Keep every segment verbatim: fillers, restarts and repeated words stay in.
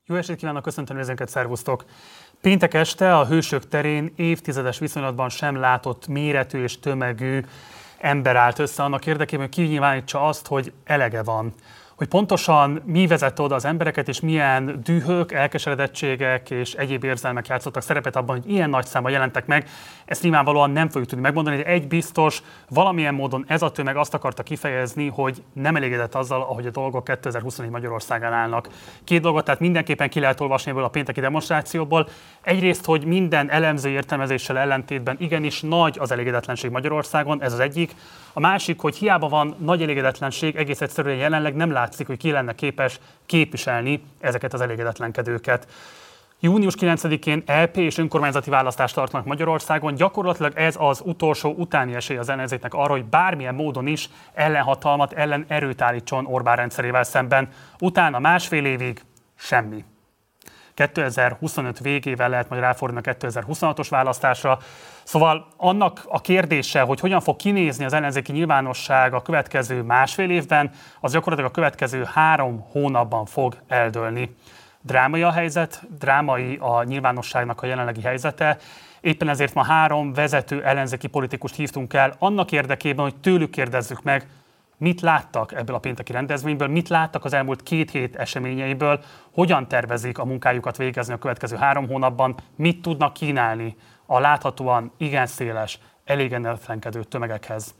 Jó estét kívánok, köszöntöm nézőinket, szervusztok! Péntek este a Hősök terén évtizedes viszonylatban sem látott méretű és tömegű ember állt össze annak érdekében, hogy kinyilvánítsa azt, hogy elege van. Hogy pontosan mi vezette oda az embereket, és milyen dühök, elkeseredettségek és egyéb érzelmek játszottak szerepet abban, hogy ilyen nagy számban jelentek meg. Ezt nyilvánvalóan nem fogjuk tudni megmondani, de egy biztos, valamilyen módon ez a tömeg azt akarta kifejezni, hogy nem elégedett azzal, ahogy a dolgok kétezer-huszonnégy Magyarországán állnak. Két dolgot tehát mindenképpen ki lehet olvasni ebből a pénteki demonstrációból. Egyrészt, hogy minden elemző értelmezéssel ellentétben igenis nagy az elégedetlenség Magyarországon, ez az egyik. A másik, hogy hiába van nagy elégedetlenség, egész egyszerűen jelenleg nem látszik, hogy ki lenne képes képviselni ezeket az elégedetlenkedőket. június kilencedikén é pé és önkormányzati választást tartanak Magyarországon. Gyakorlatilag ez az utolsó utáni esély az ellenzéknek arra, hogy bármilyen módon is ellenhatalmat, ellen erőt állítson Orbán rendszerével szemben. Utána másfél évig semmi. kétezer-huszonöt végével lehet majd ráfordulni a kétezer-huszonhatos választásra. Szóval annak a kérdése, hogy hogyan fog kinézni az ellenzéki nyilvánosság a következő másfél évben, az gyakorlatilag a következő három hónapban fog eldőlni. Drámai a helyzet, drámai a nyilvánosságnak a jelenlegi helyzete. Éppen ezért ma három vezető ellenzéki politikust hívtunk el annak érdekében, hogy tőlük kérdezzük meg, mit láttak ebből a pénteki rendezvényből, mit láttak az elmúlt két hét eseményeiből, hogyan tervezik a munkájukat végezni a következő három hónapban, mit tudnak kínálni a láthatóan igen széles, elégedetlenkedő tömegekhez.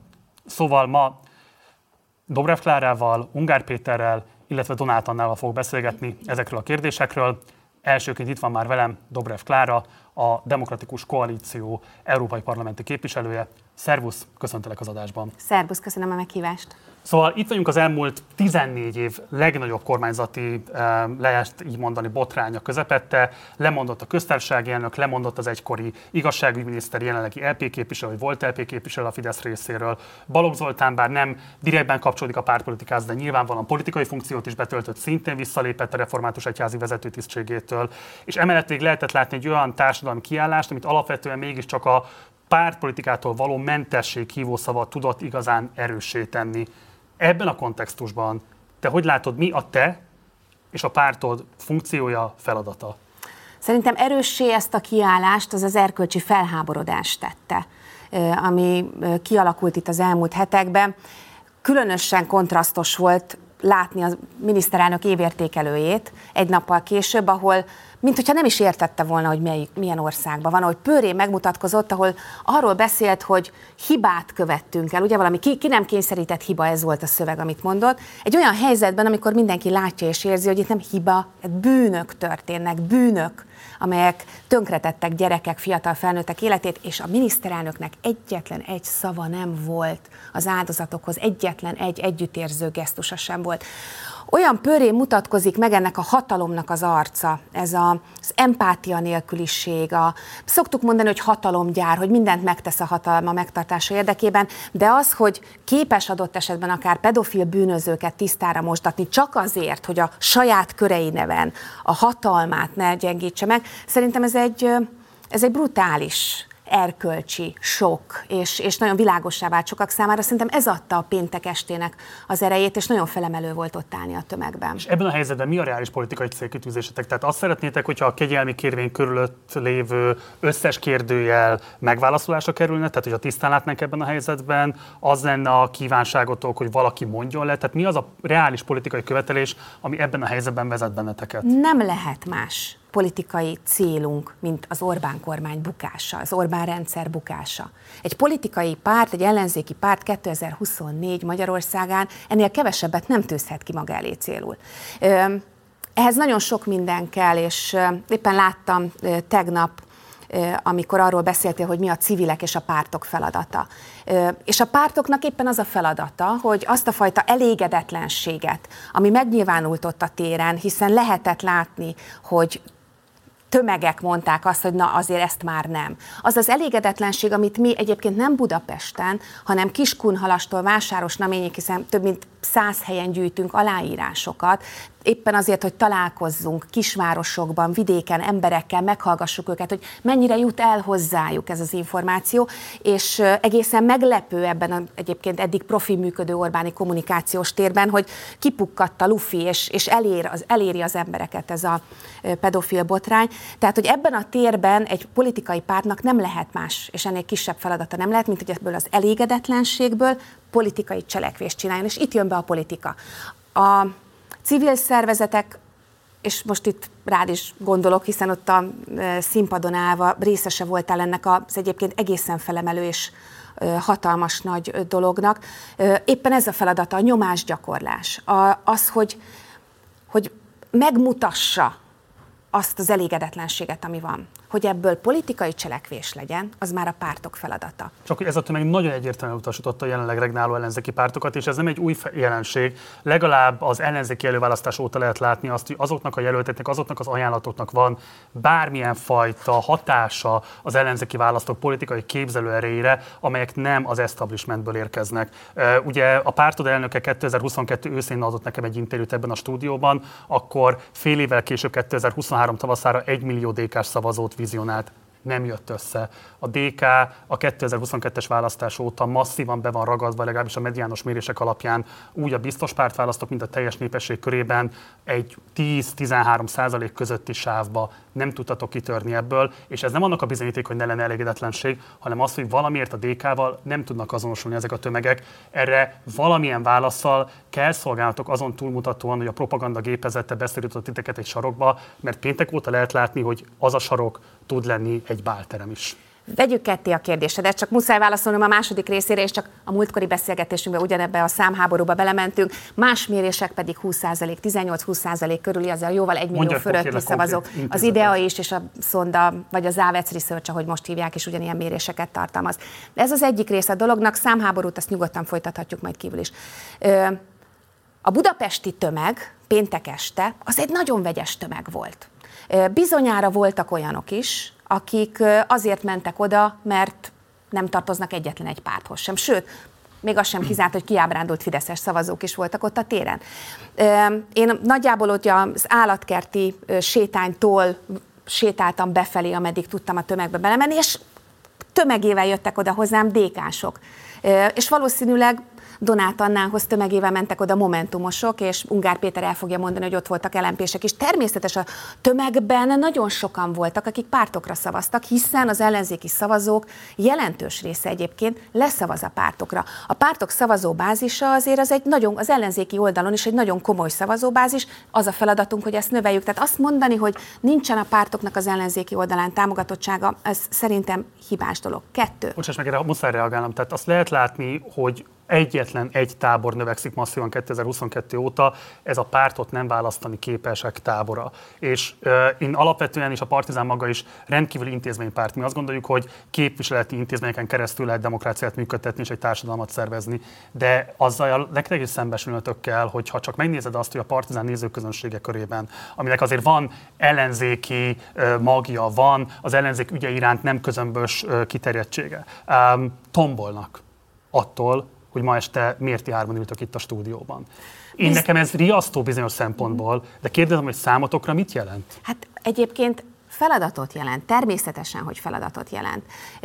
Szóval ma Dobrev Klárával, Ungár Péterrel, illetve Donát Annával fog beszélgetni ezekről a kérdésekről. Elsőként itt van már velem Dobrev Klára, a Demokratikus Koalíció európai parlamenti képviselője. Szervusz, köszöntelek az adásban. Szervusz, köszönöm a meghívást. Szóval itt vagyunk az elmúlt tizennégy év legnagyobb kormányzati, lehet így mondani, botránya közepette. Lemondott a köztársasági elnök, lemondott az egykori igazságügyminiszter, jelenlegi é pé képviselő, vagy volt é pé képviselő a Fidesz részéről. Balogh Zoltán bár nem direktben kapcsolódik a pártpolitikához, de nyilvánvalóan politikai funkciót is betöltött, szintén visszalépett a református egyházi vezetőtisztségétől. És emellett még lehetett látni egy olyan társadalmi kiállást, amit alapvetően mégiscsak a pártpolitikától való mentesség hívószava tudott igazán erőssé tenni. Ebben a kontextusban te hogy látod, mi a te és a pártod funkciója, feladata? Szerintem erőssé ezt a kiállást az az erkölcsi felháborodást tette, ami kialakult itt az elmúlt hetekben. Különösen kontrasztos volt látni a miniszterelnök évértékelőjét egy nappal később, ahol minthogyha nem is értette volna, hogy mely, milyen országban van, ahogy pőrén megmutatkozott, ahol arról beszélt, hogy hibát követtünk el, ugye valami ki, ki nem kényszerített hiba, ez volt a szöveg, amit mondott. Egy olyan helyzetben, amikor mindenki látja és érzi, hogy itt nem hiba, bűnök történnek, bűnök, amelyek tönkretettek gyerekek, fiatal felnőttek életét, és a miniszterelnöknek egyetlen egy szava nem volt az áldozatokhoz, egyetlen egy együttérző gesztusa sem volt. Olyan pörrén mutatkozik meg ennek a hatalomnak az arca, ez a, az empátia nélküliség, a, szoktuk mondani, hogy hatalomgyár, hogy mindent megtesz a hatalma megtartása érdekében, de az, hogy képes adott esetben akár pedofil bűnözőket tisztára mosdatni csak azért, hogy a saját körei neven a hatalmát ne gyengítse meg, szerintem ez egy, ez egy brutális erkölcsi sok, és, és nagyon világossá vált sokak számára. Szerintem ez adta a péntek estének az erejét, és nagyon felemelő volt ott állni a tömegben. És ebben a helyzetben mi a reális politikai célkitűzésetek? Tehát azt szeretnétek, hogyha a kegyelmi kérvény körülött lévő összes kérdőjel megválaszolásra kerülne, tehát hogyha tisztán látnánk ebben a helyzetben, az lenne a kívánságotok, hogy valaki mondjon le? Tehát mi az a reális politikai követelés, ami ebben a helyzetben vezet benneteket? Nem lehet más politikai célunk, mint az Orbán kormány bukása, az Orbán rendszer bukása. Egy politikai párt, egy ellenzéki párt kétezer-huszonnégy Magyarországán ennél kevesebbet nem tűzhet ki maga elé célul. Ehhez nagyon sok minden kell, és éppen láttam tegnap, amikor arról beszéltél, hogy mi a civilek és a pártok feladata. És a pártoknak éppen az a feladata, hogy azt a fajta elégedetlenséget, ami megnyilvánult ott a téren, hiszen lehetett látni, hogy tömegek mondták azt, hogy na azért ezt már nem. Az az elégedetlenség, amit mi egyébként nem Budapesten, hanem Kiskunhalastól Vásárosnaményig, hiszen több mint száz helyen gyűjtünk aláírásokat, éppen azért, hogy találkozzunk kisvárosokban, vidéken, emberekkel, meghallgassuk őket, hogy mennyire jut el hozzájuk ez az információ, és egészen meglepő ebben a, egyébként eddig profi működő Orbáni kommunikációs térben, hogy kipukkadt a lufi, és, és elér az, eléri az embereket ez a pedofil botrány. Tehát, hogy ebben a térben egy politikai pártnak nem lehet más, és ennél kisebb feladata nem lehet, mint hogy ebből az elégedetlenségből politikai cselekvést csináljon, és itt jön be a politika. A civil szervezetek, és most itt rád is gondolok, hiszen ott a színpadon állva részese voltál ennek az egyébként egészen felemelő és hatalmas nagy dolognak. Éppen ez a feladata, a nyomásgyakorlás. Az, hogy, hogy megmutassa azt az elégedetlenséget, ami van. Hogy ebből politikai cselekvés legyen, az már a pártok feladata. Csak hogy ez a tömeg nagyon egyértelműen utasította a jelenleg regnáló ellenzéki pártokat, és ez nem egy új jelenség. Legalább az ellenzéki előválasztás óta lehet látni azt, hogy azoknak a jelölteknek, azoknak az ajánlatoknak van bármilyen fajta hatása az ellenzéki választók politikai képzelőerejére, amelyek nem az establishmentből érkeznek. Ugye a pártod elnöke kétezer-huszonkettő őszén adott nekem egy interjút ebben a stúdióban, akkor fél évvel később kétezer-huszonhárom tavaszára egy millió dé ká-s szavazót vizionált. Nem jött össze. A dé ká a kétezer-huszonkettes választás óta masszívan be van ragadva, legalábbis a mediános mérések alapján úgy a biztos pártválasztók, mint a teljes népesség körében egy tíz-tizenhárom százalék közötti sávba nem tudtatok kitörni ebből, és ez nem annak a bizonyíték, hogy ne lenne elégedetlenség, hanem az, hogy valamiért a dé ká-val nem tudnak azonosulni ezek a tömegek. Erre valamilyen válasszal kell szolgálnatok azon túlmutatóan, hogy a propaganda gépezete beszorított titeket egy sarokba, mert péntek óta lehet látni, hogy az a sarok tud lenni egy bálterem is. Vegyük ketté a kérdésedet, csak muszáj válaszolnom a második részére, és csak a múltkori beszélgetésünkben ugyanebbe a számháborúba belementünk, más mérések pedig húsz százalék, tizennyolc-húsz százalék körüli, azért jóval egy millió fölötti szavazók. Az IDEA is, és a Szonda, vagy az Závec Research, ahogy most hívják, és ugyanilyen méréseket tartalmaz. De ez az egyik része a dolognak, számháborút azt nyugodtan folytathatjuk majd kívül is. A budapesti tömeg péntek este az egy nagyon vegyes tömeg volt. Bizonyára voltak olyanok is, akik azért mentek oda, mert nem tartoznak egyetlen egy párthoz sem. Sőt, még az sem kizárt, hogy kiábrándult fideszes szavazók is voltak ott a téren. Én nagyjából ott az állatkerti sétánytól sétáltam befelé, ameddig tudtam a tömegbe belemenni, és tömegével jöttek oda hozzám dé ká-sok. És valószínűleg Donát Annához tömegével mentek oda momentumosok, és Ungár Péter el fogja mondani, hogy ott voltak el em pések is. Természetes, a tömegben nagyon sokan voltak, akik pártokra szavaztak, hiszen az ellenzéki szavazók jelentős része egyébként leszavaz a pártokra. A pártok szavazóbázisa azért az egy nagyon, az ellenzéki oldalon is egy nagyon komoly szavazóbázis, az a feladatunk, hogy ezt növeljük. Tehát azt mondani, hogy nincsen a pártoknak az ellenzéki oldalán támogatottsága, ez szerintem hibás dolog. Kettő. Bocsáss meg, erre muszáj reagálnom. Tehát azt lehet látni, hogy egyetlen egy tábor növekszik masszívan kétezer-huszonkettő óta, ez a pártot nem választani képesek tábora. És uh, én alapvetően is a Partizán maga is rendkívüli intézménypárt. Mi azt gondoljuk, hogy képviseleti intézményeken keresztül lehet demokráciát működtetni és egy társadalmat szervezni. De azzal nektek is szembesülnötök kell, hogy ha csak megnézed azt, hogy a Partizán nézőközönsége körében, aminek azért van ellenzéki uh, magja, van az ellenzék ügye iránt nem közömbös uh, kiterjedtsége, um, tombolnak attól, hogy ma este miért ti hárman ültök itt a stúdióban. Én Biz... nekem ez riasztó bizonyos szempontból, de kérdezem, hogy számotokra mit jelent? Hát egyébként feladatot jelent, természetesen, hogy feladatot jelent.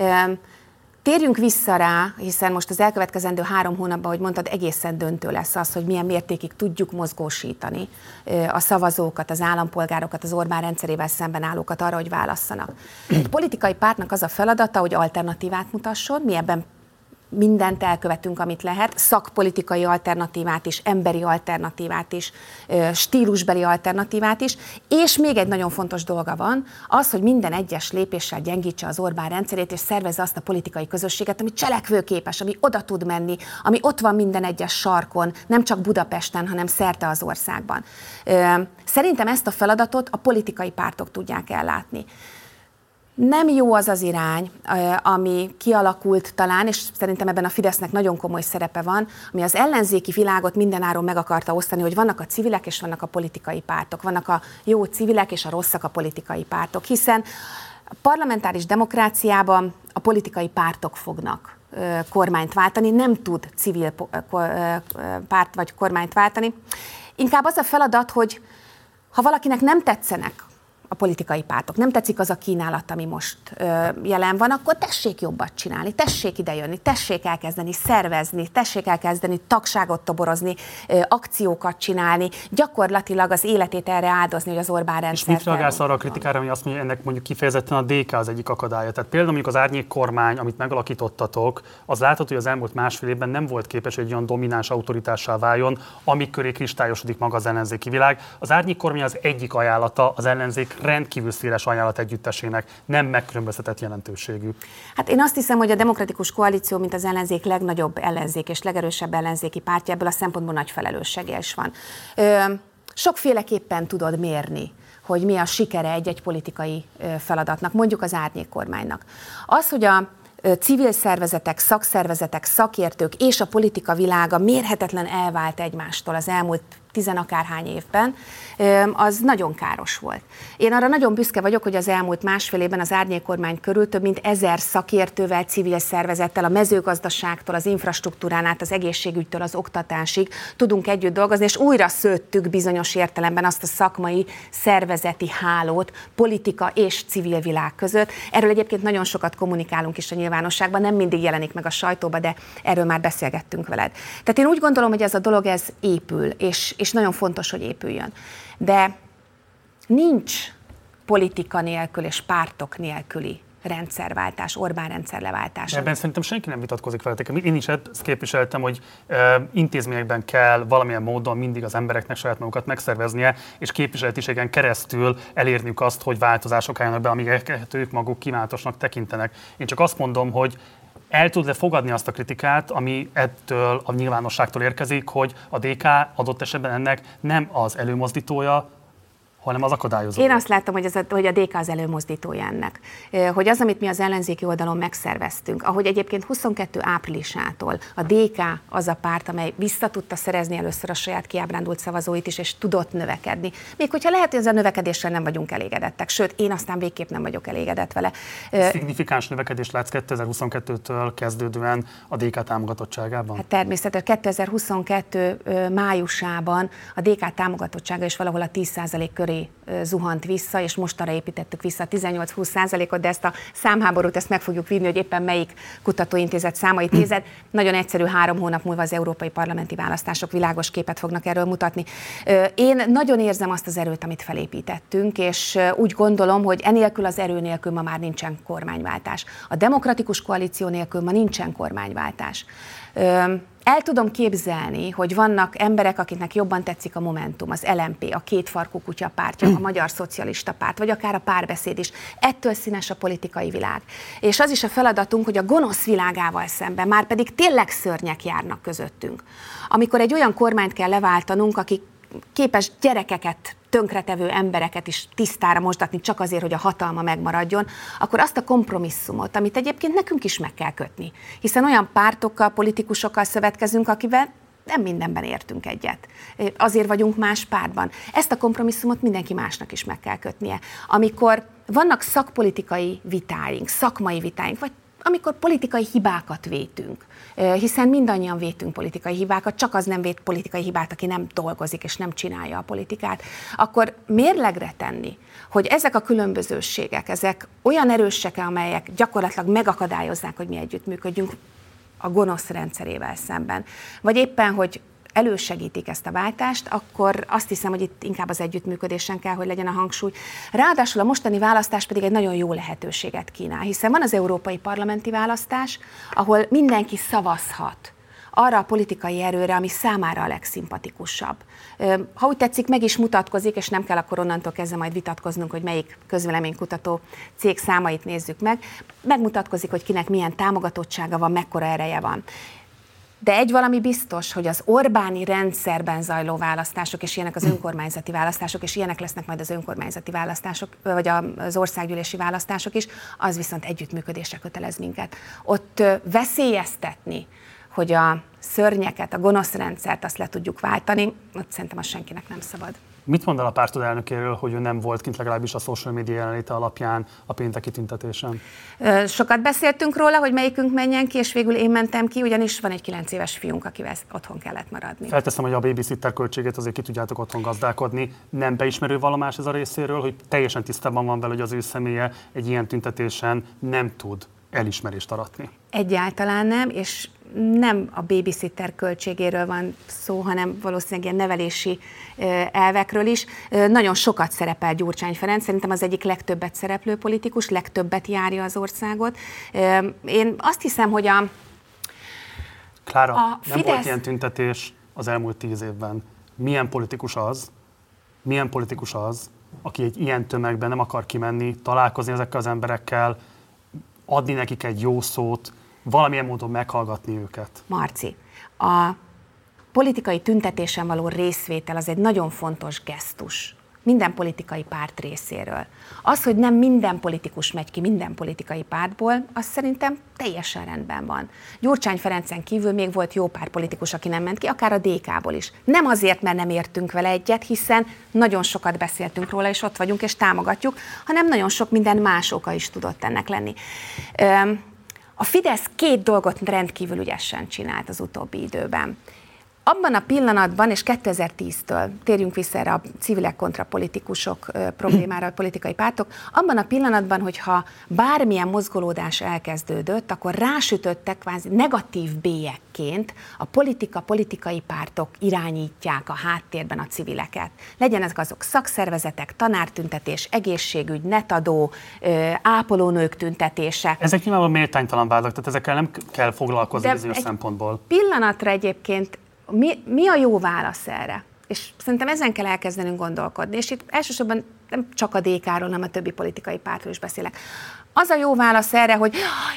Térjünk vissza rá, hiszen most az elkövetkezendő három hónapban, ahogy mondtad, egészen döntő lesz az, hogy milyen mértékig tudjuk mozgósítani a szavazókat, az állampolgárokat, az Orbán rendszerével szemben állókat arra, hogy válasszanak. A politikai pártnak az a feladata, hogy alternatívát mutasson, mi ebben mindent elkövetünk, amit lehet, szakpolitikai alternatívát is, emberi alternatívát is, stílusbeli alternatívát is, és még egy nagyon fontos dolga van, az, hogy minden egyes lépéssel gyengítse az Orbán rendszerét, és szervezze azt a politikai közösséget, ami cselekvőképes, ami oda tud menni, ami ott van minden egyes sarkon, nem csak Budapesten, hanem szerte az országban. Szerintem ezt a feladatot a politikai pártok tudják ellátni. Nem jó az az irány, ami kialakult talán, és szerintem ebben a Fidesznek nagyon komoly szerepe van, ami az ellenzéki világot mindenáron meg akarta osztani, hogy vannak a civilek és vannak a politikai pártok, vannak a jó civilek és a rosszak a politikai pártok, hiszen a parlamentáris demokráciában a politikai pártok fognak kormányt váltani, nem tud civil párt vagy kormányt váltani. Inkább az a feladat, hogy ha valakinek nem tetszenek a politikai pártok, nem tetszik az a kínálat, ami most ö, jelen van, akkor tessék jobbat csinálni, tessék idejönni, tessék elkezdeni szervezni, tessék elkezdeni tagságot toborozni, ö, akciókat csinálni, gyakorlatilag az életét erre áldozni, hogy az Orbán rendszer. És mit reagálsz arra a kritikára, ami azt mondja, hogy ennek mondjuk kifejezetten a dé ká az egyik akadálya? Tehát például mondjuk az árnyék kormány, amit megalakítottatok, az látható, hogy az elmúlt másfél évben nem volt képes egy olyan domináns autoritássá váljon, amik köré kristályosodik maga az ellenzéki világ. Az árnyék kormány az egyik ajánlata az ellenzék rendkívül széles ajánlat együttesének, nem megkülönböztetett jelentőségű. Hát én azt hiszem, hogy a Demokratikus Koalíció, mint az ellenzék legnagyobb ellenzék és legerősebb ellenzéki pártja, ebből a szempontból nagy felelőssége is van. Ö, sokféleképpen tudod mérni, hogy mi a sikere egy-egy politikai feladatnak, mondjuk az árnyék kormánynak. Az, hogy a civil szervezetek, szakszervezetek, szakértők és a politika világa mérhetetlen elvált egymástól az elmúlt tizenakárhány évben, az nagyon káros volt. Én arra nagyon büszke vagyok, hogy az elmúlt másfél évben az árnyékkormány körül több mint ezer szakértővel, civil szervezettel, a mezőgazdaságtól, az infrastruktúrán át, az egészségügytől, az oktatásig tudunk együtt dolgozni, és újra szőttük bizonyos értelemben azt a szakmai, szervezeti hálót, politika és civil világ között. Erről egyébként nagyon sokat kommunikálunk is a nyilvánosságban, nem mindig jelenik meg a sajtóba, de erről már beszélgettünk veled. Tehát én úgy gondolom, hogy ez a dolog ez épül, és és nagyon fontos, hogy épüljön. De nincs politika nélkül és pártok nélküli rendszerváltás, Orbán rendszer leváltása. Ebben szerintem senki nem vitatkozik veletek. Én is ezt képviseltem, hogy e, intézményekben kell valamilyen módon mindig az embereknek saját magukat megszerveznie, és képviseletiségen keresztül elérniük azt, hogy változások álljanak be, amiket ők maguk kívánatosnak tekintenek. Én csak azt mondom, hogy el tud-e fogadni azt a kritikát, ami ettől a nyilvánosságtól érkezik, hogy a dé ká adott esetben ennek nem az előmozdítója, hanem az akadályozó. Én azt láttam, hogy, az a, hogy a dé ká az előmozdítója ennek. Hogy az, amit mi az ellenzéki oldalon megszerveztünk, ahogy egyébként huszonkettő áprilisától a dé ká az a párt, amely vissza tudta szerezni először a saját kiábrándult szavazóit is, és tudott növekedni. Még hogyha lehet, hogy ezzel a növekedéssel nem vagyunk elégedettek, sőt, én aztán végképp nem vagyok elégedett vele. Szignifikáns növekedést látsz kétezer-huszonkettőtől kezdődően a dé ká támogatottságában? Hát természetesen kétezer-huszonkettő májusában a dé ká támogatottsága is valahol a tíz százalék köré zuhant vissza, és mostanra építettük vissza a tizennyolc-húsz százalékot, de ezt a számháborút ezt meg fogjuk vinni, hogy éppen melyik kutatóintézet számait nézed. Nagyon egyszerű, három hónap múlva az európai parlamenti választások világos képet fognak erről mutatni. Én nagyon érzem azt az erőt, amit felépítettünk, és úgy gondolom, hogy enélkül az erő nélkül ma már nincsen kormányváltás. A Demokratikus Koalíció nélkül ma nincsen kormánywáltás. El tudom képzelni, hogy vannak emberek, akiknek jobban tetszik a Momentum, az el em pé, a kétfarkú kutya pártja, a Magyar Szocialista Párt, vagy akár a Párbeszéd is. Ettől színes a politikai világ. És az is a feladatunk, hogy a gonosz világával szemben, már pedig tényleg szörnyek járnak közöttünk. Amikor egy olyan kormányt kell leváltanunk, aki képes gyerekeket, tönkretevő embereket is tisztára mosdatni csak azért, hogy a hatalma megmaradjon, akkor azt a kompromisszumot, amit egyébként nekünk is meg kell kötni. Hiszen olyan pártokkal, politikusokkal szövetkezünk, akivel nem mindenben értünk egyet. Azért vagyunk más pártban. Ezt a kompromisszumot mindenki másnak is meg kell kötnie. Amikor vannak szakpolitikai vitáink, szakmai vitáink, vagy amikor politikai hibákat vétünk, hiszen mindannyian vétünk politikai hibákat, csak az nem vét politikai hibát, aki nem dolgozik és nem csinálja a politikát, akkor mérlegre tenni, hogy ezek a különbözőségek, ezek olyan erősek, amelyek gyakorlatilag megakadályozzák, hogy mi együttműködjünk a gonosz rendszerével szemben. Vagy éppen, hogy elősegítik ezt a váltást, akkor azt hiszem, hogy itt inkább az együttműködésen kell, hogy legyen a hangsúly. Ráadásul a mostani választás pedig egy nagyon jó lehetőséget kínál, hiszen van az európai parlamenti választás, ahol mindenki szavazhat arra a politikai erőre, ami számára a legszimpatikusabb. Ha úgy tetszik, meg is mutatkozik, és nem kell akkor onnantól kezdve majd vitatkoznunk, hogy melyik közvéleménykutató cég számait nézzük meg, megmutatkozik, hogy kinek milyen támogatottsága van, mekkora ereje van. De egy valami biztos, hogy az Orbáni rendszerben zajló választások, és ilyenek az önkormányzati választások, és ilyenek lesznek majd az önkormányzati választások, vagy az országgyűlési választások is, az viszont együttműködésre kötelez minket. Ott veszélyeztetni, hogy a szörnyeket, a gonosz rendszert azt le tudjuk váltani, ott szerintem az senkinek nem szabad. Mit mond el a pártod elnökéről, hogy ő nem volt kint legalábbis a social media jelenléte alapján a pénteki tüntetésen? Sokat beszéltünk róla, hogy melyikünk menjen ki, és végül én mentem ki, ugyanis van egy kilenc éves fiunk, akivel otthon kellett maradni. Felteszem, hogy a babysitter költségét azért ki tudjátok otthon gazdálkodni. Nem beismerő vallomás ez a részéről, hogy teljesen tisztában van vele, hogy az ő személye egy ilyen tüntetésen nem tud elismerést aratni? Egyáltalán nem, és nem a babysitter költségéről van szó, hanem valószínűleg ilyen nevelési elvekről is. Nagyon sokat szerepel Gyurcsány Ferenc, szerintem az egyik legtöbbet szereplő politikus, legtöbbet járja az országot. Én azt hiszem, hogy a Klára, a nem Fidesz... volt ilyen tüntetés az elmúlt tíz évben. Milyen politikus az, milyen politikus az, aki egy ilyen tömegben nem akar kimenni, találkozni ezekkel az emberekkel, adni nekik egy jó szót, valamilyen módon meghallgatni őket? Marci, a politikai tüntetésen való részvétel az egy nagyon fontos gesztus minden politikai párt részéről. Az, hogy nem minden politikus megy ki minden politikai pártból, az szerintem teljesen rendben van. Gyurcsány Ferencen kívül még volt jó pár politikus, aki nem ment ki, akár a dé ká-ból is. Nem azért, mert nem értünk vele egyet, hiszen nagyon sokat beszéltünk róla, és ott vagyunk, és támogatjuk, hanem nagyon sok minden más oka is tudott ennek lenni. A Fidesz két dolgot rendkívül ügyesen csinált az utóbbi időben. Abban a pillanatban, és kétezer-tíztől térjünk vissza erre a civilek kontra politikusok problémára, a politikai pártok, abban a pillanatban, hogyha bármilyen mozgolódás elkezdődött, akkor rásütöttek kvázi negatív bélyekként a politika, politikai pártok irányítják a háttérben a civileket. Legyen ezek azok szakszervezetek, tanártüntetés, egészségügy, netadó, ápolónők tüntetése. Ezek nyilvánvalóan méltánytalan vádak, tehát ezekkel nem kell foglalkozni De bizonyos szempontból. Pillanatra egyébként Mi, mi a jó válasz erre? És szerintem ezen kell elkezdenünk gondolkodni. És itt elsősorban nem csak a dé ká-ról, hanem a többi politikai pártról is beszélek. Az a jó válasz erre, hogy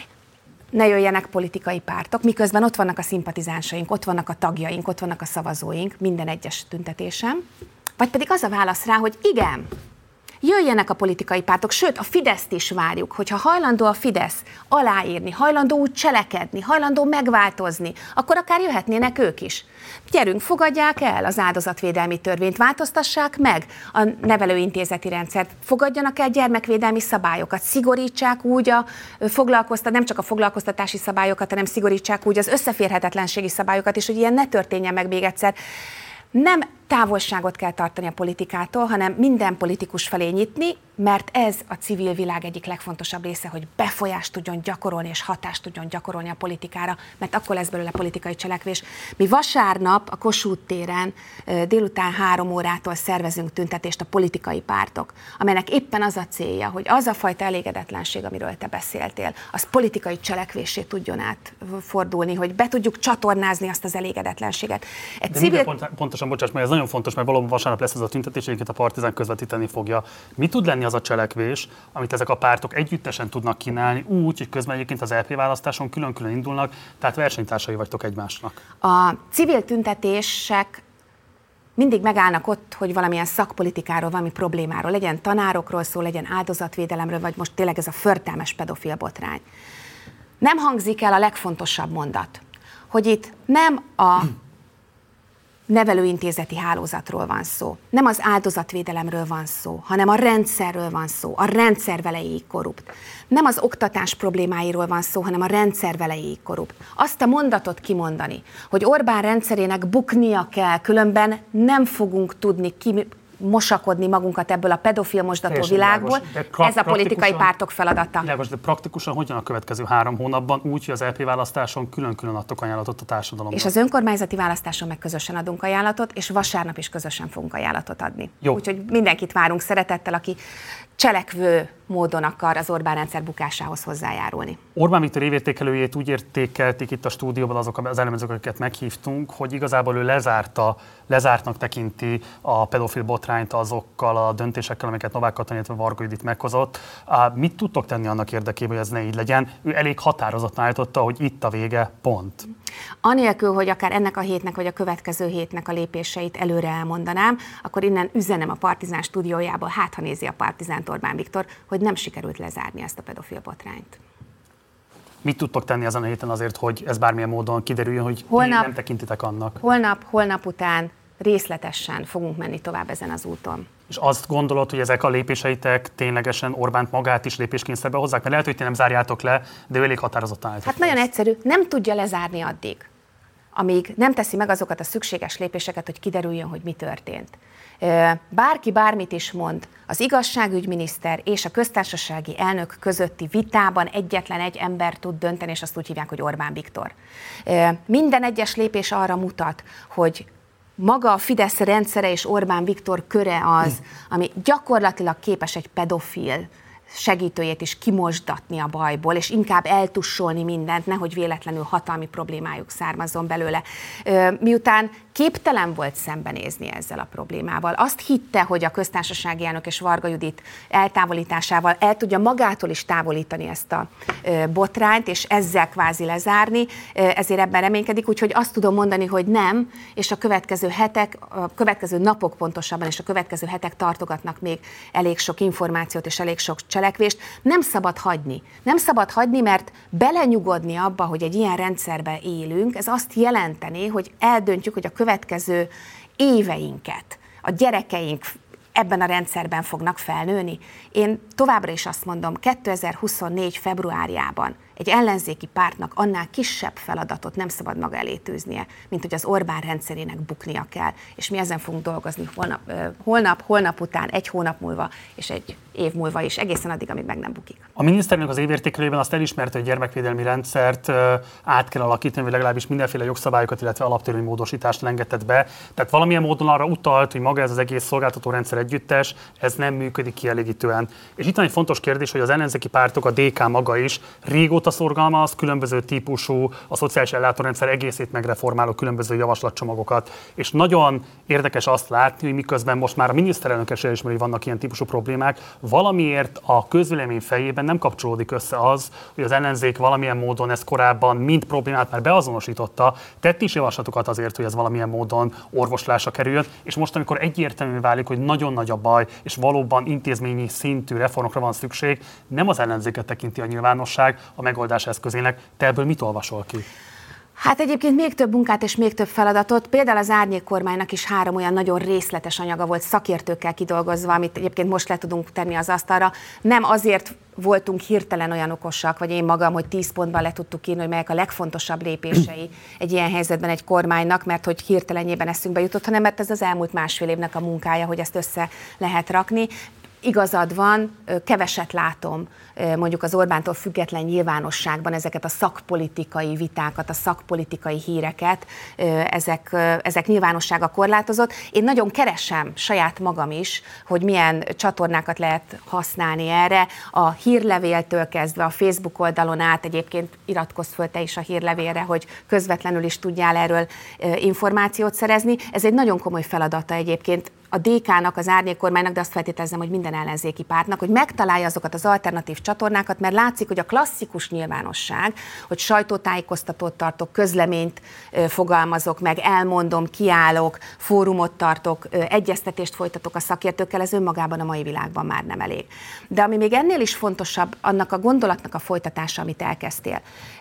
ne jöjjenek politikai pártok, miközben ott vannak a szimpatizánsaink, ott vannak a tagjaink, ott vannak a szavazóink minden egyes tüntetésen. Vagy pedig az a válasz rá, hogy igen, jöjjenek a politikai pártok, sőt, a Fideszt is várjuk, hogyha hajlandó a Fidesz aláírni, hajlandó úgy cselekedni, hajlandó megváltozni, akkor akár jöhetnének ők is. Gyerünk, fogadják el az áldozatvédelmi törvényt, változtassák meg a nevelőintézeti rendszert, fogadjanak el gyermekvédelmi szabályokat, szigorítsák úgy a foglalkoztat, nem csak a foglalkoztatási szabályokat, hanem szigorítsák úgy az összeférhetetlenségi szabályokat is, hogy ilyen ne történjen meg még egyszer. Nem távolságot kell tartani a politikától, hanem minden politikus felé nyitni, mert ez a civil világ egyik legfontosabb része, hogy befolyást tudjon gyakorolni és hatást tudjon gyakorolni a politikára, mert akkor lesz belőle politikai cselekvés. Mi vasárnap a Kossuth téren délután három órától szervezünk tüntetést a politikai pártok, amelynek éppen az a célja, hogy az a fajta elégedetlenség, amiről te beszéltél, az politikai cselekvésé tudjon átfordulni, hogy be tudjuk csatornázni azt az elégedetlenséget. Egy De civil... pont, pontosan, bocsáss, mert ez nagyon fontos, mert valóban vasárnap lesz ez a tüntetés, egyébként a Partizán közvetíteni fogja. Mi tud lenni az a cselekvés, amit ezek a pártok együttesen tudnak kínálni, úgy, hogy közben egyébként az é pé választáson külön-külön indulnak, tehát versenytársai vagytok egymásnak? A civil tüntetések mindig megállnak ott, hogy valamilyen szakpolitikáról, valami problémáról, legyen tanárokról szó, legyen áldozatvédelemről, vagy most tényleg ez a förtelmes pedofil botrány. Nem hangzik el a legfontosabb mondat, hogy itt nem a nevelőintézeti hálózatról van szó. Nem az áldozatvédelemről van szó, hanem a rendszerről van szó. A rendszer velejéig korrupt. Nem az oktatás problémáiról van szó, hanem a rendszer velejéig korrupt. Azt a mondatot kimondani, hogy Orbán rendszerének buknia kell, különben nem fogunk tudni ki mosakodni magunkat ebből a pedofil mosdató világból, ez a politikai pártok feladata. Világos, de praktikusan hogyan a következő három hónapban úgy, hogy az é pé választáson külön-külön adtok ajánlatot a társadalomnak? És az önkormányzati választáson meg közösen adunk ajánlatot, és vasárnap is közösen fogunk ajánlatot adni. Úgyhogy mindenkit várunk szeretettel, aki cselekvő módon akar az Orbán rendszer bukásához hozzájárulni. Orbán Viktor évértékelőjét úgy értékelték itt a stúdióban azok az elemzők, akiket meghívtunk, hogy igazából ő lezárta, lezártnak tekinti a pedofil botrányt azokkal a döntésekkel, amiket Novák Katalin, illetve Varga Judit meghozott. Mit tudtok tenni annak érdekében, hogy ez ne így legyen? Ő elég határozottan állította, hogy itt a vége, pont. Anélkül, hogy akár ennek a hétnek, vagy a következő hétnek a lépéseit előre elmondanám, akkor innen üzenem a Partizán stúdiójából, hát ha nézi a Partizánt Orbán Viktor, hogy nem sikerült lezárni ezt a pedofil botrányt. Mit tudtok tenni ezen a héten azért, hogy ez bármilyen módon kiderüljön, hogy holnap, nem tekintitek annak? Holnap, holnap után részletesen fogunk menni tovább ezen az úton. És azt gondolod, hogy ezek a lépéseitek ténylegesen Orbánt magát is lépéskényszerbe hozzák? Mert lehet, hogy ti nem zárjátok le, de ő elég határozottan álltok. Hát nagyon egyszerű, nem tudja lezárni addig, amíg nem teszi meg azokat a szükséges lépéseket, hogy kiderüljön, hogy mi történt. Bárki bármit is mond, az igazságügyminiszter és a köztársasági elnök közötti vitában egyetlen egy ember tud dönteni, és azt úgy hívják, hogy Orbán Viktor. Minden egyes lépés arra mutat, hogy maga a Fidesz rendszere és Orbán Viktor köre az, ami gyakorlatilag képes egy pedofil segítőjét is kimosdatni a bajból, és inkább eltussolni mindent, nehogy véletlenül hatalmi problémájuk származzon belőle. Miután képtelen volt szembenézni ezzel a problémával, azt hitte, hogy a köztársasági elnök és Varga Judit eltávolításával el tudja magától is távolítani ezt a botrányt, és ezzel kvázi lezárni, ezért ebben reménykedik, úgyhogy azt tudom mondani, hogy nem, és a következő hetek, a következő napok pontosabban, és a következő hetek tartogatnak még elég sok információt és elég sok cselekvést. Nem szabad hagyni. Nem szabad hagyni, mert belenyugodni abba, hogy egy ilyen rendszerben élünk, ez azt jelenteni, hogy eldöntjük, hogy a következő éveinket a gyerekeink ebben a rendszerben fognak felnőni. Én továbbra is azt mondom, kétezer-huszonnégy februárjában egy ellenzéki pártnak annál kisebb feladatot nem szabad maga elé tűznie, mint hogy az Orbán rendszerének buknia kell. És mi ezen fogunk dolgozni holnap, holnap, holnap után, egy hónap múlva, és egy év múlva is, egészen addig, amíg meg nem bukik. A miniszterelnök az évértékelőben azt elismerte, hogy gyermekvédelmi rendszert át kell alakítani, vagy legalábbis mindenféle jogszabályokat, illetve alaptörvénymódosítást engedett be. Tehát valamilyen módon arra utalt, hogy maga ez az egész szolgáltató rendszer együttes, ez nem működik kielégítően. És itt van egy fontos kérdés, hogy az ellenzéki pártok, a dé ká maga is régóta szorgalmaz különböző típusú, a szociális ellátórendszer egészét megreformáló különböző javaslatcsomagokat. És nagyon érdekes azt látni, hogy miközben most már a miniszterelnök is elismeri, hogy vannak ilyen típusú problémák, valamiért a közvélemény fejében nem kapcsolódik össze az, hogy az ellenzék valamilyen módon ezt korábban mind problémát már beazonosította, tett is javaslatokat azért, hogy ez valamilyen módon orvoslásra kerüljön, és most, amikor egyértelmű válik, hogy nagyon nagy a baj, és valóban intézményi szintű reformokra van szükség, nem az ellenzéket tekinti a nyilvánosság a megoldás eszközének. Te ebből mit olvasol ki? Hát egyébként még több munkát és még több feladatot. Például az árnyék kormánynak is három olyan nagyon részletes anyaga volt szakértőkkel kidolgozva, amit egyébként most le tudunk tenni az asztalra. Nem azért voltunk hirtelen olyan okosak, vagy én magam, hogy tíz pontban le tudtuk írni, hogy melyek a legfontosabb lépései egy ilyen helyzetben egy kormánynak, mert hogy hirtelenjében eszünkbe jutott, hanem mert ez az elmúlt másfél évnek a munkája, hogy ezt össze lehet rakni. Igazad van, keveset látom mondjuk az Orbántól független nyilvánosságban ezeket a szakpolitikai vitákat, a szakpolitikai híreket, ezek, ezek nyilvánossága korlátozott. Én nagyon keresem saját magam is, hogy milyen csatornákat lehet használni erre. A hírlevéltől kezdve a Facebook oldalon át, egyébként iratkozz föl te is a hírlevélre, hogy közvetlenül is tudjál erről információt szerezni. Ez egy nagyon komoly feladata egyébként a dé ká-nak, az árnyékkormánynak, de azt feltételezem, hogy minden ellenzéki pártnak, hogy megtalálja azokat az alternatív csatornákat, mert látszik, hogy a klasszikus nyilvánosság, hogy sajtótájékoztatót tartok, közleményt fogalmazok meg, elmondom, kiállok, fórumot tartok, egyeztetést folytatok a szakértőkkel, ez önmagában a mai világban már nem elég. De ami még ennél is fontosabb, annak a gondolatnak a folytatása, amit elkezdtél.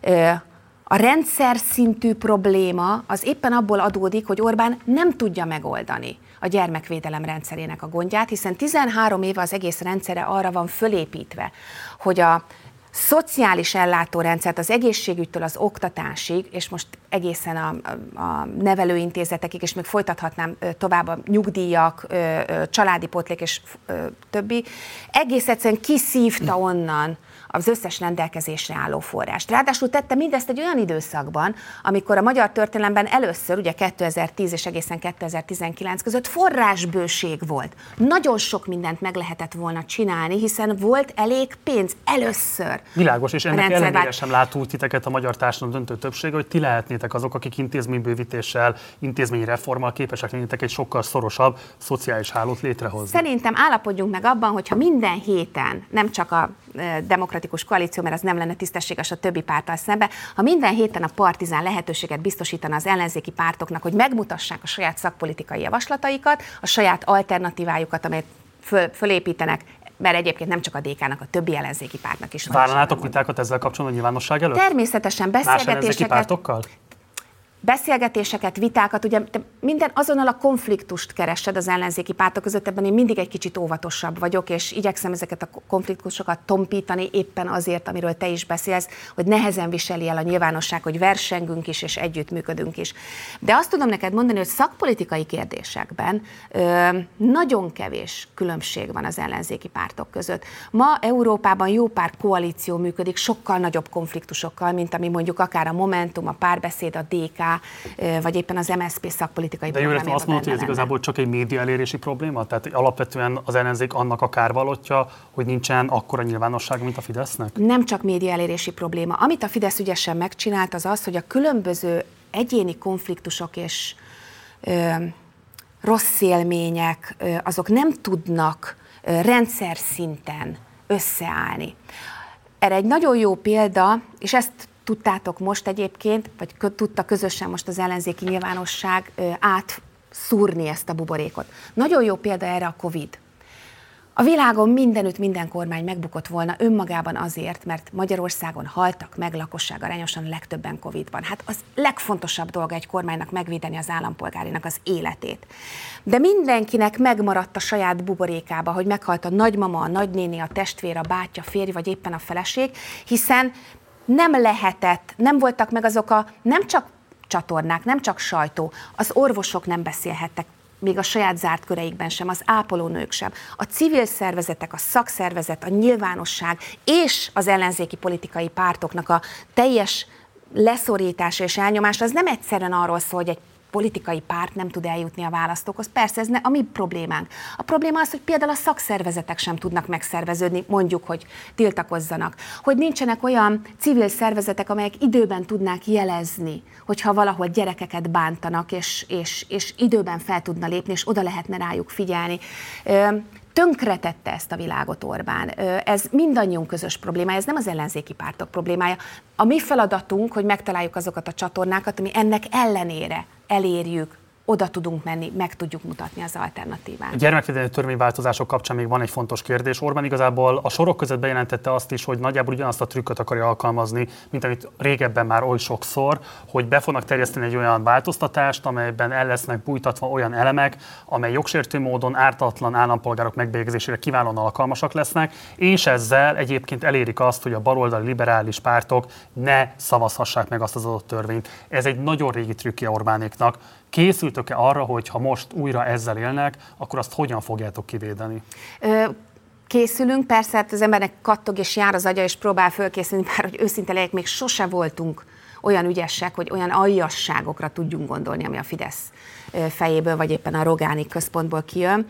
A rendszer szintű probléma az éppen abból adódik, hogy Orbán nem tudja megoldani a gyermekvédelem rendszerének a gondját, hiszen tizenhárom éve az egész rendszere arra van fölépítve, hogy a szociális ellátórendszert az egészségügytől az oktatásig, és most egészen a, a nevelőintézetekig, és még folytathatnám tovább a nyugdíjak, családi pótlék és többi, egész egyszerűen kiszívta onnan az összes rendelkezésre álló forrást. Ráadásul tette mindezt egy olyan időszakban, amikor a magyar történelemben először, ugye kétezer-tíz és egészen kétezer-tizenkilenc között forrásbőség volt. Nagyon sok mindent meg lehetett volna csinálni, hiszen volt elég pénz először. Világos, és ennek ellenére sem lát úgy titeket a magyar társadalom döntő többsége, hogy ti lehetnétek azok, akik intézménybővítéssel, intézményreformmal képesek lennétek egy sokkal szorosabb szociális hálót létrehozni. Szerintem állapodjunk meg abban, hogyha minden héten, nem csak a demokratikus koalíció, mert az nem lenne tisztességes a többi párttal szembe, ha minden héten a Partizán lehetőséget biztosítana az ellenzéki pártoknak, hogy megmutassák a saját szakpolitikai javaslataikat, a saját alternatívájukat, amelyet föl, fölépítenek, mert egyébként nem csak a dé ká-nak, a többi ellenzéki pártnak is van. Várnátok vitákat ezzel kapcsolatban a nyilvánosság előtt? Természetesen beszélgetéseket. Más ellenzéki pártokkal? beszélgetéseket, vitákat, ugye minden azonnal a konfliktust keresed az ellenzéki pártok között, ebben én mindig egy kicsit óvatosabb vagyok, és igyekszem ezeket a konfliktusokat tompítani éppen azért, amiről te is beszélsz, hogy nehezen viseli el a nyilvánosság, hogy versengünk is, és együttműködünk is. De azt tudom neked mondani, hogy szakpolitikai kérdésekben ö, nagyon kevés különbség van az ellenzéki pártok között. Ma Európában jó pár koalíció működik, sokkal nagyobb konfliktusokkal, mint ami mondjuk akár a Momentum, a Párbeszéd, a dé ká, vagy éppen az em es zé pé szakpolitikai de programjában. De azt mondod, hogy ez igazából csak egy média elérési probléma? Tehát alapvetően az ellenzék annak a kárvallottja, hogy nincsen akkora nyilvánosság, mint a Fidesznek? Nem csak média elérési probléma. Amit a Fidesz ügyesen megcsinált, az az, hogy a különböző egyéni konfliktusok és ö, rossz élmények, ö, azok nem tudnak ö, rendszer szinten összeállni. Erre egy nagyon jó példa, és ezt tudtátok most egyébként, vagy tudta közösen most az ellenzéki nyilvánosság átszúrni ezt a buborékot. Nagyon jó példa erre a Covid. A világon mindenütt minden kormány megbukott volna önmagában azért, mert Magyarországon haltak meg lakosságarányosan a legtöbben Covidban. Hát az legfontosabb dolga egy kormánynak megvédeni az állampolgárinak az életét. De mindenkinek megmaradt a saját buborékába, hogy meghalt a nagymama, a nagynéni, a testvér, a bátyja, férj, vagy éppen a feleség, hiszen nem lehetett, nem voltak meg azok a, nem csak csatornák, nem csak sajtó, az orvosok nem beszélhettek, még a saját zárt köreikben sem, az ápolónők sem. A civil szervezetek, a szakszervezet, a nyilvánosság és az ellenzéki politikai pártoknak a teljes leszorítása és elnyomása, az nem egyszerűen arról szól, hogy egy politikai párt nem tud eljutni a választókhoz. Persze ez ne, a mi problémánk. A probléma az, hogy például a szakszervezetek sem tudnak megszerveződni, mondjuk, hogy tiltakozzanak. Hogy nincsenek olyan civil szervezetek, amelyek időben tudnák jelezni, hogyha valahol gyerekeket bántanak, és, és, és időben fel tudna lépni, és oda lehetne rájuk figyelni. Tönkretette ezt a világot Orbán. Ez mindannyiunk közös problémája, ez nem az ellenzéki pártok problémája. A mi feladatunk, hogy megtaláljuk azokat a csatornákat, ami ennek ellenére elérjük, oda tudunk menni, meg tudjuk mutatni az alternatívát. A gyermekvédelmi törvényváltozások kapcsán még van egy fontos kérdés. Orbán igazából a sorok között bejelentette azt is, hogy nagyjából ugyanazt a trükköt akarja alkalmazni, mint amit régebben már oly sokszor, hogy be fognak terjeszteni egy olyan változtatást, amelyben el lesznek bújtatva olyan elemek, amely jogsértő módon ártatlan állampolgárok megbélyegzésére kiválóan alkalmasak lesznek, és ezzel egyébként elérik azt, hogy a baloldali liberális pártok ne szavazhassák meg azt az adott törvényt. Ez egy nagyon régi trükkje Orbánéknak. Készültök-e arra, hogy ha most újra ezzel élnek, akkor azt hogyan fogjátok kivédeni? Ö, készülünk, persze, hát az embernek kattog és jár az agya, és próbál fölkészülni, bár hogy őszinte legyek, még sose voltunk olyan ügyesek, hogy olyan aljasságokra tudjunk gondolni, ami a Fidesz fejéből, vagy éppen a Rogáni központból kijön.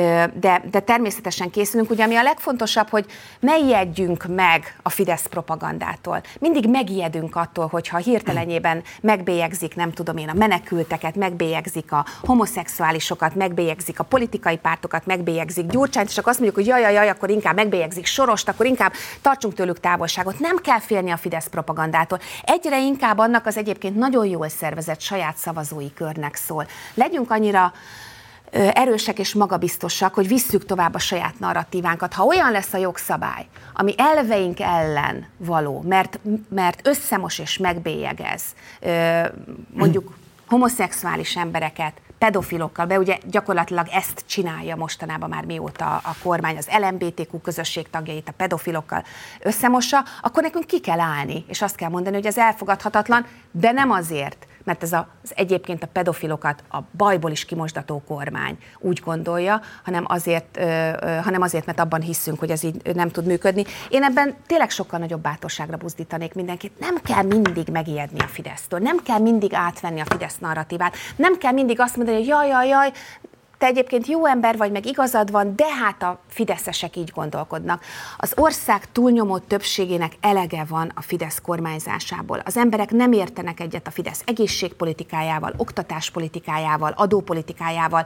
De, de természetesen készülünk, ugye ami a legfontosabb, hogy ne ijedjünk meg a Fidesz propagandától. Mindig megijedünk attól, hogyha hirtelenjében megbélyegzik, nem tudom én, a menekülteket, megbélyegzik a homoszexuálisokat, megbélyegzik a politikai pártokat, megbélyegzik Gyurcsányt, és akkor azt mondjuk, hogy jaj, jaj, jaj, akkor inkább megbélyegzik Sorost, akkor inkább tartsunk tőlük távolságot. Nem kell félni a Fidesz propagandától. Egyre inkább annak az egyébként nagyon jól szervezett saját szavazói körnek szól. Legyünk annyira ö, erősek és magabiztosak, hogy visszük tovább a saját narratívánkat. Ha olyan lesz a jogszabály, ami elveink ellen való, mert, mert összemos és megbélyegez, ö, mondjuk homoszexuális embereket, pedofilokkal, be ugye gyakorlatilag ezt csinálja mostanában már mióta a kormány, az el em bé té kú közösség tagjait a pedofilokkal összemossa, akkor nekünk ki kell állni, és azt kell mondani, hogy ez elfogadhatatlan, de nem azért, mert ez az egyébként a pedofilokat a bajból is kimosdató kormány úgy gondolja, hanem azért, ö, ö, hanem azért, mert abban hiszünk, hogy ez így nem tud működni. Én ebben tényleg sokkal nagyobb bátorságra buzdítanék mindenkit. Nem kell mindig megijedni a Fidesztől, nem kell mindig átvenni a Fidesz narratívát, nem kell mindig azt mondani, hogy jaj, jaj, jaj, te egyébként jó ember vagy, meg igazad van, de hát a fideszesek így gondolkodnak. Az ország túlnyomó többségének elege van a Fidesz kormányzásából. Az emberek nem értenek egyet a Fidesz egészségpolitikájával, oktatáspolitikájával, adópolitikájával,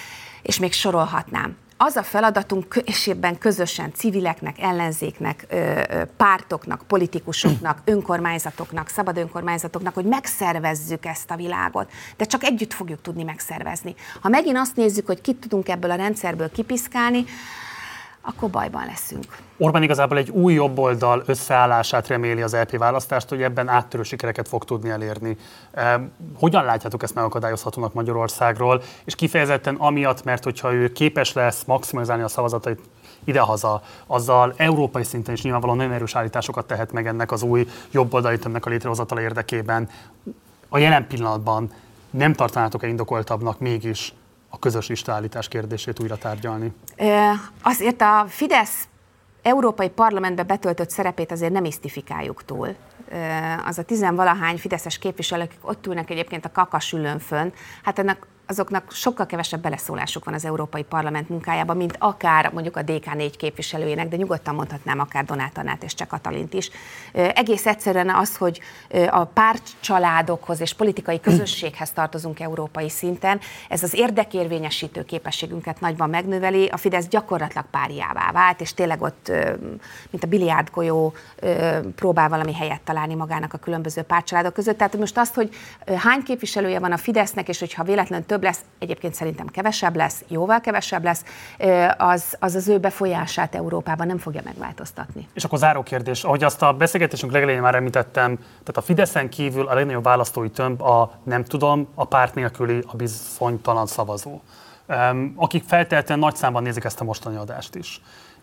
és még sorolhatnám. Az a feladatunk, és ebben közösen civileknek, ellenzéknek, pártoknak, politikusoknak, önkormányzatoknak, szabad önkormányzatoknak, hogy megszervezzük ezt a világot, de csak együtt fogjuk tudni megszervezni. Ha megint azt nézzük, hogy kit tudunk ebből a rendszerből kipiszkálni, akkor bajban leszünk. Orbán igazából egy új jobboldal összeállását reméli az é pé választást, hogy ebben áttörő sikereket fog tudni elérni. Hogyan látjátok ezt megakadályozhatónak Magyarországról, és kifejezetten amiatt, mert hogyha ő képes lesz maximalizálni a szavazatait idehaza, azzal európai szinten is nyilvánvalóan nagyon erős állításokat tehet meg ennek az új jobboldali tömbnek a létrehozatala érdekében. A jelen pillanatban nem tartanátok-e indokoltabbnak mégis a közös listaállítás kérdését újra tárgyalni? Azért a Fidesz európai parlamentbe betöltött szerepét azért nem misztifikáljuk túl. Az a tizenvalahány fideszes képviselők, akik ott ülnek egyébként a kakasülőn fönn, hát ennek azoknak sokkal kevesebb beleszólásuk van az Európai Parlament munkájában, mint akár mondjuk a dé ká négy képviselőjének, de nyugodtan mondhatnám akár Donát Annát és Cseh Katalint is. Egész egyszerűen az, hogy a pártcsaládokhoz és politikai közösséghez tartozunk európai szinten, ez az érdekérvényesítő képességünket nagyban megnöveli, a Fidesz gyakorlatilag páriává vált, és tényleg ott, mint a biliárdgolyó, próbál valami helyet találni magának a különböző pártcsaládok között. Tehát most azt, hogy hány képviselője van a Fidesznek, és hogyha véletlenül több lesz, egyébként szerintem kevesebb lesz, jóval kevesebb lesz, az az, az ő befolyását Európában nem fogja megváltoztatni. És akkor záró kérdés, ahogy azt a beszélgetésünk legelején már említettem, tehát a Fideszen kívül a legnagyobb választói tömb a nem tudom, a párt nélküli, a bizonytalan szavazó, akik feltétlenül nagy számban nézik ezt a mostani adást is.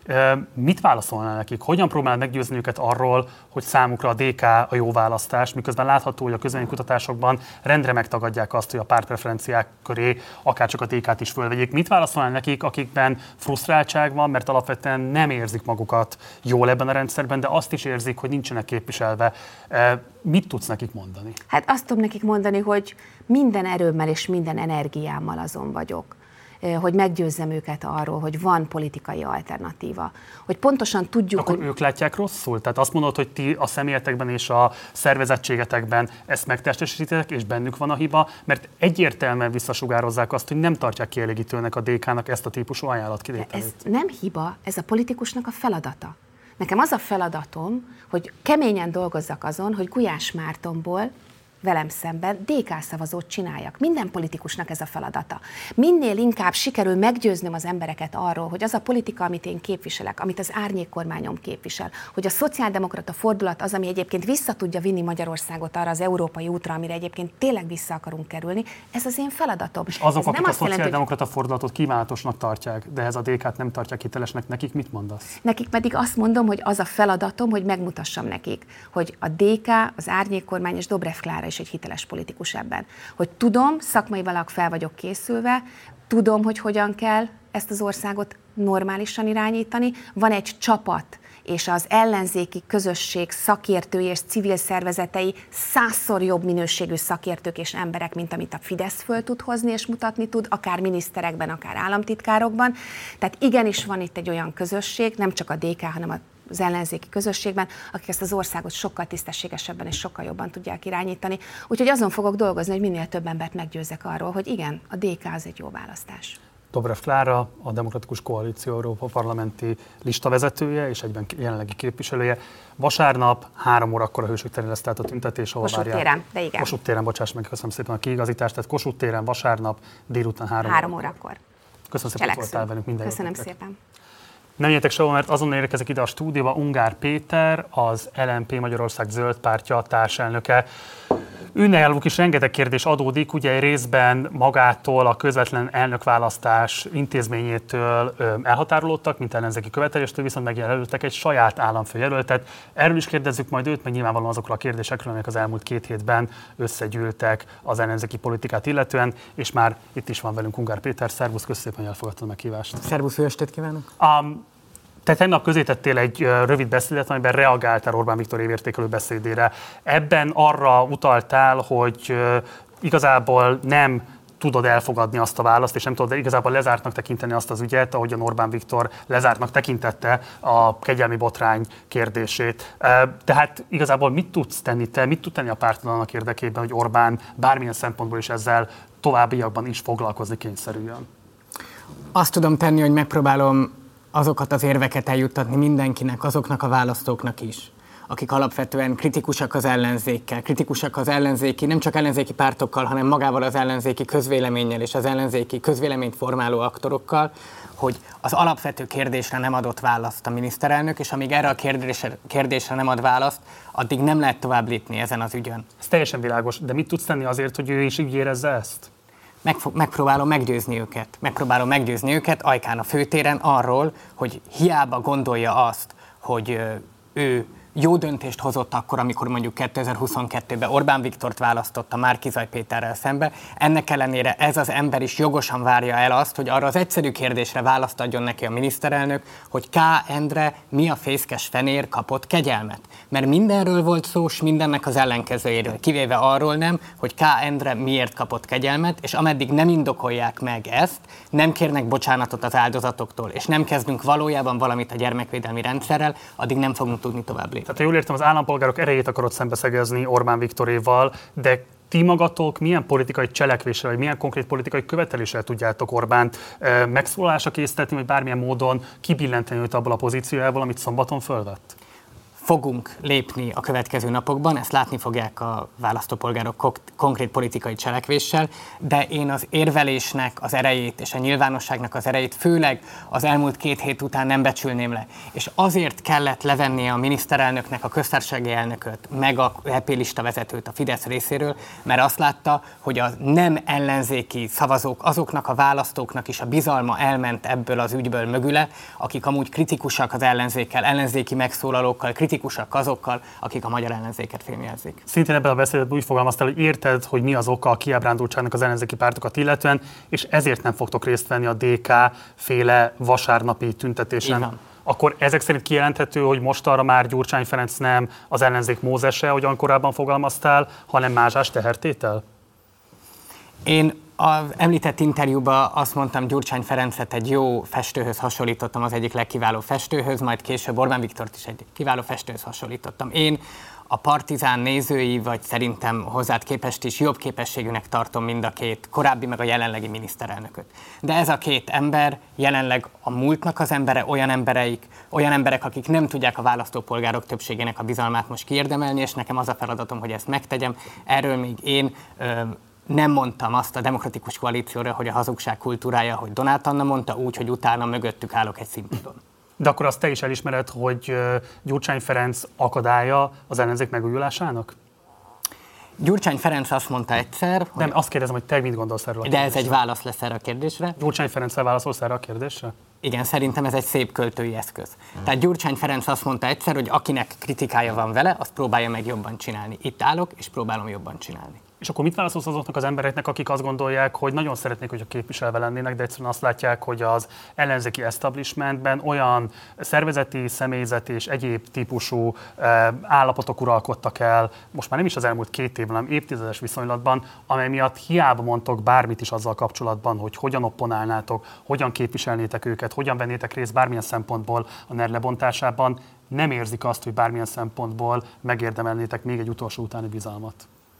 Mit válaszolnál nekik? Hogyan próbál meggyőzni őket arról, hogy számukra a dé ká a jó választás, miközben látható, hogy a közvéleménykutatásokban rendre megtagadják azt, hogy a pártpreferenciák köré akárcsak a dé kát is fölvegyék. Mit válaszolnál nekik, akikben frusztráltság van, mert alapvetően nem érzik magukat jól ebben a rendszerben, de azt is érzik, hogy nincsenek képviselve. Mit tudsz nekik mondani? Hát azt tudom nekik mondani, hogy minden erőmmel és minden energiámmal azon vagyok, hogy meggyőzzem őket arról, hogy van politikai alternatíva. Hogy pontosan tudjuk, Akkor hogy... ők látják rosszul? Tehát azt mondod, hogy ti a személyetekben és a szervezettségetekben ezt megtestesítitek, és bennük van a hiba, mert egyértelműen visszasugározzák azt, hogy nem tartják kielégítőnek a dé ká-nak ezt a típusú ajánlatkivételét. Ez nem hiba, ez a politikusnak a feladata. Nekem az a feladatom, hogy keményen dolgozzak azon, hogy Gulyás Mártonból velem szemben dé ká szavazót csináljak. Minden politikusnak ez a feladata. Minél inkább sikerül meggyőznöm az embereket arról, hogy az a politika, amit én képviselek, amit az árnyékkormányom képvisel, hogy a szociáldemokrata fordulat az, ami egyébként vissza tudja vinni Magyarországot arra az európai útra, amire egyébként tényleg vissza akarunk kerülni, ez az én feladatom. És azok, ez akik nem a szociáldemokrata hogy... fordulatot kívánatosnak tartják, de ez a dé kát nem tartják hitelesnek, nekik mit mondasz? Nekik pedig azt mondom, hogy az a feladatom, hogy megmutassam nekik, hogy a dé ká, az árnyékkormány és Dobrev Klára is egy hiteles politikus ebben. Hogy tudom, szakmailag fel vagyok készülve, tudom, hogy hogyan kell ezt az országot normálisan irányítani. Van egy csapat, és az ellenzéki közösség szakértői és civil szervezetei százszor jobb minőségű szakértők és emberek, mint amit a Fidesz föl tud hozni és mutatni tud, akár miniszterekben, akár államtitkárokban. Tehát igenis van itt egy olyan közösség, nem csak a dé ká, hanem a az ellenzéki közösségben, akik ezt az országot sokkal tisztességesebben és sokkal jobban tudják irányítani. Úgyhogy azon fogok dolgozni, hogy minél több embert meggyőzzek arról, hogy igen, a dé ká az egy jó választás. Dobrev Klára, a Demokratikus Koalíció Európa parlamenti listavezetője és egyben jelenlegi képviselője. Vasárnap három órakor a Hősök terén lesz tehát a tüntetés, ahol Kossuth várják. téren, de igen. Kossuth téren, bocsáss meg, köszönöm szépen a kiigazítást. Tehát Kossuth téren vasárnap délután három, három órakor. Köszönöm szépen, hogy voltál velünk, minden jót. Köszönöm nektek. szépen. Nem jöttek sehova, mert azonnal érkezik ide a stúdióba Ungár Péter, az el en pé Magyarország Zöld Pártja társelnöke. Őnáluk is rengeteg kérdés adódik, ugye részben magától, a közvetlen elnökválasztás intézményétől elhatárolódtak, mint ellenzéki követeléstől, viszont megjelöltek egy saját államfőjelöltet. Erről is kérdezzük majd őt, meg nyilvánvalóan azokról a kérdésekről, amelyek az elmúlt két hétben összegyűltek az ellenzéki politikát illetően, és már itt is van velünk Ungár Péter. Szervusz, köszönöm szépen, hogy elfogadtad a meghívást. Szervusz, jó estét kívánok! Um, Te tegnap közé tettél egy rövid beszédet, amiben reagáltál Orbán Viktor évértékelő beszédére. Ebben arra utaltál, hogy igazából nem tudod elfogadni azt a választ, és nem tudod igazából lezártnak tekinteni azt az ügyet, ahogyan Orbán Viktor lezártnak tekintette a kegyelmi botrány kérdését. Tehát igazából mit tudsz tenni te, mit tud tenni a pártod annak érdekében, hogy Orbán bármilyen szempontból is ezzel továbbiakban is foglalkozni kényszerüljön? Azt tudom tenni, hogy megpróbálom azokat az érveket eljuttatni mindenkinek, azoknak a választóknak is, akik alapvetően kritikusak az ellenzékkel, kritikusak az ellenzéki, nem csak ellenzéki pártokkal, hanem magával az ellenzéki közvéleménnyel és az ellenzéki közvéleményt formáló aktorokkal, hogy az alapvető kérdésre nem adott választ a miniszterelnök, és amíg erre a kérdésre, kérdésre nem ad választ, addig nem lehet tovább lépni ezen az ügyön. Ez teljesen világos, de mit tudsz tenni azért, hogy ő is így érezze ezt? Megfo- megpróbálom meggyőzni őket. Megpróbálom meggyőzni őket ajkán a főtéren arról, hogy hiába gondolja azt, hogy ő jó döntést hozott akkor, amikor mondjuk kétezer-huszonkettőben Orbán Viktort választotta Márki-Zay Péterrel szembe. Ennek ellenére ez az ember is jogosan várja el azt, hogy arra az egyszerű kérdésre választ adjon neki a miniszterelnök, hogy K. Endre mi a fészkes fenér kapott kegyelmet. Mert mindenről volt szó, s mindennek az ellenkezőjéről, kivéve arról nem, hogy K. Endre miért kapott kegyelmet, és ameddig nem indokolják meg ezt, nem kérnek bocsánatot az áldozatoktól, és nem kezdünk valójában valamit a gyermekvédelmi rendszerrel, addig nem fogunk tudni tovább lépni. Tehát, ha jól értem, az állampolgárok erejét akarod szembeszegezni Orbán Viktoréval, de ti magatok milyen politikai cselekvéssel, vagy milyen konkrét politikai követeléssel tudjátok Orbánt e, megszólalásra késztetni, vagy bármilyen módon kibillenteni őt abból a pozíciójából, amit szombaton fölvett? Fogunk lépni a következő napokban, ezt látni fogják a választópolgárok konkrét politikai cselekvéssel, de én az érvelésnek az erejét és a nyilvánosságnak az erejét főleg az elmúlt két hét után nem becsülném le. És azért kellett levennie a miniszterelnöknek a köztársasági elnököt, meg a é pé lista vezetőt a Fidesz részéről, mert azt látta, hogy a nem ellenzéki szavazók, azoknak a választóknak is a bizalma elment ebből az ügyből mögüle, akik amúgy kritikusak az ellenzékkel, ellenzéki megszólalókkal, kritikusak azokkal, akik a magyar ellenzéket fémjelzik. Szintén ebben a beszédben úgy fogalmaztál, hogy érted, hogy mi az oka a kiábrándultságnak az ellenzéki pártokat illetően, és ezért nem fogtok részt venni a dé ká féle vasárnapi tüntetésen. Akkor ezek szerint kijelenthető, hogy mostanra már Gyurcsány Ferenc nem az ellenzék Mózese, ahogyan korábban fogalmaztál, hanem mázsás tehertétel? Én az említett interjúban azt mondtam, Gyurcsány Ferencet egy jó festőhöz hasonlítottam, az egyik legkiváló festőhöz, majd később Orbán Viktort is egy kiváló festőhöz hasonlítottam. Én a Partizán nézői, vagy szerintem hozzád képest is jobb képességűnek tartom mind a két korábbi, meg a jelenlegi miniszterelnököt. De ez a két ember jelenleg a múltnak az embere, olyan embereik, olyan emberek, akik nem tudják a választópolgárok többségének a bizalmát most kiérdemelni, és nekem az a feladatom, hogy ezt megtegyem. Erről még én ö, nem mondtam azt a demokratikus koalícióra, hogy a hazugság kultúrája, hogy Donát Anna mondta, úgy, hogy utána mögöttük állok egy színpadon. De akkor azt te is elismered, hogy Gyurcsány Ferenc akadálya az ellenzék megújulásának? Gyurcsány Ferenc azt mondta egyszer... Nem, hogy... azt kérdezem, hogy te mit gondolsz erről a De ez egy válasz lesz erre a kérdésre. Gyurcsány Ferenccel válaszolsz erre a kérdésre? Igen, szerintem ez egy szép költői eszköz. Hmm. Tehát Gyurcsány Ferenc azt mondta egyszer, hogy akinek kritikája van vele, azt próbálja meg jobban csinálni. Itt állok, és próbálom jobban csinálni. És akkor mit válaszolsz azoknak az embereknek, akik azt gondolják, hogy nagyon szeretnék, hogyha képviselve lennének, de egyszerűen azt látják, hogy az ellenzéki establishmentben olyan szervezeti, személyzeti és egyéb típusú eh, állapotok uralkodtak el, most már nem is az elmúlt két évben, hanem évtizedes viszonylatban, amely miatt hiába mondtok bármit is azzal kapcsolatban, hogy hogyan opponálnátok, hogyan képviselnétek őket, hogyan vennétek részt bármilyen szempontból a NER lebontásában, nem érzik azt, hogy bármilyen szempontból megérdemelnétek még egy utolsó utáni bizalmat.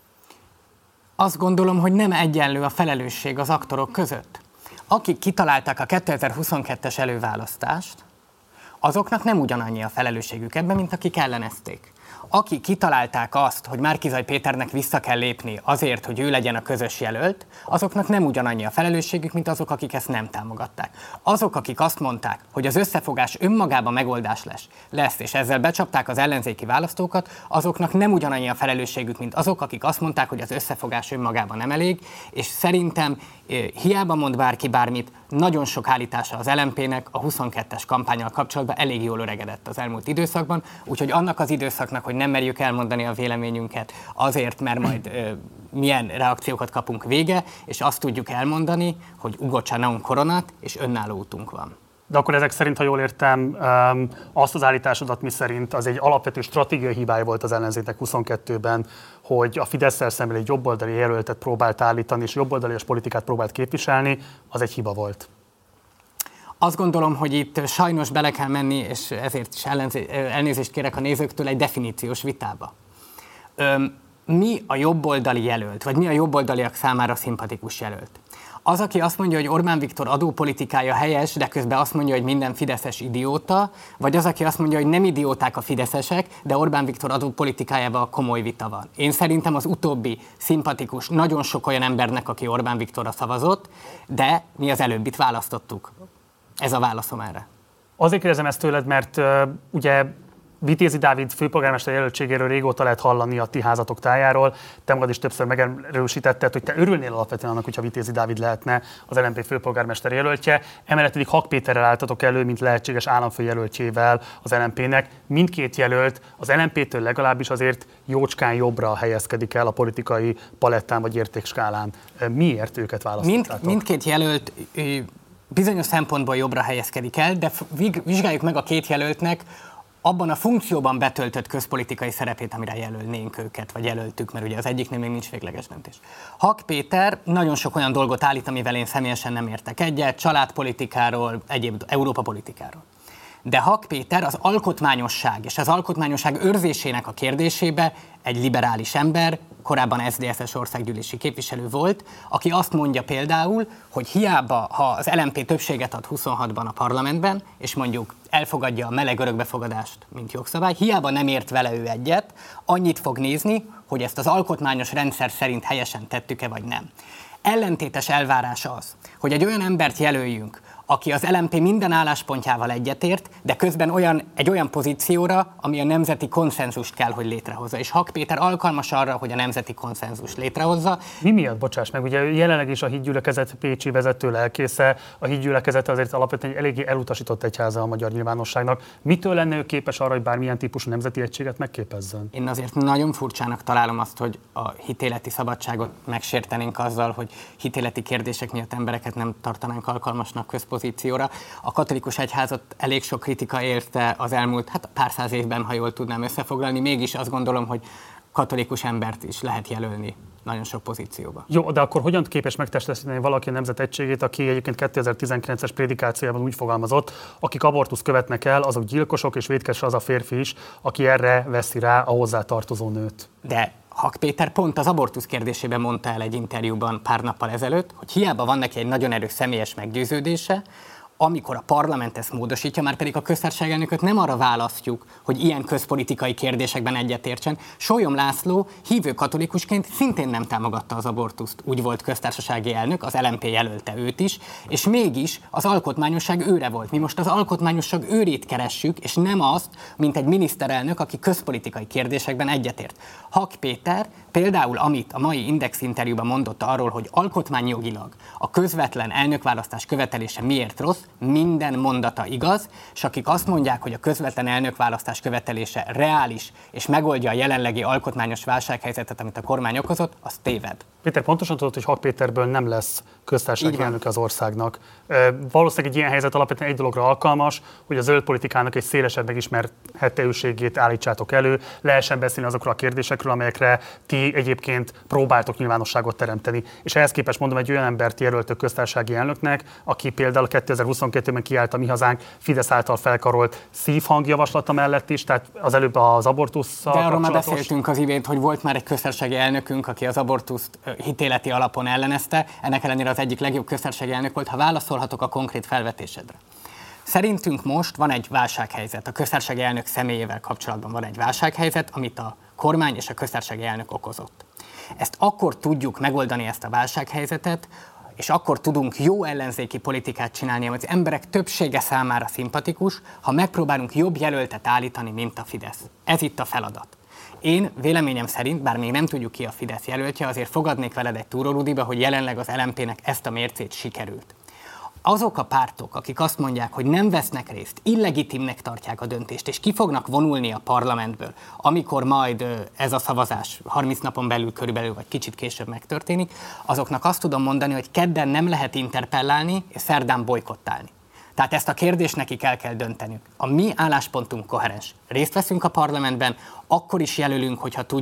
Azt gondolom, hogy nem egyenlő a felelősség az aktorok között. Akik kitalálták a kétezer-huszonkettes előválasztást, azoknak nem ugyanannyi a felelősségük ebben, mint akik ellenezték. Akik kitalálták azt, hogy Márki-Zay Péternek vissza kell lépni azért, hogy ő legyen a közös jelölt, azoknak nem ugyanannyi a felelősségük, mint azok, akik ezt nem támogatták. Azok, akik azt mondták, hogy az összefogás önmagában megoldás lesz, lesz, és ezzel becsapták az ellenzéki választókat, azoknak nem ugyanannyi a felelősségük, mint azok, akik azt mondták, hogy az összefogás önmagában nem elég, és szerintem hiába mond bárki bármit, nagyon sok állítása az el em pének a huszonkettes kampánnyal kapcsolatban elég jól öregedett az elmúlt időszakban, úgyhogy annak az időszaknak, hogy nem merjük elmondani a véleményünket azért, mert majd ö, milyen reakciókat kapunk vége, és azt tudjuk elmondani, hogy ugocsa non koronát, és önálló útunk van. De akkor ezek szerint, ha jól értem, azt az állításodat, miszerint az egy alapvető stratégiai hibája volt az ellenzéknek huszonkettőben, hogy a Fidesszel szemben egy jobboldali jelöltet próbált állítani, és jobboldalias politikát próbált képviselni, az egy hiba volt. Azt gondolom, hogy itt sajnos bele kell menni, és ezért is elnézést kérek a nézőktől, egy definíciós vitába. Öm, mi a jobboldali jelölt, vagy mi a jobboldaliak számára szimpatikus jelölt? Az, aki azt mondja, hogy Orbán Viktor adópolitikája helyes, de közben azt mondja, hogy minden fideszes idióta, vagy az, aki azt mondja, hogy nem idióták a fideszesek, de Orbán Viktor adópolitikájával komoly vita van. Én szerintem az utóbbi szimpatikus, nagyon sok olyan embernek, aki Orbán Viktorra szavazott, de mi az előbbit választottuk. Ez a válaszom erre. Azért kérdezem ezt tőled, mert uh, ugye Vitézi Dávid főpolgármester jelöltségéről régóta lehet hallani a ti házatok tájáról. Te magad is többször megerősítetted, hogy te örülnél alapvetően annak, hogyha Vitézi Dávid lehetne az el em pé főpolgármester jelöltje. Emellett pedig Hak Péterrel álltatok elő, mint lehetséges államfőjelöltjével az el em pének. Mindkét jelölt az el em pétől legalábbis azért jócskán jobbra helyezkedik el a politikai palettán vagy értékskálán. Miért őket választottátok? Mind, mindkét jelölt bizonyos szempontból jobbra helyezkedik el, de vizsgáljuk meg a két jelöltnek abban a funkcióban betöltött közpolitikai szerepét, amire jelölnénk őket, vagy jelöltük, mert ugye az egyiknél még nincs végleges döntés. Hak Péter nagyon sok olyan dolgot állít, amivel én személyesen nem értek egyet, családpolitikáról, egyéb Európa politikáról. De Hak Péter az alkotmányosság és az alkotmányosság őrzésének a kérdésébe egy liberális ember, korábban es zé dé es-es országgyűlési képviselő volt, aki azt mondja például, hogy hiába, ha az el em pé többséget ad huszonhatban a parlamentben, és mondjuk elfogadja a meleg örökbefogadást, mint jogszabály, hiába nem ért vele ő egyet, annyit fog nézni, hogy ezt az alkotmányos rendszer szerint helyesen tettük-e vagy nem. Ellentétes elvárás az, hogy egy olyan embert jelöljünk, aki az el em pé minden álláspontjával egyetért, de közben olyan, egy olyan pozícióra, ami a nemzeti konszenzust kell, hogy létrehozza. És Hak Péter alkalmas arra, hogy a nemzeti konszenzust létrehozza. Mi miatt, bocsáss meg, ugye jelenleg is a Hídgyülekezet pécsi vezető lelkésze, a Hídgyülekezet azért alapvetően egy eléggé elutasított egyháza a magyar nyilvánosságnak. Mitől lenne ő képes arra, hogy bármilyen típusú nemzeti egységet megképezzen? Én azért nagyon furcsának találom azt, hogy a hitéleti szabadságot megsértenénk azzal, hogy hitéleti kérdések miatt embereket nem tartanánk alkalmasnak közpozícióra. A katolikus egyházat elég sok kritika érte az elmúlt hát pár száz évben, ha jól tudnám összefoglalni, mégis azt gondolom, hogy katolikus embert is lehet jelölni nagyon sok pozícióba. Jó, de akkor hogyan képes megtestesíteni valaki a nemzet egységét, aki egyébként kétezer-tizenkilences prédikációjában úgy fogalmazott, akik abortuszt követnek el, azok gyilkosok, és vétkes az a férfi is, aki erre veszi rá a hozzátartozó nőt. De Hak Péter pont az abortusz kérdésében mondta el egy interjúban pár nappal ezelőtt, hogy hiába van neki egy nagyon erős személyes meggyőződése, amikor a parlament ezt módosítja, már pedig a köztársaságelnököt nem arra választjuk, hogy ilyen közpolitikai kérdésekben egyetértsen. Sólyom László hívő katolikusként szintén nem támogatta az abortuszt, úgy volt köztársasági elnök, az el em pé jelölte őt is, és mégis az alkotmányosság őre volt. Mi most az alkotmányosság őrét keressük, és nem azt, mint egy miniszterelnök, aki közpolitikai kérdésekben egyetért. Hak Péter például, amit a mai Index interjúban mondott arról, hogy alkotmányjogilag a közvetlen elnökválasztás követelése miért rossz, minden mondata igaz, és akik azt mondják, hogy a közvetlen elnökválasztás követelése reális, és megoldja a jelenlegi alkotmányos válsághelyzetet, amit a kormány okozott, az téved. Péter, pontosan tudod, hogy Hak Péterből nem lesz köztársasági elnök az országnak. E, valószínűleg egy ilyen helyzet alapvetően egy dologra alkalmas, hogy a zöld politikának egy szélesebb megismerhetőségét állítsátok elő, lehessen beszélni azokról a kérdésekről, amelyekre ti egyébként próbáltok nyilvánosságot teremteni. És ehhez képest mondom, egy olyan embert jelöltök köztársasági elnöknek, aki például kétezer-huszonkettőben kiállt a Mi Hazánk Fidesz által felkarolt szívhangjavaslata mellett is, tehát az előbb az abortusszal De arról már beszéltünk az imént, hogy volt már egy köztársasági elnökünk, aki az abortuszt hitéleti alapon ellenezte, ennek ellenére az egyik legjobb köztársasági elnök volt, ha válaszolhatok a konkrét felvetésedre. Szerintünk most van egy válsághelyzet, a köztársasági elnök személyével kapcsolatban van egy válsághelyzet, amit a kormány és a köztársasági elnök okozott. Ezt akkor tudjuk megoldani, ezt a válsághelyzetet, és akkor tudunk jó ellenzéki politikát csinálni, ami az emberek többsége számára szimpatikus, ha megpróbálunk jobb jelöltet állítani, mint a Fidesz. Ez itt a feladat. Én véleményem szerint, bár még nem tudjuk ki a Fidesz jelöltje, azért fogadnék veled egy túrórudiba, hogy jelenleg az el em pének ezt a mércét sikerült. Azok a pártok, akik azt mondják, hogy nem vesznek részt, illegitimnek tartják a döntést, és ki fognak vonulni a parlamentből, amikor majd ez a szavazás harminc napon belül körülbelül, vagy kicsit később megtörténik, azoknak azt tudom mondani, hogy kedden nem lehet interpellálni, és szerdán bojkottálni. Tehát ezt a kérdést nekik el kell döntenünk. A mi álláspontunk koherens. Részt veszünk a parlamentben, akkor is jelölünk, hogyha tudjuk, hogy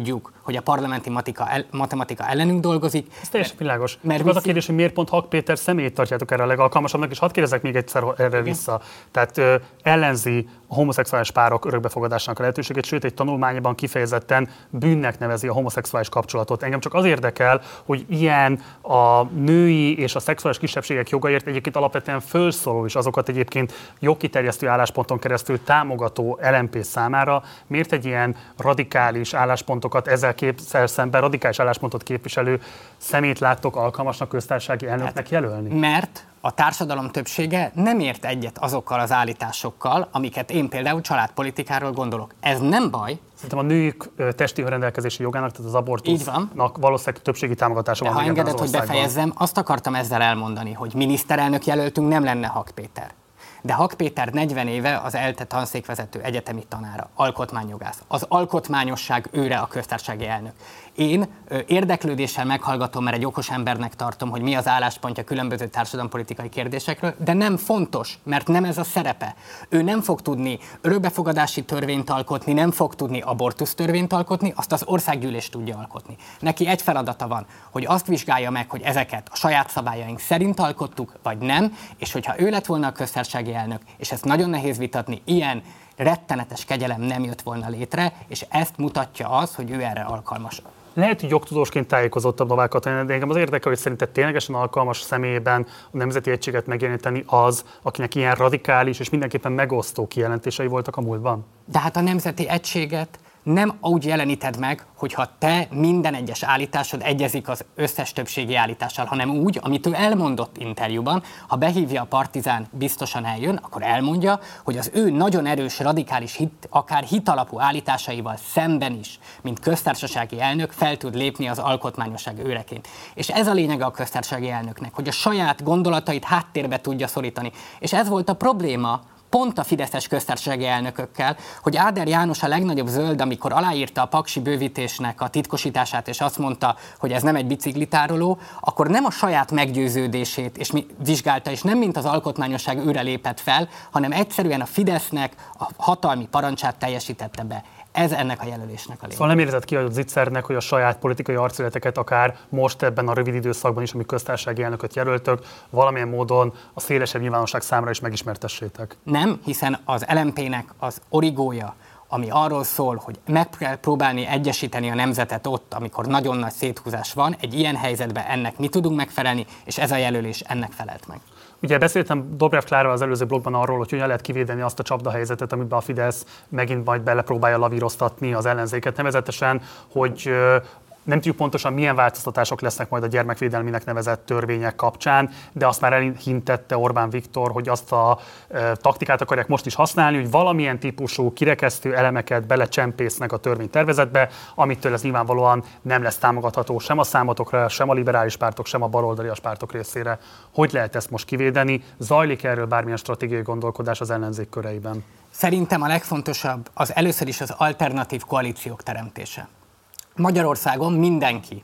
hogy a parlamenti matika el, matematika ellenünk dolgozik. Ez teljesen világos. Mert az a kérdés, hogy miért pont Hak Péter személyét tartjátok erre a legalkalmasabbnak, és hadd kérdezzek még egyszer erre vissza. Tehát ö, ellenzi a homoszexuális párok örökbefogadásának a lehetőségét, sőt egy tanulmányban kifejezetten bűnnek nevezi a homoszexuális kapcsolatot. Engem csak az érdekel, hogy ilyen a női és a szexuális kisebbségek jogaért egyébként alapvetően fölszóló és azokat egyébként jogkiterjesztő állásponton keresztül támogató el em pé számára miért egy ilyen radikális álláspontokat ezzel képzel szemben radikális álláspontot képviselő szemét láttok alkalmasnak köztársasági elnöknek jelölni? Mert a társadalom többsége nem ért egyet azokkal az állításokkal, amiket én például családpolitikáról gondolok. Ez nem baj. Szerintem a nők testi rendelkezési jogának, tehát az abortusznak valószínűleg többségi támogatása van. Ha engedett, hogy befejezzem, azt akartam ezzel elmondani, hogy miniszterelnök jelöltünk nem lenne Hak Péter. De Hak Péter negyven éve az ELTE tanszékvezető egyetemi tanára, alkotmányjogász. Az alkotmányosság őre a köztársasági elnök. Én ö, érdeklődéssel meghallgatom, mert egy okos embernek tartom, hogy mi az álláspontja különböző társadalompolitikai kérdésekről, de nem fontos, mert nem ez a szerepe. Ő nem fog tudni örökbefogadási törvényt alkotni, nem fog tudni abortusz törvényt alkotni, azt az országgyűlés tudja alkotni. Neki egy feladata van, hogy azt vizsgálja meg, hogy ezeket a saját szabályaink szerint alkottuk, vagy nem, és hogyha ő lett volna a köztársasági elnök, és ezt nagyon nehéz vitatni, ilyen rettenetes kegyelem nem jött volna létre, és ezt mutatja az, hogy ő erre alkalmas. Lehet, hogy jogtudósként tájékozottabb Novák Katalin, de engem az érdekel, hogy szerinted ténylegesen alkalmas személyében a Nemzeti Egységet megjeleníteni az, akinek ilyen radikális és mindenképpen megosztó kijelentései voltak a múltban? De hát a Nemzeti Egységet nem úgy jeleníted meg, hogyha te minden egyes állításod egyezik az összes többségi állítással, hanem úgy, amit ő elmondott interjúban, ha behívja a Partizán, biztosan eljön, akkor elmondja, hogy az ő nagyon erős, radikális, hit, akár hitalapú állításaival szemben is, mint köztársasági elnök fel tud lépni az alkotmányosság őreként. És ez a lényege a köztársasági elnöknek, hogy a saját gondolatait háttérbe tudja szorítani. És ez volt a probléma, pont a fideszes köztársasági elnökökkel, hogy Áder János a legnagyobb zöld, amikor aláírta a paksi bővítésnek a titkosítását, és azt mondta, hogy ez nem egy biciklitároló, akkor nem a saját meggyőződését és mi vizsgálta, és nem mint az alkotmányosság őre lépett fel, hanem egyszerűen a Fidesznek a hatalmi parancsát teljesítette be. Ez ennek a jelölésnek a lényeg. Szóval nem érzed ki a Zitzernek, hogy a saját politikai arcületeket akár most ebben a rövid időszakban is, amíg köztársasági elnököt jelöltök, valamilyen módon a szélesebb nyilvánosság számára is megismertessétek? Nem, hiszen az el em pének az origója, ami arról szól, hogy meg kell próbálni egyesíteni a nemzetet ott, amikor nagyon nagy széthúzás van, egy ilyen helyzetben ennek mi tudunk megfelelni, és ez a jelölés ennek felelt meg. Ugye beszéltem Dobrev Klárával az előző blogban arról, hogy hogyan lehet kivédeni azt a csapdahelyzetet, amiben a Fidesz megint majd belepróbálja lavíroztatni az ellenzéket, nevezetesen, hogy nem tudjuk pontosan, milyen változtatások lesznek majd a gyermekvédelminek nevezett törvények kapcsán, de azt már elhintette Orbán Viktor, hogy azt a e, taktikát akarják most is használni, hogy valamilyen típusú kirekesztő elemeket belecsempésznek a törvénytervezetbe, amitől ez nyilvánvalóan nem lesz támogatható sem a számotokra, sem a liberális pártok, sem a baloldalias pártok részére. Hogy lehet ezt most kivédeni? Zajlik erről bármilyen stratégiai gondolkodás az ellenzék köreiben? Szerintem a legfontosabb az először is az alternatív koalíciók teremtése. Magyarországon mindenki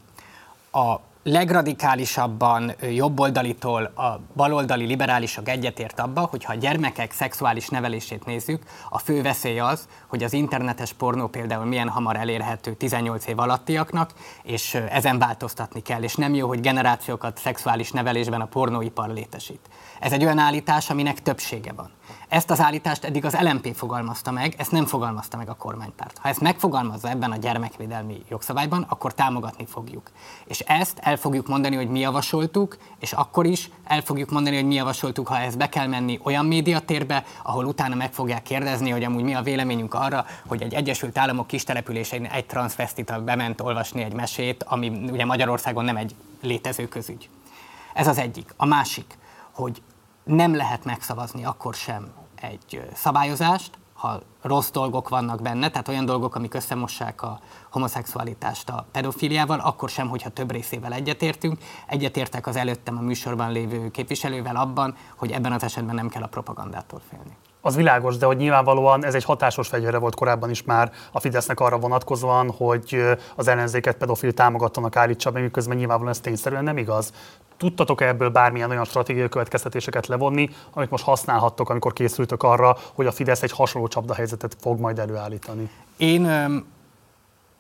a legradikálisabban jobboldalitól a baloldali liberálisok egyetért abba, hogyha a gyermekek szexuális nevelését nézzük, a fő veszély az, hogy az internetes pornó például milyen hamar elérhető tizennyolc év alattiaknak, és ezen változtatni kell, és nem jó, hogy generációkat szexuális nevelésben a pornóipar létesít. Ez egy olyan állítás, aminek többsége van. Ezt az állítást eddig az el em pé fogalmazta meg, ezt nem fogalmazta meg a kormánypárt. Ha ezt megfogalmazza ebben a gyermekvédelmi jogszabályban, akkor támogatni fogjuk. És ezt el fogjuk mondani, hogy mi javasoltuk, és akkor is el fogjuk mondani, hogy mi javasoltuk, ha ez be kell menni olyan médiatérbe, ahol utána meg fogják kérdezni, hogy amúgy mi a véleményünk arra, hogy egy Egyesült Államok kis településein egy transzvesztita bement olvasni egy mesét, ami ugye Magyarországon nem egy létező közügy. Ez az egyik. A másik, hogy nem lehet megszavazni akkor sem egy szabályozást, ha rossz dolgok vannak benne, tehát olyan dolgok, amik összemossák a homoszexualitást a pedofiliával, akkor sem, hogyha több részével egyetértünk. Egyetértek az előttem a műsorban lévő képviselővel abban, hogy ebben az esetben nem kell a propagandától félni. Az világos, de hogy nyilvánvalóan ez egy hatásos fegyvere volt korábban is már a Fidesznek arra vonatkozóan, hogy az ellenzéket pedofil támogatónak állítsa be, miközben nyilvánvalóan ez tényszerűen nem igaz. Tudtatok ebből bármilyen olyan stratégiai következtetéseket levonni, amit most használhattok, amikor készültök arra, hogy a Fidesz egy hasonló csapdahelyzetet fog majd előállítani? Én öm,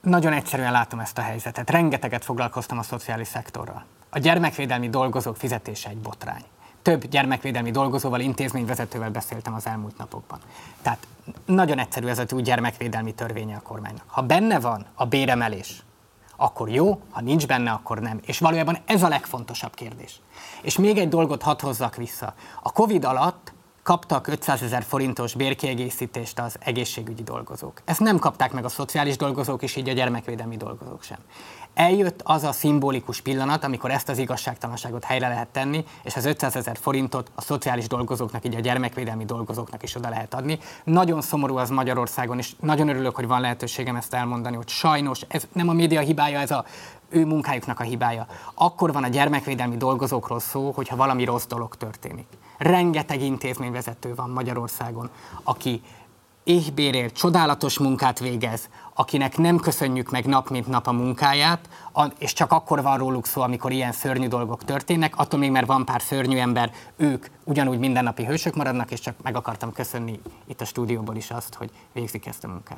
Nagyon egyszerűen látom ezt a helyzetet. Rengeteget foglalkoztam a szociális szektorral. A gyermekvédelmi dolgozók fizetése egy botrány. Több gyermekvédelmi dolgozóval, intézményvezetővel beszéltem az elmúlt napokban. Tehát nagyon egyszerű ez az új gyermekvédelmi törvénye a kormánynak. Ha benne van a béremelés, akkor jó, ha nincs benne, akkor nem. És valójában ez a legfontosabb kérdés. És még egy dolgot hadd hozzak vissza. A Covid alatt kaptak ötszázezer forintos bérkiegészítést az egészségügyi dolgozók. Ezt nem kapták meg a szociális dolgozók, és így a gyermekvédelmi dolgozók sem. Eljött az a szimbolikus pillanat, amikor ezt az igazságtalanságot helyre lehet tenni, és az ötszázezer forintot a szociális dolgozóknak, így a gyermekvédelmi dolgozóknak is oda lehet adni. Nagyon szomorú az Magyarországon, és nagyon örülök, hogy van lehetőségem ezt elmondani, hogy sajnos ez nem a média hibája, ez a ő munkájuknak a hibája. Akkor van a gyermekvédelmi dolgozókról szó, hogyha valami rossz dolog történik. Rengeteg intézményvezető van Magyarországon, aki éhbérért csodálatos munkát végez, akinek nem köszönjük meg nap mint nap a munkáját, és csak akkor van róluk szó, amikor ilyen szörnyű dolgok történnek, attól még, mert van pár szörnyű ember, ők ugyanúgy mindennapi hősök maradnak, és csak meg akartam köszönni itt a stúdióból is azt, hogy végzik ezt a munkát.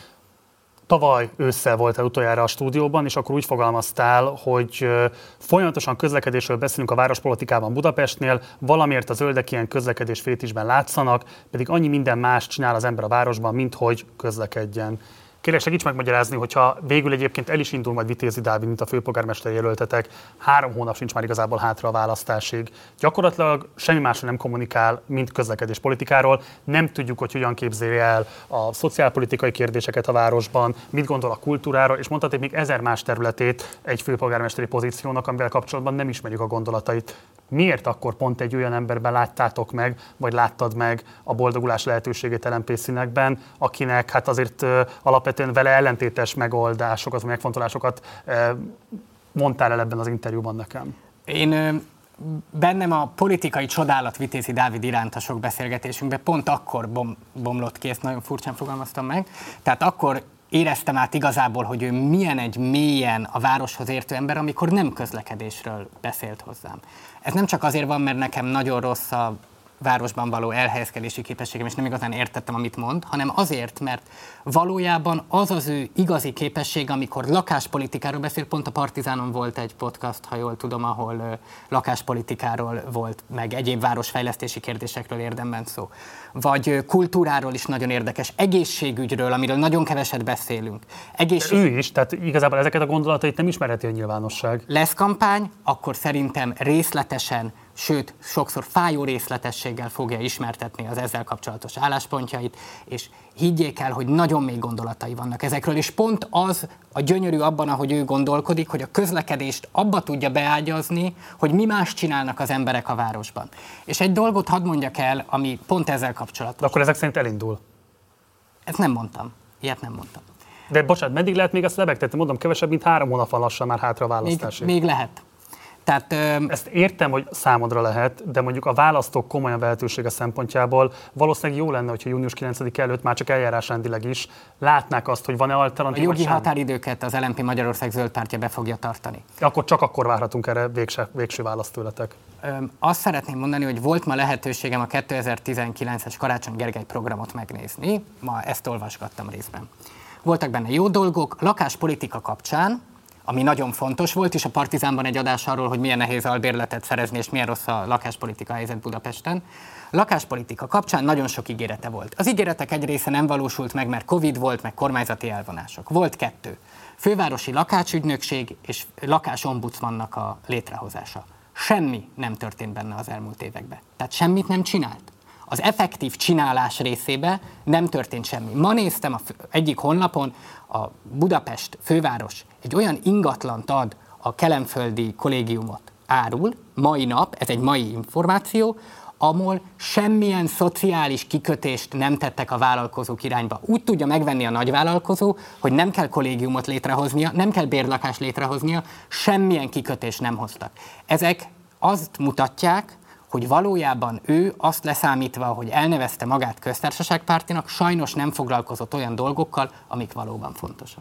Tavaly ősszel voltál utoljára a stúdióban, és akkor úgy fogalmaztál, hogy folyamatosan közlekedésről beszélünk a várospolitikában Budapestnél, valamiért a zöldek ilyen közlekedés fétisben látszanak, pedig annyi minden más csinál az ember a városban, mint hogy közlekedjen. Kérlek, segíts megmagyarázni, hogyha végül egyébként el is indul majd Vitézi Dávid, mint a főpolgármester jelöltetek, három hónap sincs már igazából hátra a választásig. Gyakorlatilag semmi másról nem kommunikál, mint közlekedés politikáról. Nem tudjuk, hogy hogyan képzeli el a szociálpolitikai kérdéseket a városban, mit gondol a kultúráról, és mondhatnék még ezer más területét egy főpolgármesteri pozíciónak, amivel kapcsolatban nem ismerjük a gondolatait. Miért akkor pont egy olyan emberben láttátok meg, vagy láttad meg a boldogulás lehetőségét el em pé színekben, akinek hát azért uh, alapvetően vele ellentétes megoldásokat, megfontolásokat uh, mondtál el ebben az interjúban nekem? Én uh, bennem a politikai csodálat Vitézi Dávid iránt a sok beszélgetésünkben pont akkor bom, bomlott ki, ezt nagyon furcsán fogalmaztam meg. Tehát akkor éreztem át igazából, hogy ő milyen egy mélyen a városhoz értő ember, amikor nem közlekedésről beszélt hozzám. Ez nem csak azért van, mert nekem nagyon rossz a városban való elhelyezkedési képességem, és nem igazán értettem, amit mond, hanem azért, mert valójában az az ő igazi képesség, amikor lakáspolitikáról beszél, pont a Partizánon volt egy podcast, ha jól tudom, ahol uh, lakáspolitikáról volt, meg egyéb városfejlesztési kérdésekről érdemben szó. Vagy uh, kultúráról is nagyon érdekes, egészségügyről, amiről nagyon keveset beszélünk. Egészség... Ő is, tehát igazából ezeket a gondolatait nem ismerheti a nyilvánosság. Lesz kampány, akkor szerintem részletesen, sőt, sokszor fájó részletességgel fogja ismertetni az ezzel kapcsolatos álláspontjait, és higgyék el, hogy nagyon mély gondolatai vannak ezekről, és pont az a gyönyörű abban, ahogy ő gondolkodik, hogy a közlekedést abba tudja beágyazni, hogy mi más csinálnak az emberek a városban. És egy dolgot hadd mondjak el, ami pont ezzel kapcsolatos. De akkor ezek szerint elindul? Ezt nem mondtam. Ilyet nem mondtam. De bocsánat, meddig lehet még ezt lebegtetni? Mondom, kevesebb, mint három hónap van lassan már hátra a választásig. Még, még lehet. Tehát, ö... Ezt értem, hogy számodra lehet, de mondjuk a választók komolyan vehetősége szempontjából valószínűleg jó lenne, hogyha június kilencedike előtt már csak eljárásrendileg is látnák azt, hogy van-e alternatíva. A jogi határidőket az el em pé Magyarország Zöld Pártja be fogja tartani. Akkor csak akkor várhatunk erre végse, végső választ tőletek. Ö, azt szeretném mondani, hogy volt ma lehetőségem a kétezer-tizenkilences Karácsony Gergely programot megnézni. Ma ezt olvasgattam részben. Voltak benne jó dolgok, lakáspolitika kapcsán, ami nagyon fontos volt, és a Partizánban egy adás arról, hogy milyen nehéz albérletet szerezni, és milyen rossz a lakáspolitika helyzet Budapesten. Lakáspolitika kapcsán nagyon sok ígérete volt. Az ígéretek egy része nem valósult meg, mert Covid volt, meg kormányzati elvonások. Volt kettő. Fővárosi lakásügynökség és lakásombudsmannak a létrehozása. Semmi nem történt benne az elmúlt években. Tehát semmit nem csinált. Az effektív csinálás részébe nem történt semmi. Ma néztem az egyik honlapon, a Budapest főváros egy olyan ingatlant ad a kelenföldi kollégiumot árul, mai nap, ez egy mai információ, ahol semmilyen szociális kikötést nem tettek a vállalkozók irányba. Úgy tudja megvenni a nagyvállalkozó, hogy nem kell kollégiumot létrehoznia, nem kell bérlakást létrehoznia, semmilyen kikötést nem hoztak. Ezek azt mutatják, hogy valójában ő azt leszámítva, hogy elnevezte magát köztársaságpártinak, sajnos nem foglalkozott olyan dolgokkal, amik valóban fontosak.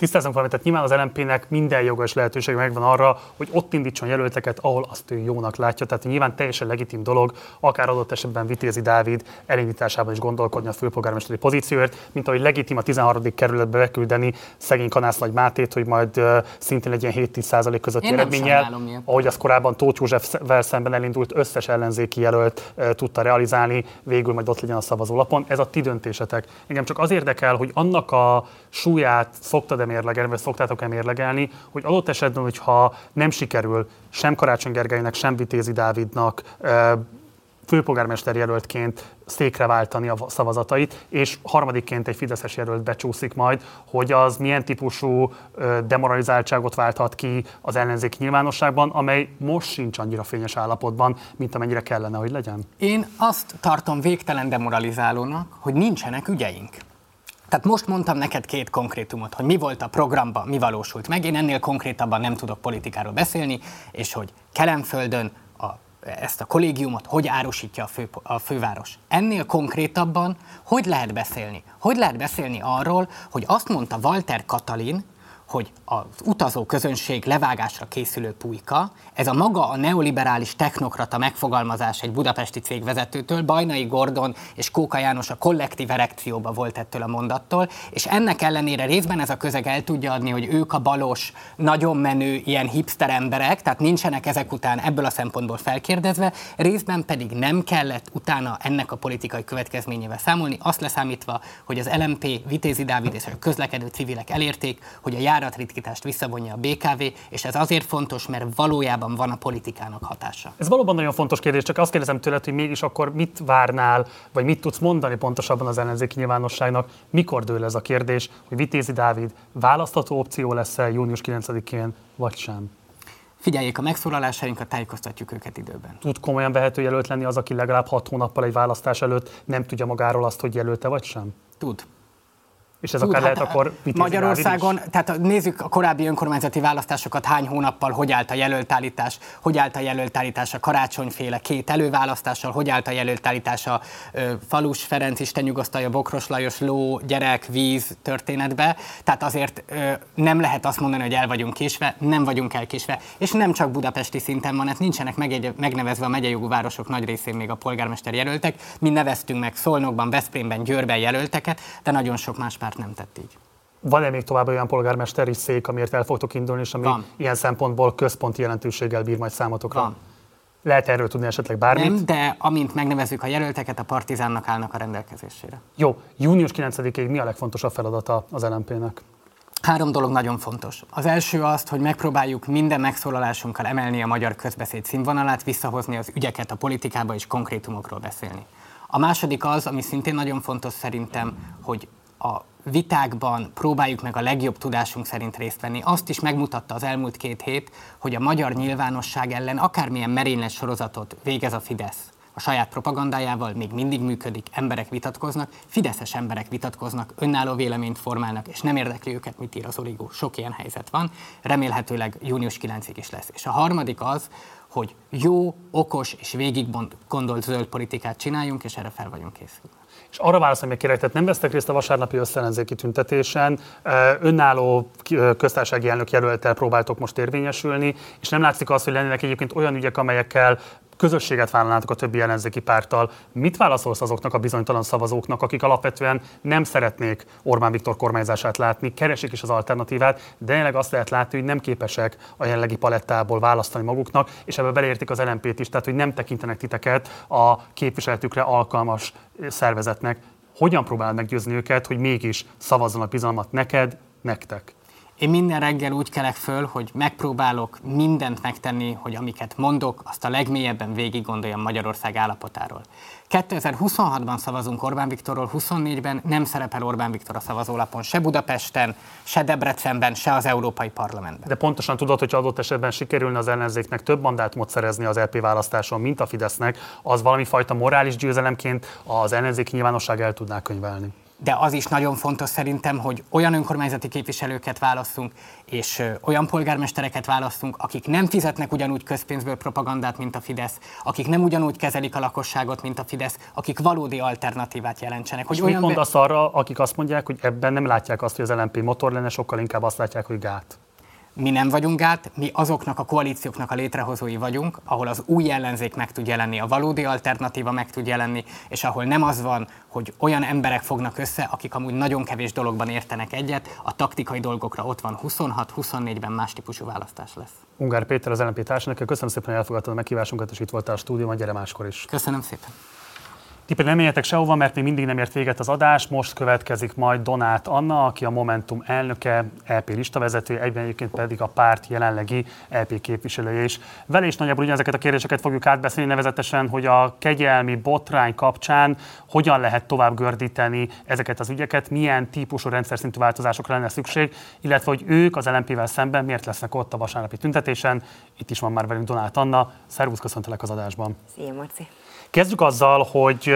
Tisztázunk valamit, tehát nyilván az el em pének minden joga és lehetőség megvan arra, hogy ott indítson jelölteket, ahol azt ő jónak látja. Tehát nyilván teljesen legitim dolog, akár adott esetben Vitézi Dávid elindításában is gondolkodni a főpolgármesteri pozícióért, mint ahogy legitim a tizenharmadik kerületbe beküldeni szegény Kanász Nagy Mátét, hogy majd uh, szintén egy ilyen hét-tíz százalék közötti Én eredménnyel, ahogy az korábban Tóth Józsefvel szemben elindult összes ellenzéki jelölt uh, tudta realizálni, végül majd ott legyen a szavazólapon. Ez a ti döntésetek. Engem csak az érdekel, hogy annak a súlyát szoktad-e mérlegelni, vagy szoktátok-e mérlegelni, hogy adott esetben, hogyha nem sikerül sem Karácsony Gergelynek, sem Vitézi Dávidnak főpolgármester jelöltként székre váltani a szavazatait, és harmadikként egy fideszes jelölt becsúszik majd, hogy az milyen típusú demoralizáltságot válthat ki az ellenzéki nyilvánosságban, amely most sincs annyira fényes állapotban, mint amennyire kellene, hogy legyen? Én azt tartom végtelen demoralizálónak, hogy nincsenek ügyeink. Tehát most mondtam neked két konkrétumot, hogy mi volt a programban, mi valósult meg. Én ennél konkrétabban nem tudok politikáról beszélni, és hogy Kelenföldön a, ezt a kollégiumot hogy árusítja a, fő, a főváros. Ennél konkrétabban hogy lehet beszélni? Hogy lehet beszélni arról, hogy azt mondta Walter Katalin, hogy az utazó közönség levágásra készülő pulyka, ez a maga a neoliberális technokrata megfogalmazás egy budapesti cégvezetőtől, Bajnai Gordon és Kóka János a kollektív erekcióba volt ettől a mondattól, és ennek ellenére részben ez a közeg el tudja adni, hogy ők a balos, nagyon menő, ilyen hipster emberek, tehát nincsenek ezek után ebből a szempontból felkérdezve, részben pedig nem kellett utána ennek a politikai következményével számolni, azt leszámítva, hogy az el em pé, Vitézi Dávid és a közlekedő civilek elérték, hogy a járatritkítást visszavonja a bé ká vé, és ez azért fontos, mert valójában van a politikának hatása. Ez valóban nagyon fontos kérdés, csak azt kérdezem tőled, hogy mégis akkor mit várnál, vagy mit tudsz mondani pontosabban az ellenzéki nyilvánosságnak, mikor dől ez a kérdés, hogy Vitézi Dávid választható opció lesz-e június kilencedikén, vagy sem? Figyeljék a megszólalásainkat, tájékoztatjuk őket időben. Tud komolyan vehető jelölt lenni az, aki legalább hat hónappal egy választás előtt nem tudja magáról azt, hogy jelölte vagy sem? Tud. És ez Tud, akár hát lehet akkor Vitézi Magyarországon, tehát nézzük a korábbi önkormányzati választásokat, hány hónappal, hogy állt a jelöltállítás, hogy állt a jelöltállítás a Karácsonyféle két előválasztással, hogy állt a jelöltállítás a ö, Falus Ferenc, Isten nyugosztalja, Bokros Lajos, ló, gyerek, víz történetbe. Tehát azért ö, nem lehet azt mondani, hogy el vagyunk késve, nem vagyunk elkésve. És nem csak budapesti szinten van, hát nincsenek megegy, megnevezve a megyejogú városok nagy részén még a polgármester jelöltek. Mi neveztünk meg Szolnokban, Veszprémben, Győrben jelölteket, de nagyon sok más párt nem tett így. Van-e még tovább olyan polgármesteri szék, amiért el fogtok indulni, és ami Van. ilyen szempontból központi jelentőséggel bír majd számotokra? Van. Lehet erről tudni esetleg bármit? Nem, de amint megnevezzük a jelölteket, a Partizánnak állnak a rendelkezésére. Jó, június kilencedikéig mi a legfontosabb feladata az el em pének? Három dolog nagyon fontos. Az első az, hogy megpróbáljuk minden megszólalásunkkal emelni a magyar közbeszéd színvonalát, visszahozni az ügyeket a politikába és konkrétumokról beszélni. A második az, ami szintén nagyon fontos szerintem, hogy a vitákban próbáljuk meg a legjobb tudásunk szerint részt venni. Azt is megmutatta az elmúlt két hét, hogy a magyar nyilvánosság ellen akármilyen merénylet sorozatot végez a Fidesz a saját propagandájával, még mindig működik, emberek vitatkoznak, fideszes emberek vitatkoznak, önálló véleményt formálnak, és nem érdekli őket, mit ír az origó. Sok ilyen helyzet van, remélhetőleg június kilencedikéig is lesz. És a harmadik az, hogy jó, okos és végig gondolt zöld politikát csináljunk, és erre fel vagyunk készülve. És arra válaszolom, hogy kérek, tehát nem vesztek részt a vasárnapi összellenzéki tüntetésen, önálló köztársasági elnök jelölttel próbáltok most érvényesülni, és nem látszik az, hogy lennének egyébként olyan ügyek, amelyekkel közösséget vállalnátok a többi ellenzéki párttal. Mit válaszolsz azoknak a bizonytalan szavazóknak, akik alapvetően nem szeretnék Orbán Viktor kormányzását látni, keresik is az alternatívát, de jelenleg azt lehet látni, hogy nem képesek a jelenlegi palettából választani maguknak, és ebbe beleértik az el em pét is, tehát hogy nem tekintenek titeket a képviseletükre alkalmas szervezetnek. Hogyan próbálod meggyőzni őket, hogy mégis szavazzanak bizalmat neked, nektek? Én minden reggel úgy kelek föl, hogy megpróbálok mindent megtenni, hogy amiket mondok, azt a legmélyebben végig gondoljam Magyarország állapotáról. kétezer-huszonhatban szavazunk Orbán Viktorról, huszonnégyben nem szerepel Orbán Viktor a szavazólapon, se Budapesten, se Debrecenben, se az Európai Parlamentben. De pontosan tudod, hogy adott esetben sikerülne az ellenzéknek több mandátumot szerezni az é pé választáson, mint a Fidesznek, az valami fajta morális győzelemként az ellenzéki nyilvánosság el tudná könyvelni. de az is nagyon fontos szerintem, hogy olyan önkormányzati képviselőket választunk, és olyan polgármestereket választunk, akik nem fizetnek ugyanúgy közpénzből propagandát, mint a Fidesz, akik nem ugyanúgy kezelik a lakosságot, mint a Fidesz, akik valódi alternatívát jelentsenek. Hogy és olyan mit mondasz be... arra, akik azt mondják, hogy ebben nem látják azt, hogy az el en pé motor lenne, sokkal inkább azt látják, hogy gát? Mi nem vagyunk gát, mi azoknak a koalícióknak a létrehozói vagyunk, ahol az új ellenzék meg tud jelenni, a valódi alternatíva meg tud jelenni, és ahol nem az van, hogy olyan emberek fognak össze, akik amúgy nagyon kevés dologban értenek egyet, a taktikai dolgokra ott van huszonhat huszonnégyben más típusú választás lesz. Ungár Péter, az el en pé társelnöke, köszönöm szépen, hogy elfogadtad a meghívásunkat, és itt voltál a stúdióban, gyere máskor is. Köszönöm szépen. Ti pedig nem menjetek sehova, mert még mindig nem ért véget az adás. Most következik majd Donát Anna, aki a Momentum elnöke, el pé listavezetője, egyben egyébként pedig a párt jelenlegi el pé képviselője is. Vele is nagyjából ugyanezeket a kérdéseket fogjuk átbeszélni, nevezetesen, hogy a kegyelmi botrány kapcsán hogyan lehet tovább gördíteni ezeket az ügyeket, milyen típusú rendszer szintű változásokra lenne szükség, illetve hogy ők az el en pével szemben miért lesznek ott a vasárnapi tüntetésen. Itt is van már velünk Donát Anna. Szervusz, köszöntelek az adásban. Szia, Marci. Kezdjük azzal, hogy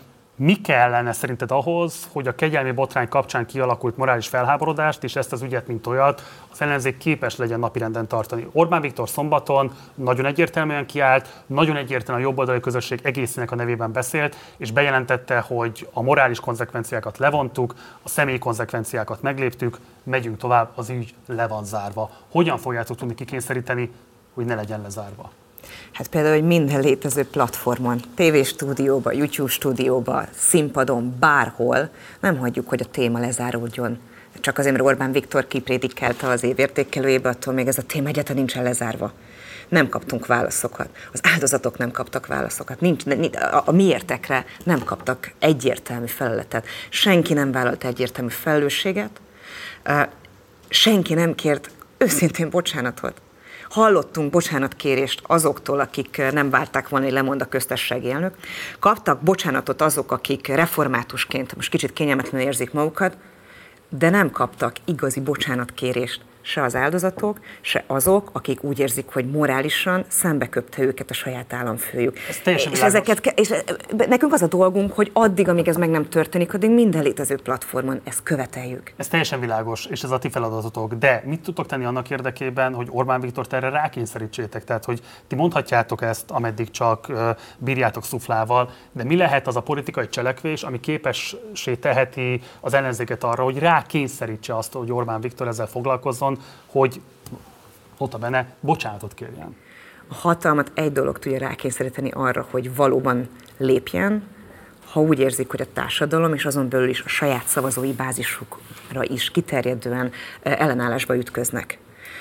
mi kellene szerinted ahhoz, hogy a kegyelmi botrány kapcsán kialakult morális felháborodást, és ezt az ügyet, mint olyat, az ellenzék képes legyen napirenden tartani. Orbán Viktor szombaton nagyon egyértelműen kiállt, nagyon egyértelműen a jobboldali közösség egészének a nevében beszélt, és bejelentette, hogy a morális konzekvenciákat levontuk, a személyi konzekvenciákat megléptük, megyünk tovább, az ügy le van zárva. Hogyan fogjátok tudni kikényszeríteni, hogy ne legyen lezárva? Hát például, hogy minden létező platformon, tévéstúdióban, YouTube stúdióban, színpadon, bárhol nem hagyjuk, hogy a téma lezáródjon. Csak azért, mert Orbán Viktor kiprédikelte az évértékelőjébe, attól még ez a téma egyáltalán nincsen lezárva. Nem kaptunk válaszokat. Az áldozatok nem kaptak válaszokat. Nincs, a, a miértekre nem kaptak egyértelmű feleletet. Senki nem vállalt egyértelmű felelősséget. Senki nem kért őszintén bocsánatot. Hallottunk bocsánatkérést azoktól, akik nem várták volna, hogy lemond a köztársasági elnök. Kaptak bocsánatot azok, akik reformátusként most kicsit kényelmetlenül érzik magukat, de nem kaptak igazi bocsánatkérést se az áldozatok, se azok, akik úgy érzik, hogy morálisan szembeköpte őket a saját államfőjük. Ez és, ezeket, és nekünk az a dolgunk, hogy addig, amíg ez meg nem történik, addig minden létező platformon ezt követeljük. Ez teljesen világos, és ez a ti feladatotok. De mit tudtok tenni annak érdekében, hogy Orbán Viktort erre rákényszerítsétek? Tehát, hogy ti mondhatjátok ezt, ameddig csak bírjátok szuflával, de mi lehet az a politikai cselekvés, ami képessé teheti az ellenzéket arra, hogy rákényszerítse azt, hogy Orbán Viktor ezzel foglalkozzon, hogy nota bene bocsánatot kérjen. A hatalmat egy dolog tudja rákényszeríteni arra, hogy valóban lépjen, ha úgy érzik, hogy a társadalom és azon belül is a saját szavazói bázisukra is kiterjedően ellenállásba ütköznek.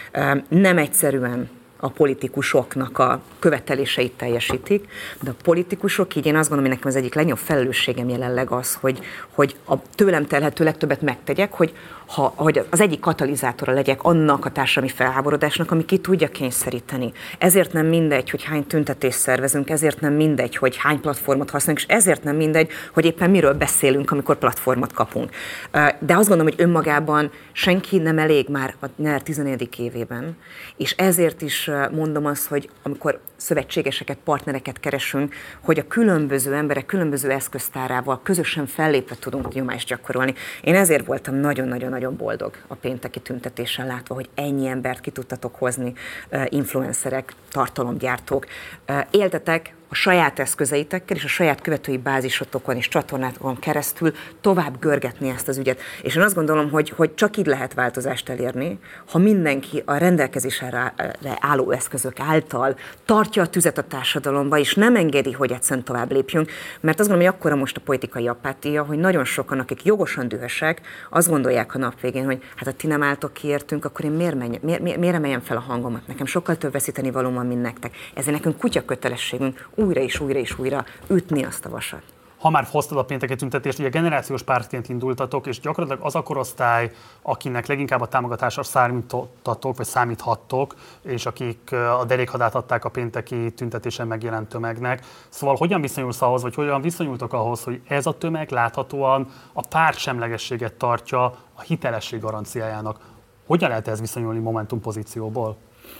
Nem egyszerűen a politikusoknak a követeléseit teljesítik, de a politikusok, így én azt gondolom, hogy nekem az egyik legnagyobb felelősségem jelenleg az, hogy, hogy a tőlem telhető legtöbbet megtegyek, hogy, ha, hogy az egyik katalizátora legyek annak a társadalmi felháborodásnak, ami ki tudja kényszeríteni. Ezért nem mindegy, hogy hány tüntetést szervezünk, ezért nem mindegy, hogy hány platformot használunk, és ezért nem mindegy, hogy éppen miről beszélünk, amikor platformot kapunk. De azt gondolom, hogy önmagában senki nem elég már a NER tizennegyedik évében, és ezért is mondom azt, hogy amikor szövetségeseket, partnereket keresünk, hogy a különböző emberek különböző eszköztárával közösen fellépve tudunk nyomást gyakorolni. Én ezért voltam nagyon-nagyon-nagyon boldog a pénteki tüntetésen látva, hogy ennyi embert ki tudtatok hozni, influencerek, tartalomgyártók. Éltetek a saját eszközeitekkel és a saját követői bázisotokon és csatornákon keresztül tovább görgetni ezt az ügyet. És én azt gondolom, hogy, hogy csak így lehet változást elérni, ha mindenki a rendelkezésre álló eszközök által tartja a tüzet a társadalomba, és nem engedi, hogy egyszerűen tovább lépjünk, mert azt gondolom, hogy akkora most a politikai apátia, hogy nagyon sokan, akik jogosan dühösek, azt gondolják a nap végén, hogy hát ha ti nem álltok ki értünk, akkor én miért, menj, miért, miért, miért emeljem fel a hangomat? Nekem sokkal több veszíteni valóm van, mint nektek. Ezért nekünk kutya kötelességünk újra és újra és újra ütni azt a vasat. Ha már hoztad a pénteki tüntetést, ugye generációs pártként indultatok, és gyakorlatilag az a korosztály, akinek leginkább a támogatásra számítottatok, vagy számíthattok, és akik a derékhadát adták a pénteki tüntetésen megjelent tömegnek. Szóval hogyan viszonyulsz ahhoz, vagy hogyan viszonyultok ahhoz, hogy ez a tömeg láthatóan a pártsemlegességet tartja a hitelesség garanciájának? Hogyan lehet ez viszonyulni Momentum pozícióból?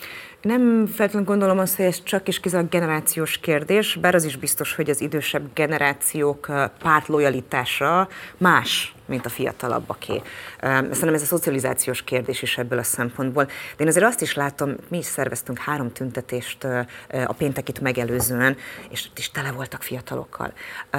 Nem feltétlenül gondolom azt, hogy ez csak és kizárólag generációs kérdés, bár az is biztos, hogy az idősebb generációk pártlojalitása más, mint a fiatalabbaké. Szerintem ez a szocializációs kérdés is ebből a szempontból. De én azért azt is látom, mi is szerveztünk három tüntetést a péntekit megelőzően, és is tele voltak fiatalokkal.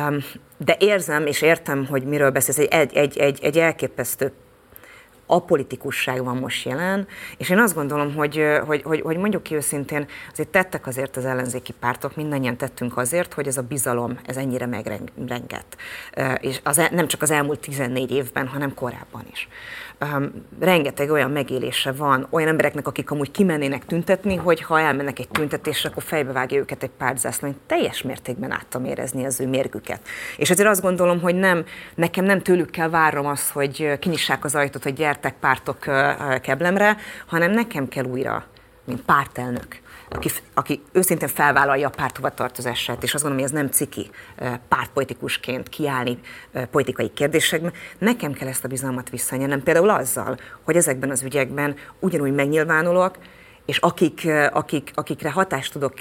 De érzem és értem, hogy miről beszélsz, egy, egy, egy, egy elképesztő apolitikusság van most jelen, és én azt gondolom, hogy, hogy, hogy, hogy mondjuk ki őszintén, azért tettek azért az ellenzéki pártok, mindannyian tettünk azért, hogy ez a bizalom, ez ennyire megrengett. És az, nem csak az elmúlt tizennégy évben, hanem korábban is. Um, rengeteg olyan megélése van olyan embereknek, akik amúgy kimennének tüntetni, hogy ha elmennek egy tüntetésre, akkor fejbevágja őket egy pártzászló. Én teljes mértékben át tudom érezni az ő mérgüket. És ezért azt gondolom, hogy nem, nekem nem tőlük kell várnom azt, hogy kinyissák az ajtót, hogy gyertek pártok uh, Keblemre, hanem nekem kell újra, mint pártelnök, Aki, aki őszintén felvállalja a párt hovatartozását, és azt gondolom, hogy ez nem ciki pártpolitikusként kiállni politikai kérdésekben, nekem kell ezt a bizalmat visszanyernem, például azzal, hogy ezekben az ügyekben ugyanúgy megnyilvánulok, és akik, akik, akikre hatást tudok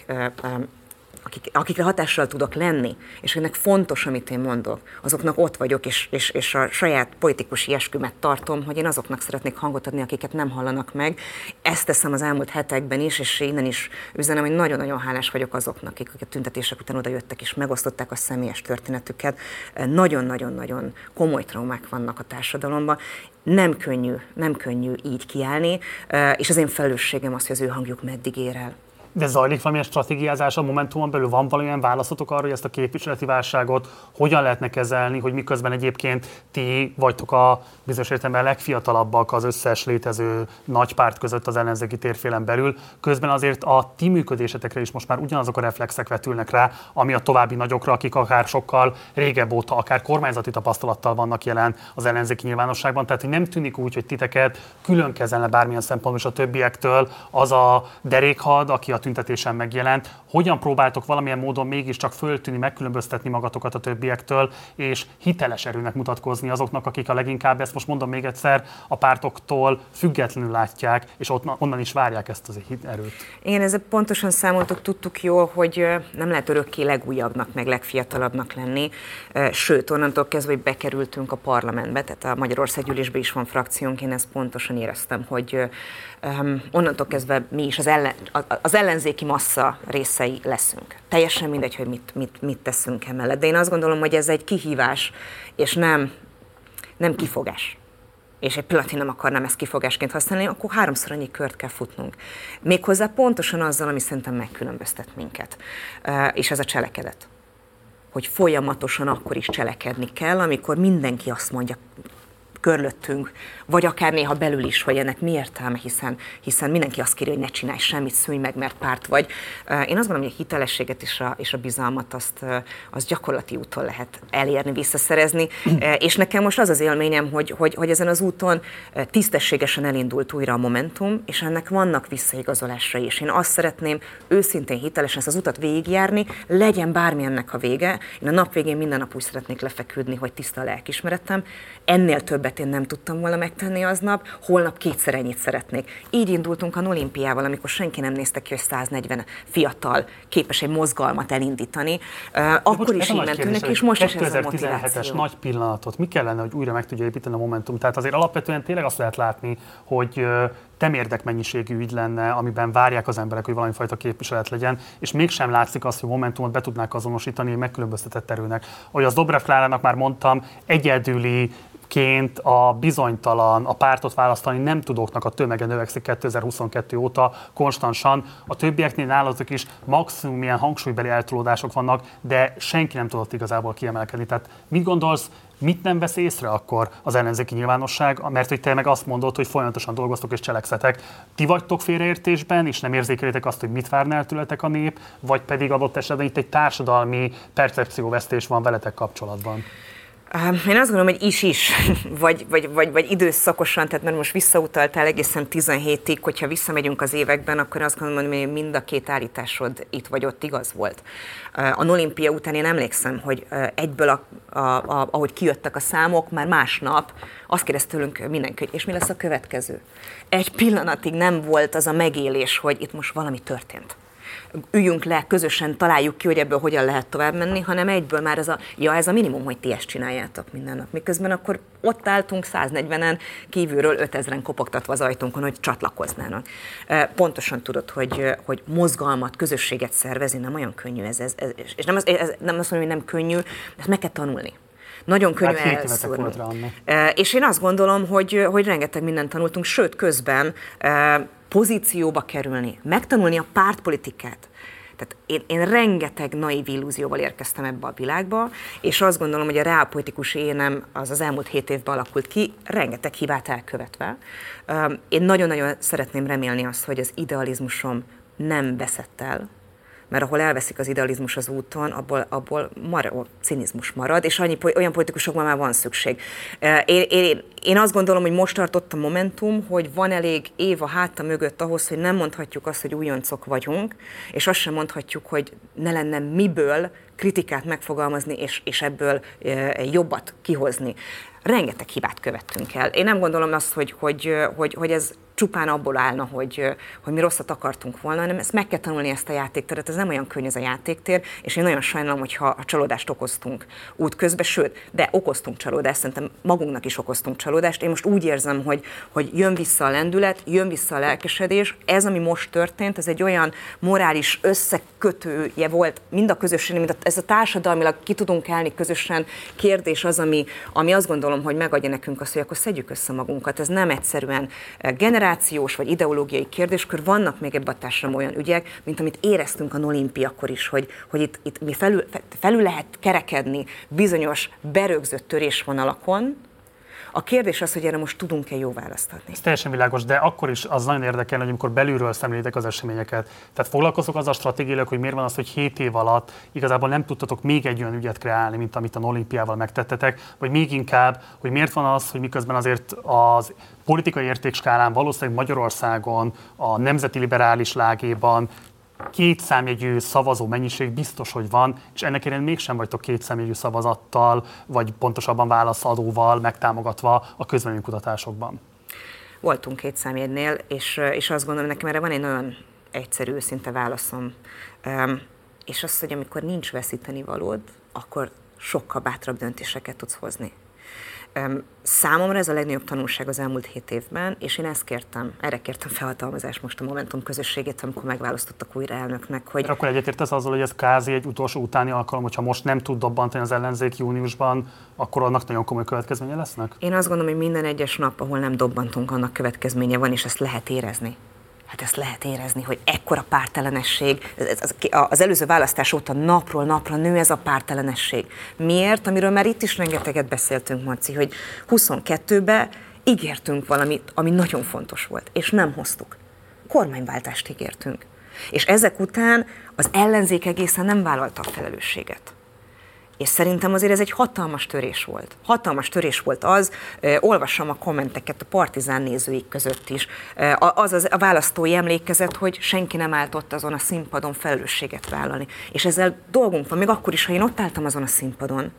Akik, akikre hatással tudok lenni, és akiknek fontos, amit én mondok, azoknak ott vagyok, és, és, és a saját politikusi eskümet tartom, hogy én azoknak szeretnék hangot adni, akiket nem hallanak meg. Ezt teszem az elmúlt hetekben is, és innen is üzenem, hogy nagyon-nagyon hálás vagyok azoknak, akik a tüntetések után oda jöttek, és megosztották a személyes történetüket. Nagyon-nagyon-nagyon komoly traumák vannak a társadalomban. Nem könnyű, nem könnyű így kiállni, és az én felelősségem az, hogy az ő hangjuk meddig ér el. De zajlik valamilyen stratégiázás a Momentumon belül? Van valamilyen válaszotok arra, hogy ezt a képviseleti válságot hogyan lehetne kezelni, hogy miközben egyébként ti vagytok a bizonyos értelemben legfiatalabbak az összes létező nagy párt között az ellenzéki térfélen belül, közben azért a ti működésetekre is most már ugyanazok a reflexek vetülnek rá, ami a további nagyokra, akik akár sokkal régebb óta, akár kormányzati tapasztalattal vannak jelen az ellenzéki nyilvánosságban. Tehát, hogy nem tűnik úgy, hogy titeket külön kezelne bármilyen szempontból is a többiektől az a derékhad, aki a tüntetésen megjelent. Hogyan próbáltok valamilyen módon mégiscsak föltűnni, megkülönböztetni magatokat a többiektől, és hiteles erőnek mutatkozni azoknak, akik a leginkább, ezt most mondom még egyszer, a pártoktól függetlenül látják, és ott, onnan is várják ezt az erőt. Igen, ezzel pontosan számoltuk, tudtuk jól, hogy nem lehet örökké legújabbnak, meg legfiatalabbnak lenni. Sőt, onnantól kezdve, hogy bekerültünk a parlamentbe, tehát a Magyarországgyűlésbe is van frakciónk, én ezt pontosan éreztem, hogy um, onnantól kezdve mi is az, ellen, az ellenzéki massza részei leszünk. Teljesen mindegy, hogy mit, mit, mit teszünk emellett. De én azt gondolom, hogy ez egy kihívás, és nem, nem kifogás. És egy pillanatig nem akarnám ezt kifogásként használni, akkor háromszor annyi kört kell futnunk. Méghozzá pontosan azzal, ami szerintem megkülönböztet minket. És ez a cselekedet. Hogy folyamatosan akkor is cselekedni kell, amikor mindenki azt mondja körülöttünk, vagy akár néha belül is, hogy ennek mi értelme, hiszen, hiszen mindenki azt kéri, hogy ne csinálj semmit, szűnj meg, mert párt vagy. Én azt gondolom, hogy a hitelességet és a, és a bizalmat azt, azt gyakorlati úton lehet elérni, visszaszerezni, és nekem most az az élményem, hogy, hogy, hogy ezen az úton tisztességesen elindult újra a Momentum, és ennek vannak visszaigazolásai, és én azt szeretném őszintén, hitelesen ezt az utat végigjárni, legyen bármilyennek a vége. Én a nap végén minden nap úgy szeretnék lefeküdni, hogy tiszta a lelkiismeretem. Ennél többet én nem tudtam volna megtenni aznap, holnap kétszer ennyit szeretnék. Így indultunk a olimpiával, amikor senki nem nézte ki, hogy száznegyven fiatal képes egy mozgalmat elindítani. Uh, akkor is így mentünk neki, és most is ez a motiváció. kétezer-tizenhetes nagy pillanatot mi kellene, hogy újra meg tudja építeni a Momentum? Tehát azért alapvetően tényleg azt lehet látni, hogy temérdek mennyiségű ügy lenne, amiben várják az emberek, hogy valami fajta képviselet legyen, és mégsem látszik azt, hogy Momentumot be tudnák azonosítani egy megkülönböztetett erőnek. Ahogy az Dobrev Klárának már mondtam, egyedüli ként a bizonytalan, a pártot választani nem tudóknak a tömege növekszik kétezer-huszonkettő óta konstansan. A többieknél nálatok is maximum ilyen hangsúlybeli eltolódások vannak, de senki nem tudott igazából kiemelkedni. Tehát mit gondolsz, mit nem vesz észre akkor az ellenzéki nyilvánosság, mert hogy te meg azt mondod, hogy folyamatosan dolgoztok és cselekszetek. Ti vagytok félreértésben, és nem érzékelitek azt, hogy mit várna el tőletek a nép, vagy pedig adott esetben itt egy társadalmi percepcióvesztés van veletek kapcsolatban? Én azt gondolom, hogy is-is, vagy, vagy, vagy, vagy időszakosan, tehát mert most visszautaltál egészen tizenhétig, hogyha visszamegyünk az években, akkor azt gondolom, hogy mind a két állításod itt vagy ott igaz volt. A olimpia után én emlékszem, hogy egyből, a, a, a, ahogy kijöttek a számok, már másnap azt kérdezte tőlünk mindenki, hogy és mi lesz a következő? Egy pillanatig nem volt az a megélés, hogy itt most valami történt. Üljünk le, közösen találjuk ki, hogy ebből hogyan lehet tovább menni, hanem egyből már ez a, ja, ez a minimum, hogy ti ezt csináljátok minden nap. Miközben akkor ott álltunk száznegyvenen, kívülről ötezren kopogtatva az ajtónkon, hogy csatlakoznának. Pontosan tudod, hogy, hogy mozgalmat, közösséget szervezni nem olyan könnyű ez, ez, ez és nem, az, ez, nem azt mondom, hogy nem könnyű, ezt meg kell tanulni. Nagyon könnyű hát elszúrni. És én azt gondolom, hogy, hogy rengeteg mindent tanultunk, sőt közben pozícióba kerülni, megtanulni a pártpolitikát. Tehát én, én rengeteg naív illúzióval érkeztem ebbe a világba, és azt gondolom, hogy a reálpolitikus énem az az elmúlt hét évben alakult ki, rengeteg hibát elkövetve. Én nagyon-nagyon szeretném remélni azt, hogy az idealizmusom nem veszett el, mert ahol elveszik az idealizmus az úton, abból, abból marad, cinizmus marad, és annyi, olyan politikusokban már van szükség. Én, én, én azt gondolom, hogy most tartott a momentum, hogy van elég év a háta mögött ahhoz, hogy nem mondhatjuk azt, hogy újoncok vagyunk, és azt sem mondhatjuk, hogy ne lenne miből kritikát megfogalmazni, és, és ebből jobbat kihozni. Rengeteg hibát követtünk el. Én nem gondolom azt, hogy, hogy, hogy, hogy ez csupán abból állna, hogy, hogy mi rosszat akartunk volna, hanem ezt meg kell tanulni, ezt a játékteret, ez nem olyan könnyű ez a játéktér, és én nagyon sajnálom, hogyha a csalódást okoztunk útközben, sőt, de okoztunk csalódást, szerintem magunknak is okoztunk csalódást. Én most úgy érzem, hogy, hogy jön vissza a lendület, jön vissza a lelkesedés, ez, ami most történt, ez egy olyan morális összekötője volt mind a közösség, mint a, ez a társadalmilag ki tudunk állni közösen kérdés az, ami, ami azt gondolom, hogy megadja nekünk azt, hogy akkor szedjük össze magunkat. Ez nem egyszerűen generációs vagy ideológiai kérdéskör, vannak még ebben a társadalomban olyan ügyek, mint amit éreztünk a olimpiakor is, hogy, hogy itt, itt mi felül, felül lehet kerekedni bizonyos berögzött törésvonalakon. A kérdés az, hogy erre most tudunk-e jó választ adni. Ez teljesen világos, de akkor is az nagyon érdekel, hogy amikor belülről szemlélitek az eseményeket. Tehát foglalkozok az a stratégiailag, hogy miért van az, hogy hét év alatt igazából nem tudtatok még egy olyan ügyet kreálni, mint amit a olimpiával megtettetek, vagy még inkább, hogy miért van az, hogy miközben azért az politikai értékskálán valószínűleg Magyarországon, a nemzeti liberális lágéban két számjegyű szavazó mennyiség biztos, hogy van, és ennek ellenére mégsem vagytok két számjegyű szavazattal, vagy pontosabban válaszadóval megtámogatva a közvéleménykutatásokban. Voltunk két számjegynél, és, és azt gondolom, nekem erre van egy nagyon egyszerű, őszinte válaszom. Um, és az, hogy amikor nincs veszíteni valód, akkor sokkal bátrabb döntéseket tudsz hozni. Um, számomra ez a legnagyobb tanulság az elmúlt hét évben, és én ezt kértem, erre kértem felhatalmazást most a Momentum közösségét, amikor megválasztottak újra elnöknek, hogy... Akkor egyetértesz azzal, hogy ez kázi egy utolsó utáni alkalom, hogyha most nem tud dobbantani az ellenzék júniusban, akkor annak nagyon komoly következménye lesznek? Én azt gondolom, hogy minden egyes nap, ahol nem dobbantunk, annak következménye van, és ezt lehet érezni. Hát ezt lehet érezni, hogy ekkora pártellenesség, az előző választás óta napról napra nő ez a pártellenesség. Miért? Amiről már itt is rengeteget beszéltünk, Marci, hogy huszonkettőben ígértünk valamit, ami nagyon fontos volt, és nem hoztuk. Kormányváltást ígértünk. És ezek után az ellenzék egészen nem vállalta a felelősséget. És szerintem azért ez egy hatalmas törés volt. Hatalmas törés volt az, eh, olvasom a kommenteket a Partizán nézőik között is, eh, az, az a választói emlékezet, hogy senki nem állt ott azon a színpadon felelősséget vállalni. És ezzel dolgunk van, még akkor is, ha én ott álltam azon a színpadon.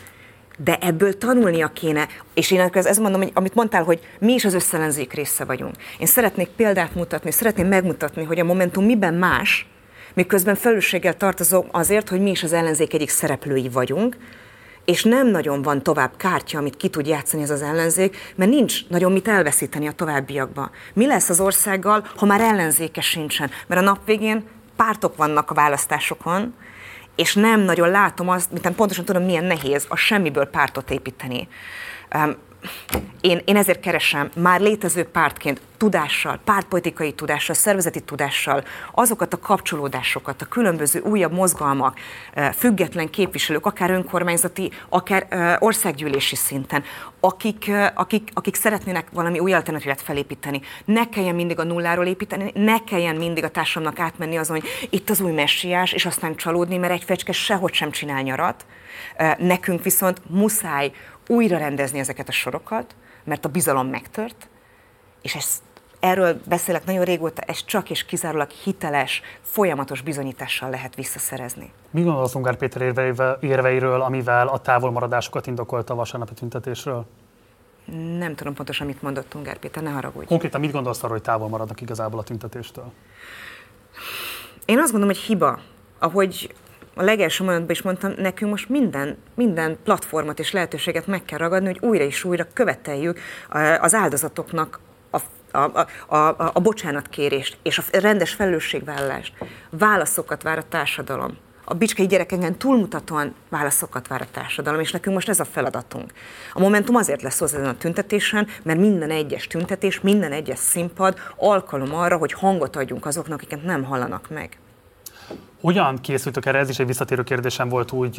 De ebből tanulnia kéne, és én ezt mondom, hogy amit mondtál, hogy mi is az összellenzék része vagyunk. Én szeretnék példát mutatni, szeretném megmutatni, hogy a Momentum miben más, miközben felelősséggel tartozom azért, hogy mi is az ellenzék egyik szereplői vagyunk, és nem nagyon van tovább kártya, amit ki tud játszani ez az ellenzék, mert nincs nagyon mit elveszíteni a továbbiakban. Mi lesz az országgal, ha már ellenzéke sincsen? Mert a nap végén pártok vannak a választásokon, és nem nagyon látom azt, mint pontosan tudom, milyen nehéz a semmiből pártot építeni. én, én ezért keresem már létező pártként tudással, pártpolitikai tudással, szervezeti tudással azokat a kapcsolódásokat, a különböző újabb mozgalmak, független képviselők, akár önkormányzati, akár országgyűlési szinten, akik, akik, akik szeretnének valami új alternatívát felépíteni. Ne kelljen mindig a nulláról építeni, ne kelljen mindig a társadalomnak átmenni azon, hogy itt az új messiás, és aztán csalódni, mert egy fecske sehogy sem csinál nyarat. Nekünk viszont muszáj újra rendezni ezeket a sorokat, mert a bizalom megtört, és ezt, erről beszélek nagyon régóta, ez csak és kizárólag hiteles, folyamatos bizonyítással lehet visszaszerezni. Mi gondolsz Ungár Péter érveivel, érveiről, amivel a távolmaradásokat indokolta a vasárnapi tüntetésről? Nem tudom pontosan, mit mondott Ungár Péter, ne haragudj. Konkrétan mit gondolsz arról, hogy távol maradnak igazából a tüntetéstől? Én azt gondolom, hogy hiba, ahogy a legelső mondatban is mondtam, nekünk most minden, minden platformot és lehetőséget meg kell ragadni, hogy újra és újra követeljük az áldozatoknak a, a, a, a, a bocsánatkérést és a rendes felelősségvállalást. Válaszokat vár a társadalom. A bicskei gyerekeken túlmutatóan válaszokat vár a társadalom, és nekünk most ez a feladatunk. A Momentum azért lesz hozzá ezen a tüntetésen, mert minden egyes tüntetés, minden egyes színpad alkalom arra, hogy hangot adjunk azoknak, akiket nem hallanak meg. Hogyan készültök erre? Ez is egy visszatérő kérdésem volt úgy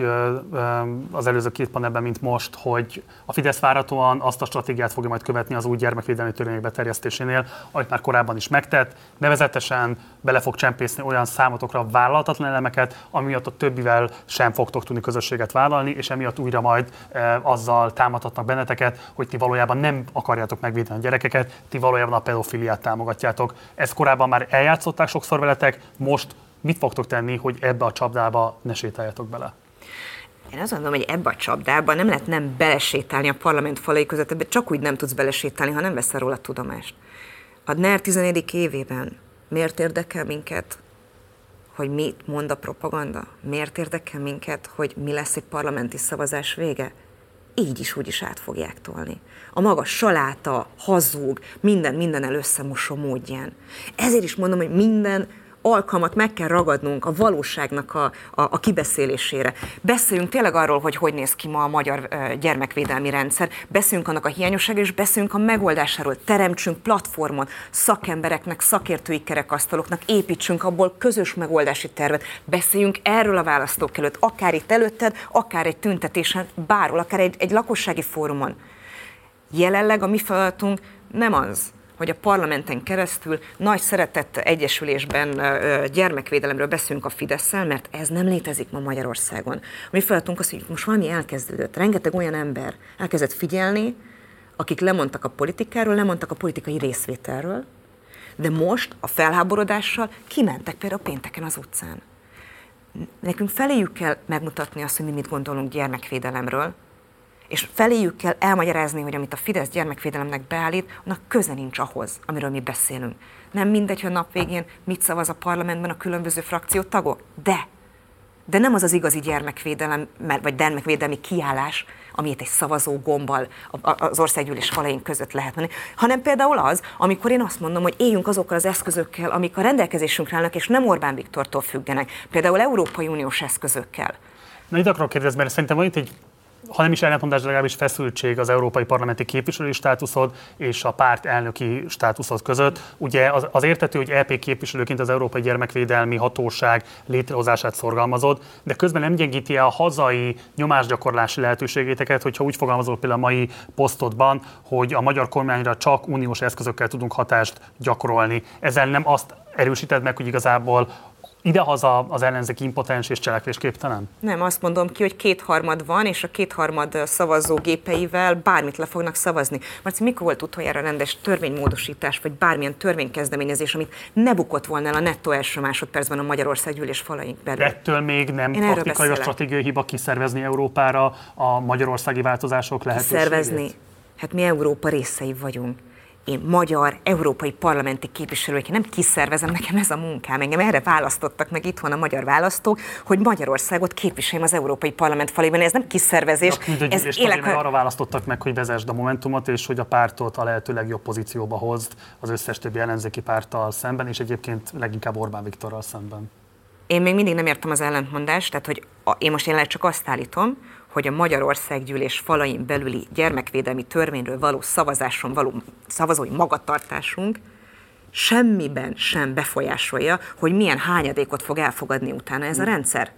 az előző két panelben, mint most, hogy a Fidesz várhatóan azt a stratégiát fogja majd követni az új gyermekvédelmi törvények beterjesztésénél, amit már korábban is megtett, nevezetesen bele fog csempészni olyan számotokra vállalhatatlan elemeket, ami miatt a többivel sem fogtok tudni közösséget vállalni, és emiatt újra majd azzal támadhatnak benneteket, hogy ti valójában nem akarjátok megvédeni a gyerekeket, ti valójában a pedofiliát támogatjátok. Ezt korábban már eljátszották sokszor veletek, most mit fogtok tenni, hogy ebbe a csapdába ne sétáljatok bele? Én azt gondolom, hogy ebbe a csapdába nem lehet nem belesétálni a parlament falai között, ebbe csak úgy nem tudsz belesétálni, ha nem veszel róla tudomást. A NER tizennegyedik évében miért érdekel minket, hogy mit mond a propaganda? Miért érdekel minket, hogy mi lesz egy parlamenti szavazás vége? Így is, úgy is át fogják tolni. A maga saláta, hazug, minden mindennel összemosó módján. Ezért is mondom, hogy minden alkalmat meg kell ragadnunk a valóságnak a, a, a kibeszélésére. Beszéljünk tényleg arról, hogy hogy néz ki ma a magyar uh, gyermekvédelmi rendszer, beszéljünk annak a hiányosságról, és beszéljünk a megoldásáról. Teremtsünk platformon szakembereknek, szakértői kerekasztaloknak, építsünk abból közös megoldási tervet. Beszéljünk erről a választók előtt, akár itt előtted, akár egy tüntetésen, bárhol, akár egy, egy lakossági fórumon. Jelenleg a mi feladatunk nem az, hogy a parlamenten keresztül nagy szeretett egyesülésben gyermekvédelemről beszélünk a Fidesszel, mert ez nem létezik ma Magyarországon. A mi feladatunk az, hogy most valami elkezdődött. Rengeteg olyan ember elkezdett figyelni, akik lemondtak a politikáról, lemondtak a politikai részvételről, de most a felháborodással kimentek például pénteken az utcán. Nekünk feléjük kell megmutatni azt, hogy mi mit gondolunk gyermekvédelemről, és feléjük kell elmagyarázni, hogy amit a Fidesz gyermekvédelemnek beállít, annak köze nincs ahhoz, amiről mi beszélünk. Nem mindegy, hogy a nap végén mit szavaz a parlamentben a különböző frakciótagok, de, de nem az az igazi gyermekvédelem, vagy gyermekvédelmi kiállás, amit egy szavazó gombbal az országgyűlés falain között lehet menni, hanem például az, amikor én azt mondom, hogy éljünk azokkal az eszközökkel, amik a rendelkezésünkre állnak, és nem Orbán Viktortól függenek, például Európai Uniós eszközökkel. Na itt akarok kérdezni, mert szerintem van itt egy, ha nem is ellentmondás, de legalábbis feszültség az európai parlamenti képviselői státuszod és a párt elnöki státuszod között. Ugye az, az értető, hogy é pé képviselőként az Európai Gyermekvédelmi Hatóság létrehozását szorgalmazod, de közben nem gyengíti el a hazai nyomásgyakorlási lehetőségéteket, hogyha úgy fogalmazol például a mai posztodban, hogy a magyar kormányra csak uniós eszközökkel tudunk hatást gyakorolni. Ezzel nem azt erősíted meg, hogy igazából idehaza az ellenzék impotens és cselekvésképtelen? Nem, azt mondom ki, hogy kétharmad van, és a kétharmad szavazógépeivel bármit le fognak szavazni. Marci, mikor volt utoljára rendes törvénymódosítás, vagy bármilyen törvénykezdeményezés, amit ne bukott volna el a nettó első másodpercben a Magyarország gyűlés falaink belül? Ettől még nem taktikai vagy stratégiai hiba kiszervezni Európára a magyarországi változások lehetőségét? Kiszervezni? Hát mi Európa részei vagyunk. Én magyar, európai parlamenti képviselőként nem kiszervezem, nekem ez a munkám. Engem erre választottak meg itthon a magyar választók, hogy Magyarországot képviseljem az Európai Parlament falében. Ez nem kiszervezés. Ez élek... Arra választottak meg, hogy vezesd a Momentumot, és hogy a pártot a lehető legjobb pozícióba hozd az összes többi ellenzéki párttal szemben, és egyébként leginkább Orbán Viktorral szemben. Én még mindig nem értem az ellentmondást, tehát hogy én most jelenleg csak azt állítom, hogy a Magyarországgyűlés falain belüli gyermekvédelmi törvényről való szavazáson való szavazói magatartásunk semmiben sem befolyásolja, hogy milyen hányadékot fog elfogadni utána ez a rendszer.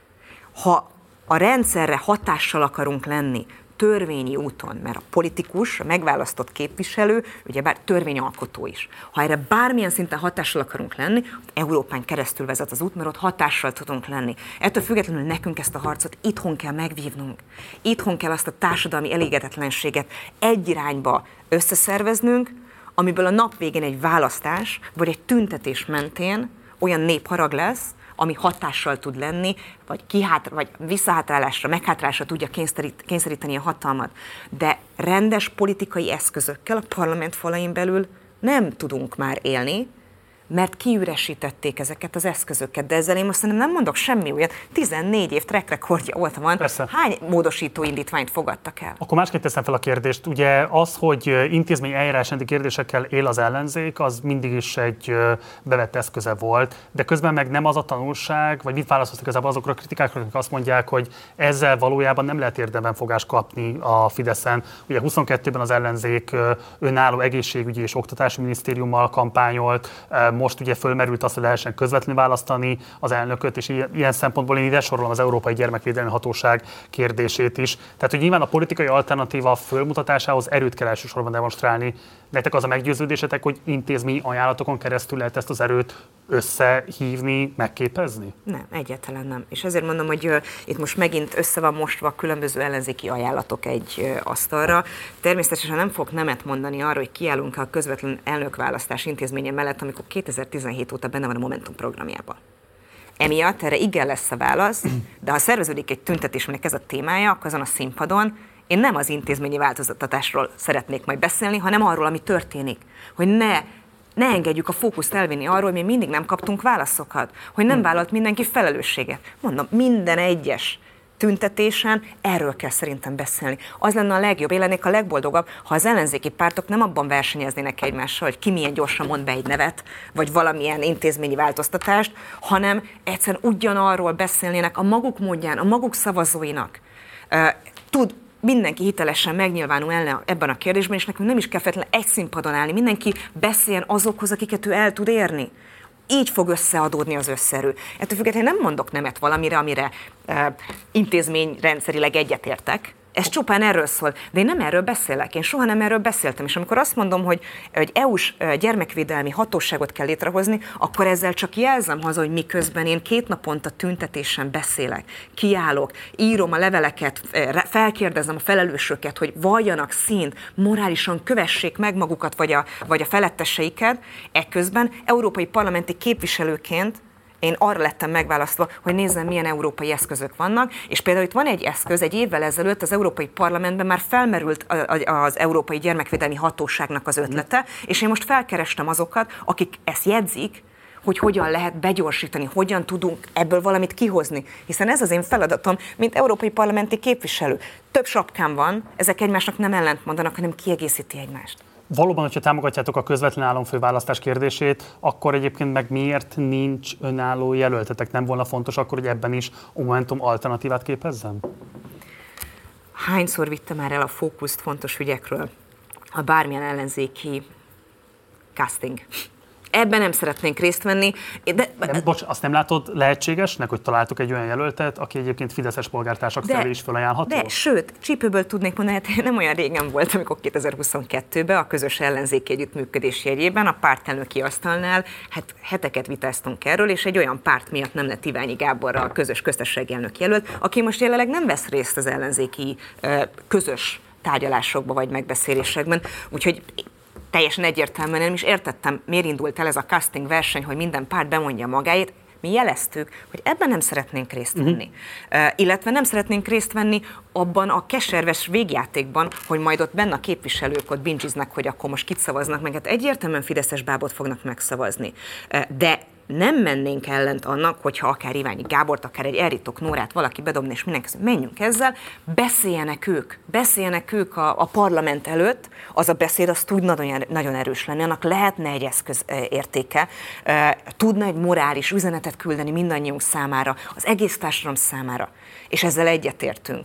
Ha a rendszerre hatással akarunk lenni, törvényi úton, mert a politikus, a megválasztott képviselő, ugyebár törvényalkotó is. Ha erre bármilyen szinten hatással akarunk lenni, Európán keresztül vezet az út, mert ott hatással tudunk lenni. Ettől függetlenül nekünk ezt a harcot itthon kell megvívnunk. Itthon kell azt a társadalmi elégedetlenséget egy irányba összeszerveznünk, amiből a nap végén egy választás, vagy egy tüntetés mentén olyan népharag lesz, ami hatással tud lenni, vagy, kihát, vagy visszahátrálásra, meghátrálásra tudja kényszerít, kényszeríteni a hatalmat. De rendes politikai eszközökkel a parlament falain belül nem tudunk már élni, mert kiüresítették ezeket az eszközöket. De ezzel én most szerintem nem mondok semmi újat. tizennégy év track rekordja ott van. Persze. Hány módosító indítványt fogadtak el? Akkor másképp teszem fel a kérdést. Ugye az, hogy intézmény eljárásrendi kérdésekkel él az ellenzék, az mindig is egy bevett eszköze volt, de közben meg nem az a tanulság, vagy mit választottak igazából azokra a kritikákra, akik azt mondják, hogy ezzel valójában nem lehet érdemben fogást kapni a Fideszen. Ugye huszonkettőben az ellenzék önálló egészségügyi és oktatási minisztériummal kampányolt, most ugye fölmerült az, hogy lehessen közvetlenül választani az elnököt, és ilyen szempontból én ide sorolom az Európai Gyermekvédelmi Hatóság kérdését is. Tehát, hogy nyilván a politikai alternatíva fölmutatásához erőt kell elsősorban demonstrálni. Nektek az a meggyőződésetek, hogy intézmény ajánlatokon keresztül lehet ezt az erőt összehívni, megképezni? Nem, egyáltalán nem. És ezért mondom, hogy uh, itt most megint össze van mosva különböző ellenzéki ajánlatok egy uh, asztalra. Természetesen nem fogok nemet mondani arra, hogy kiállunk a közvetlen elnökválasztás intézménye mellett, amikor kétezer-tizenhét óta benne van a Momentum programjában. Emiatt erre igen lesz a válasz, de ha szerveződik egy tüntetés, aminek ez a témája, akkor azon a színpadon én nem az intézményi változtatásról szeretnék majd beszélni, hanem arról, ami történik. Hogy ne, ne engedjük a fókuszt elvinni arról, hogy mi mindig nem kaptunk válaszokat, hogy nem vállalt mindenki felelősséget. Mondom, minden egyes tüntetésen erről kell szerintem beszélni. Az lenne a legjobb, én lennék a legboldogabb, ha az ellenzéki pártok nem abban versenyeznének egymással, hogy ki milyen gyorsan mond be egy nevet, vagy valamilyen intézményi változtatást, hanem egyszerűen ugyanarról beszélnének a maguk módján, a maguk szavazóinak. Uh, tud mindenki hitelesen megnyilvánul el ebben a kérdésben, és nekünk nem is kell feltétlenül egy színpadon állni, mindenki beszéljen azokhoz, akiket ő el tud érni. Így fog összeadódni az összerő. Ettől függetlenül nem mondok nemet valamire, amire uh, intézményrendszerileg egyetértek. Ez csupán erről szól, de én nem erről beszélek, én soha nem erről beszéltem, és amikor azt mondom, hogy egy é u-s gyermekvédelmi hatóságot kell létrehozni, akkor ezzel csak jelzem haza, hogy miközben én két naponta tüntetésen beszélek, kiállok, írom a leveleket, felkérdezem a felelősöket, hogy valljanak színt, morálisan kövessék meg magukat, vagy a, vagy a feletteseiket, ekközben európai parlamenti képviselőként én arra lettem megválasztva, hogy nézzem, milyen európai eszközök vannak, és például itt van egy eszköz, egy évvel ezelőtt az Európai Parlamentben már felmerült az Európai Gyermekvédelmi Hatóságnak az ötlete, és én most felkerestem azokat, akik ezt jegyzik, hogy hogyan lehet begyorsítani, hogyan tudunk ebből valamit kihozni. Hiszen ez az én feladatom, mint európai parlamenti képviselő. Több sapkám van, ezek egymásnak nem ellentmondanak, hanem kiegészíti egymást. Valóban, hogyha támogatjátok a közvetlen államfőválasztás kérdését, akkor egyébként meg miért nincs önálló jelöltetek? Nem volna fontos akkor, hogy ebben is a Momentum alternatívát képezzen? Hányszor vittem már el a fókuszt fontos ügyekről a bármilyen ellenzéki casting? Ebben nem szeretnénk részt venni. De, de bocs, azt nem látod lehetségesnek, hogy találtuk egy olyan jelöltet, aki egyébként fideszes polgártársak felé is felajánlható? De, sőt, csípőből tudnék mondani, hát nem olyan régen volt, amikor kétezer-huszonkettőben a közös ellenzéki együttműködés jegyében a pártelnöki asztalnál hát heteket vitáztunk erről, és egy olyan párt miatt nem lett Iványi Gáborra a közös köztársasági elnök jelölt, aki most jelenleg nem vesz részt az ellenzéki közös tárgyalásokban vagy megbeszélésekben. Úgyhogy teljesen egyértelműen nem is értettem, miért indult el ez a casting verseny, hogy minden párt bemondja magáét. Mi jeleztük, hogy ebben nem szeretnénk részt venni. Uh-huh. Uh, illetve nem szeretnénk részt venni abban a keserves végjátékban, hogy majd ott benne a képviselők ott bincsiznek, hogy akkor most kit szavaznak meg. Hát egyértelműen fideszes bábot fognak megszavazni. Uh, de nem mennénk ellent annak, hogyha akár Iványi Gábort, akár egy Elritok Nórát valaki bedobni, és mindenki menjünk ezzel, beszéljenek ők, beszéljenek ők a, a parlament előtt, az a beszéd, az tud nagyon, nagyon erős lenni, annak lehetne egy eszköz értéke, tudna egy morális üzenetet küldeni mindannyiunk számára, az egész társadalom számára, és ezzel egyetértünk.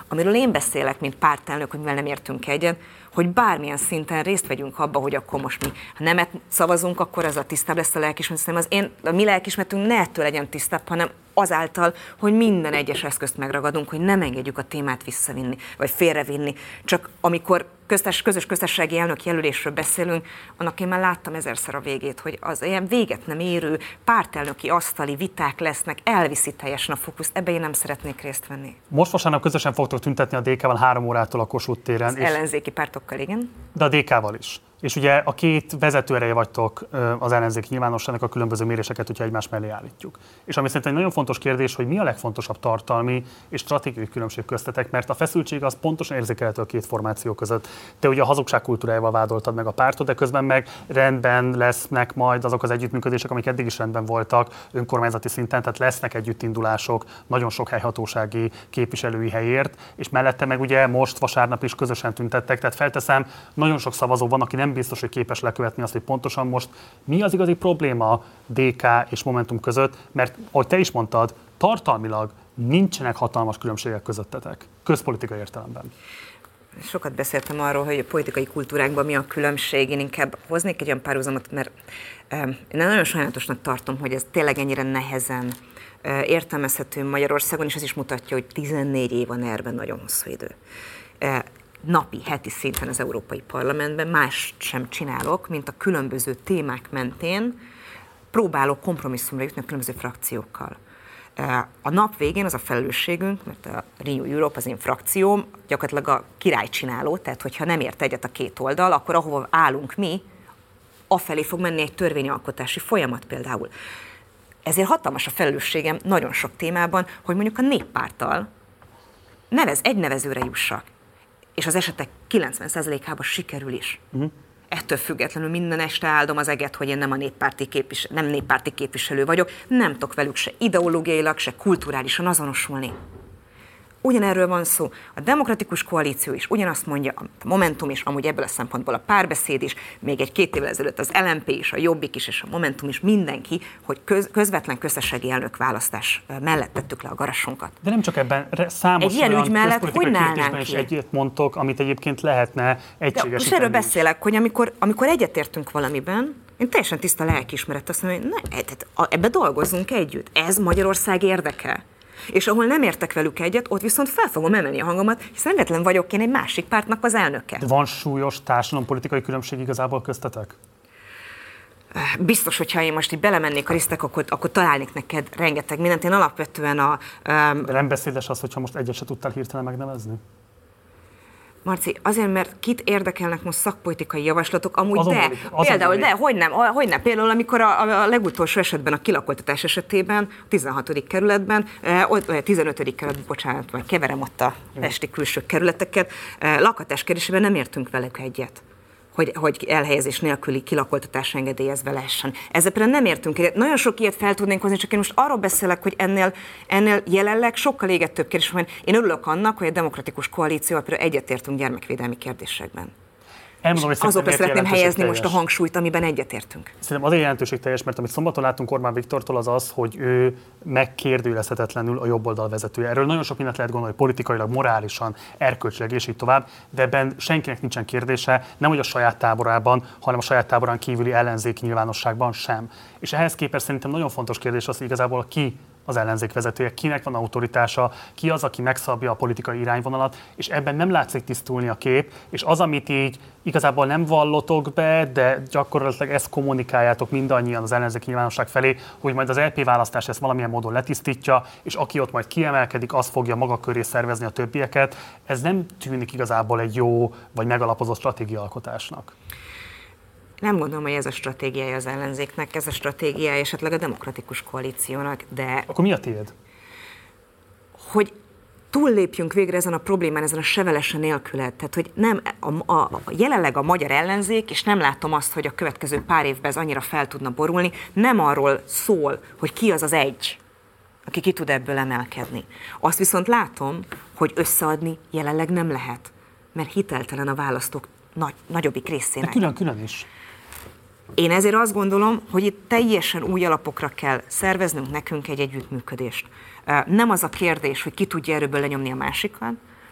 amiről én beszélek, mint pártelnök, hogy mivel nem értünk egyet, hogy bármilyen szinten részt vegyünk abba, hogy akkor most mi, ha nemet szavazunk, akkor ez a tisztább lesz a lelkiismeretünk. Az én, a mi lelkiismeretünk ne ettől legyen tisztább, hanem azáltal, hogy minden egyes eszközt megragadunk, hogy nem engedjük a témát visszavinni, vagy félrevinni. Csak amikor köztes, közös köztársasági elnök jelölésről beszélünk, annak én már láttam ezerszer a végét, hogy az ilyen véget nem érő pártelnöki asztali viták lesznek, elviszi teljesen a fókuszt, ebbe én nem szeretnék részt venni. Most vasárnap közösen fogtok tüntetni a dé ká-val három órától a Kossuth téren. Az és... ellenzéki pártokkal, igen. De a dé ká-val is. És ugye a két vezetőereje vagytok az ellenzék nyilvánosságnak a különböző méréseket, hogyha egymás mellé állítjuk. És ami szerintem egy nagyon fontos kérdés, hogy mi a legfontosabb tartalmi és stratégiai különbség köztetek, mert a feszültség az pontosan érzékelhető a két formáció között. Te ugye a hazugság kultúrájával vádoltad meg a pártot, de közben meg rendben lesznek majd azok az együttműködések, amik eddig is rendben voltak önkormányzati szinten, tehát lesznek együttindulások nagyon sok helyhatósági képviselői helyért, és mellette meg ugye most vasárnap is közösen tüntettek, tehát felteszem, nagyon sok szavazó van, aki nem biztos, hogy képes lekövetni azt, hogy pontosan most mi az igazi probléma dé ká és Momentum között, mert ahogy te is mondtad, tartalmilag nincsenek hatalmas különbségek közöttetek, közpolitikai értelemben. Sokat beszéltem arról, hogy a politikai kultúrákban mi a különbség, én inkább hoznék egy olyan párhuzamot, mert eh, én nagyon sajnálatosnak tartom, hogy ez tényleg ennyire nehezen eh, értelmezhető Magyarországon, és ez is mutatja, hogy tizennégy év van erben nagyon hosszú idő. Eh, napi, heti szinten az Európai Parlamentben más sem csinálok, mint a különböző témák mentén próbálok kompromisszumra jutni a különböző frakciókkal. A nap végén az a felelősségünk, mert a Renew Europe az én frakcióm, gyakorlatilag a királycsináló, tehát hogyha nem ért egyet a két oldal, akkor ahova állunk mi, afelé fog menni egy törvényalkotási folyamat például. Ezért hatalmas a felelősségem nagyon sok témában, hogy mondjuk a néppárttal nevez, egy nevezőre jussak. És az esetek kilencven százalékában sikerül is. Uh-huh. Ettől függetlenül minden este áldom az eget, hogy én nem a néppárti képviselő, nem néppárti képviselő vagyok, nem tudok velük se ideológiailag, se kulturálisan azonosulni. Ugyanerről van szó. A demokratikus koalíció is ugyanazt mondja, a Momentum is, amúgy ebből a szempontból a Párbeszéd is, még egy-két évvel ezelőtt az el em pé is, a Jobbik is és a Momentum is, mindenki, hogy köz, közvetlen köztársasági elnök választás mellett tettük le a garasunkat. De nem csak ebben, számos egy ilyen ügy mellett hogy nálnánk is egyet mondtok, amit egyébként lehetne egységesíteni. Most erről beszélek, hogy amikor, amikor egyetértünk valamiben, én teljesen tiszta lelkiismeret azt mondom, hogy ne, ebbe dolgozzunk együtt. Ez Magyarország érdeke. És ahol nem értek velük egyet, ott viszont fel fogom emelni a hangomat, hiszen véletlen vagyok én egy másik pártnak az elnöke. De van súlyos társadalompolitikai különbség igazából köztetek? Biztos, hogyha én most így belemennék a lisztek, akkor, akkor találnék neked rengeteg mindent. Én alapvetően a... Um... De nem beszédes az, hogyha most egyet se tudtál hirtelen megnevezni? Marci, azért, mert kit érdekelnek most szakpolitikai javaslatok, amúgy azon de, beli, például, de, hogy nem, hogy nem, például amikor a, a legutolsó esetben a kilakoltatás esetében, a tizenhatodik kerületben, eh, tizenötödik kerületben, bocsánat, vagy keverem ott a esti külső kerületeket, eh, lakatás kérdésében nem értünk velük egyet. Hogy, hogy elhelyezés nélküli kilakoltatás engedélyezve lehessen. Ezzel például nem értünk egyet. Nagyon sok ilyet fel tudnénk hozni, csak én most arról beszélek, hogy ennél, ennél jelenleg sokkal égetőbb kérdés van. Én örülök annak, hogy a demokratikus koalícióval például egyetértünk gyermekvédelmi kérdésekben. Elmondom, hogy azokra szeretném helyezni teljes. most a hangsúlyt, amiben egyetértünk. Szerintem azért jelentőségteljes, mert amit szombaton láttunk Orbán Viktortól, az az, hogy ő megkérdőjelezhetetlenül a jobboldal vezetője. Erről nagyon sok mindent lehet gondolni, politikailag, morálisan, erkölcsileg és így tovább, de ebben senkinek nincsen kérdése, nem hogy a saját táborában, hanem a saját táborán kívüli ellenzéki nyilvánosságban sem. És ehhez képest szerintem nagyon fontos kérdés az, hogy igazából ki az ellenzék vezetője, kinek van autoritása, ki az, aki megszabja a politikai irányvonalat, és ebben nem látszik tisztulni a kép, és az, amit így igazából nem vallotok be, de gyakorlatilag ezt kommunikáljátok mindannyian az ellenzék nyilvánosság felé, hogy majd az el pé választás ezt valamilyen módon letisztítja, és aki ott majd kiemelkedik, az fogja maga köré szervezni a többieket. Ez nem tűnik igazából egy jó vagy megalapozott stratégiaalkotásnak. Nem gondolom, hogy ez a stratégiája az ellenzéknek, ez a stratégiája esetleg a demokratikus koalíciónak, de... Akkor mi a tiéd? Hogy túllépjünk végre ezen a problémán, ezen a sevelesen nélkület. Tehát, hogy nem, a, a, a, jelenleg a magyar ellenzék, és nem látom azt, hogy a következő pár évben ez annyira fel tudna borulni, nem arról szól, hogy ki az az egy, aki ki tud ebből emelkedni. Azt viszont látom, hogy összeadni jelenleg nem lehet, mert hiteltelen a választók nagy, nagyobbik részének. De külön-külön is. Én ezért azt gondolom, hogy itt teljesen új alapokra kell szerveznünk nekünk egy együttműködést. Nem az a kérdés, hogy ki tudja erőből lenyomni a másikat,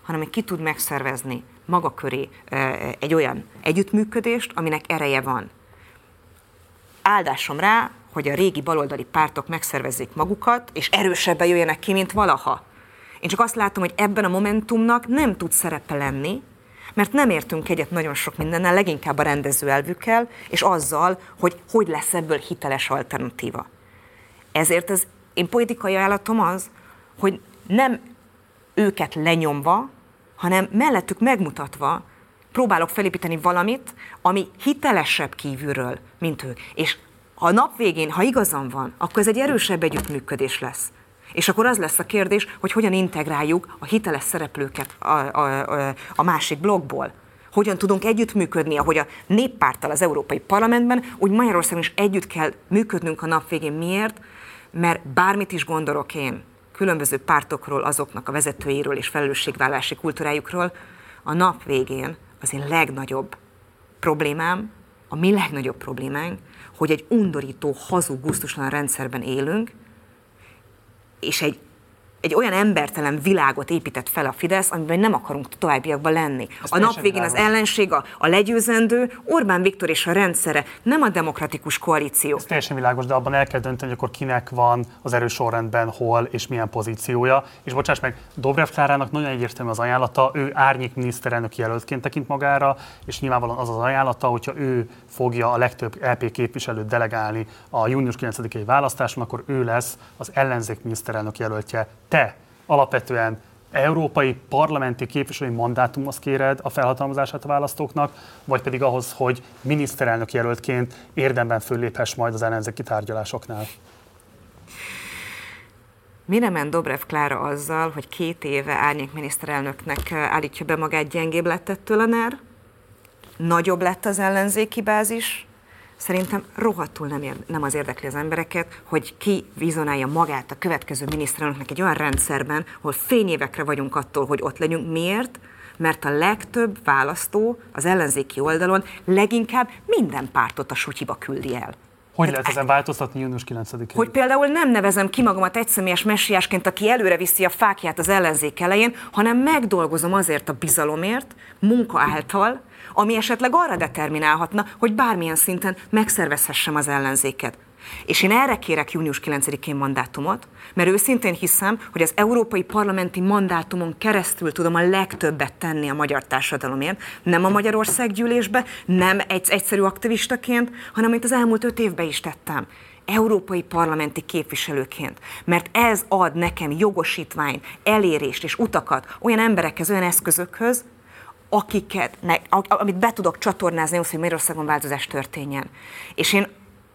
hanem hogy ki tud megszervezni maga köré egy olyan együttműködést, aminek ereje van. Áldásom rá, hogy a régi baloldali pártok megszervezzék magukat, és erősebben jöjjenek ki, mint valaha. Én csak azt látom, hogy ebben a momentumnak nem tud szerepe lenni, mert nem értünk egyet nagyon sok mindennel, leginkább a rendező elvükkel, és azzal, hogy hogy lesz ebből hiteles alternatíva. Ezért az én politikai ajánlatom az, hogy nem őket lenyomva, hanem mellettük megmutatva próbálok felépíteni valamit, ami hitelesebb kívülről, mint ők. És ha a nap végén, ha igazam van, akkor ez egy erősebb együttműködés lesz. És akkor az lesz a kérdés, hogy hogyan integráljuk a hiteles szereplőket a, a, a, a másik blokkból. Hogyan tudunk együttműködni, ahogy a Néppárttal az Európai Parlamentben, úgy Magyarországon is együtt kell működnünk a nap végén. Miért? Mert bármit is gondolok én különböző pártokról, azoknak a vezetőiről és felelősségvállalási kultúrájukról, a nap végén az én legnagyobb problémám, a mi legnagyobb problémánk, hogy egy undorító, hazug, gusztustalan rendszerben élünk, és egy, egy olyan embertelen világot épített fel a Fidesz, amiben nem akarunk továbbiakban lenni. Ez a nap végén az ellenség, a, a legyőzendő, Orbán Viktor és a rendszere, nem a demokratikus koalíció. Ez teljesen világos, de abban el kell dönteni, hogy akkor kinek van az erős sorrendben, hol és milyen pozíciója. És bocsáss meg, Dobrev Klárának nagyon egyértelmű az ajánlata, ő árnyék miniszterelnök jelöltként tekint magára, és nyilvánvalóan az az ajánlata, hogyha ő fogja a legtöbb é pé képviselőt delegálni a június kilencedikei választáson, akkor ő lesz az ellenzék miniszterelnök jelöltje. Te alapvetően európai parlamenti képviselői mandátumhoz kéred a felhatalmazását a választóknak, vagy pedig ahhoz, hogy miniszterelnök jelöltként érdemben fölléphess majd az ellenzéki tárgyalásoknál? Mire ment Dobrev Klára azzal, hogy két éve árnyékminiszterelnöknek állítja be magát, gyengébb lett ettől a NER? Nagyobb lett az ellenzéki bázis? Szerintem rohadtul nem, ér, nem az érdekli az embereket, hogy ki vizionálja magát a következő miniszterelnöknek egy olyan rendszerben, ahol fényévekre vagyunk attól, hogy ott legyünk. Miért? Mert a legtöbb választó az ellenzéki oldalon leginkább minden pártot a sutyiba küldi el. Hogy lehet ezen változtatni június kilencedikén? Hogy például nem nevezem ki magamat egyszemélyes messiásként, aki előre viszi a fákját az ellenzék elején, hanem megdolgozom azért a bizalomért, munka által, ami esetleg arra determinálhatna, hogy bármilyen szinten megszervezhessem az ellenzéket. És én erre kérek június kilencedikén mandátumot, mert őszintén hiszem, hogy az európai parlamenti mandátumon keresztül tudom a legtöbbet tenni a magyar társadalomért, nem a Magyarországgyűlésbe, nem egy egyszerű aktivistaként, hanem amit az elmúlt öt évben is tettem. Európai parlamenti képviselőként, mert ez ad nekem jogosítványt, elérést és utakat olyan emberekhez, olyan eszközökhöz, akiket, ne, amit be tudok csatornázni ahhoz, hogy Magyarországon változás történjen. És én,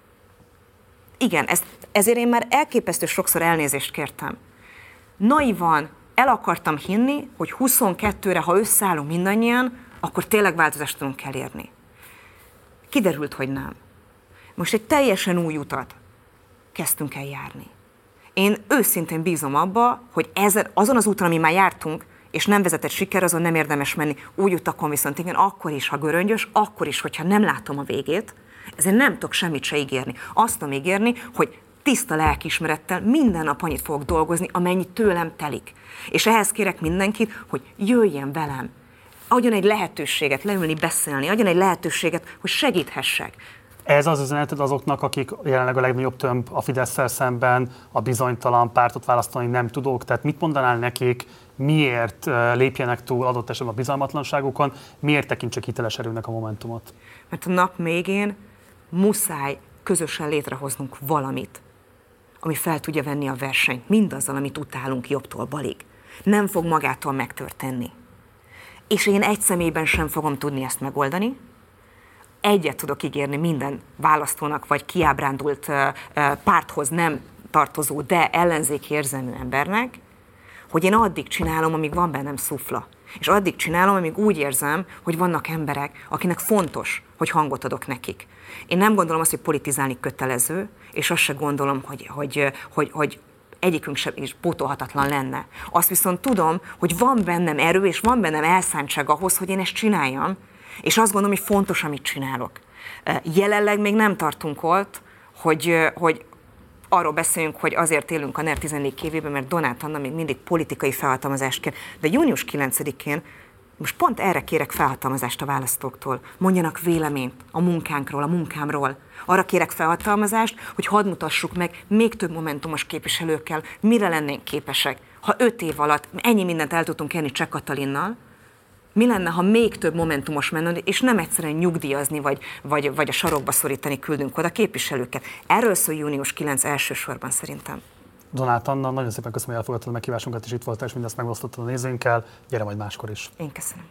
igen, ezt, ezért én már elképesztő sokszor elnézést kértem. Naivan el akartam hinni, hogy huszonkettőre, ha összeállunk mindannyian, akkor tényleg változást tudunk elérni. Kiderült, hogy nem. Most egy teljesen új utat kezdtünk el járni. Én őszintén bízom abba, hogy ezen, azon az úton, ami már jártunk, és nem vezetett siker, azon nem érdemes menni. Úgy utakon viszont igen, akkor is, ha göröngyös, akkor is, hogyha nem látom a végét, ezért nem tudok semmit se ígérni. Azt tudom ígérni, hogy tiszta lelkiismerettel minden nap annyit fogok dolgozni, amennyit tőlem telik. És ehhez kérek mindenkit, hogy jöjjen velem. Adjon egy lehetőséget leülni, beszélni, adjon egy lehetőséget, hogy segíthessek. Ez az üzeneted azoknak, akik jelenleg a legnagyobb tömb a Fidesszel szemben, a bizonytalan pártot választani nem tudók. Tehát mit mondanál nekik, miért lépjenek túl adott esetben a bizalmatlanságukon, miért tekintsek hiteles erőnek a Momentumot? Mert a nap végén muszáj közösen létrehoznunk valamit, ami fel tudja venni a versenyt, mindazzal, amit utálunk jobbtól balig. Nem fog magától megtörténni. És én egy személyben sem fogom tudni ezt megoldani. Egyet tudok ígérni minden választónak, vagy kiábrándult párthoz nem tartozó, de ellenzéki érzelmű embernek, hogy én addig csinálom, amíg van bennem szufla. És addig csinálom, amíg úgy érzem, hogy vannak emberek, akinek fontos, hogy hangot adok nekik. Én nem gondolom azt, hogy politizálni kötelező, és azt se gondolom, hogy, hogy, hogy, hogy egyikünk sem is pótolhatatlan lenne. Azt viszont tudom, hogy van bennem erő, és van bennem elszántság ahhoz, hogy én ezt csináljam, és azt gondolom, hogy fontos, amit csinálok. Jelenleg még nem tartunk ott, hogy, hogy arról beszélünk, hogy azért élünk a NER tizennégy évében, mert Donát Anna még mindig politikai felhatalmazást kér. De június kilencedikén most pont erre kérek felhatalmazást a választóktól. Mondjanak véleményt a munkánkról, a munkámról. Arra kérek felhatalmazást, hogy hadd mutassuk meg még több momentumos képviselőkkel, mire lennénk képesek. Ha öt év alatt ennyi mindent el tudtunk érni Cseh Katalinnal, mi lenne, ha még több momentumos menne, és nem egyszerűen nyugdíjazni, vagy, vagy, vagy a sarokba szorítani küldünk oda képviselőket. Erről szól június kilencedike elsősorban szerintem. Donát Anna, nagyon szépen köszönöm, hogy elfogadtad a meghívásunkat, és itt voltál, és mindezt megosztottad a nézőinkkel. Gyere majd máskor is. Én köszönöm.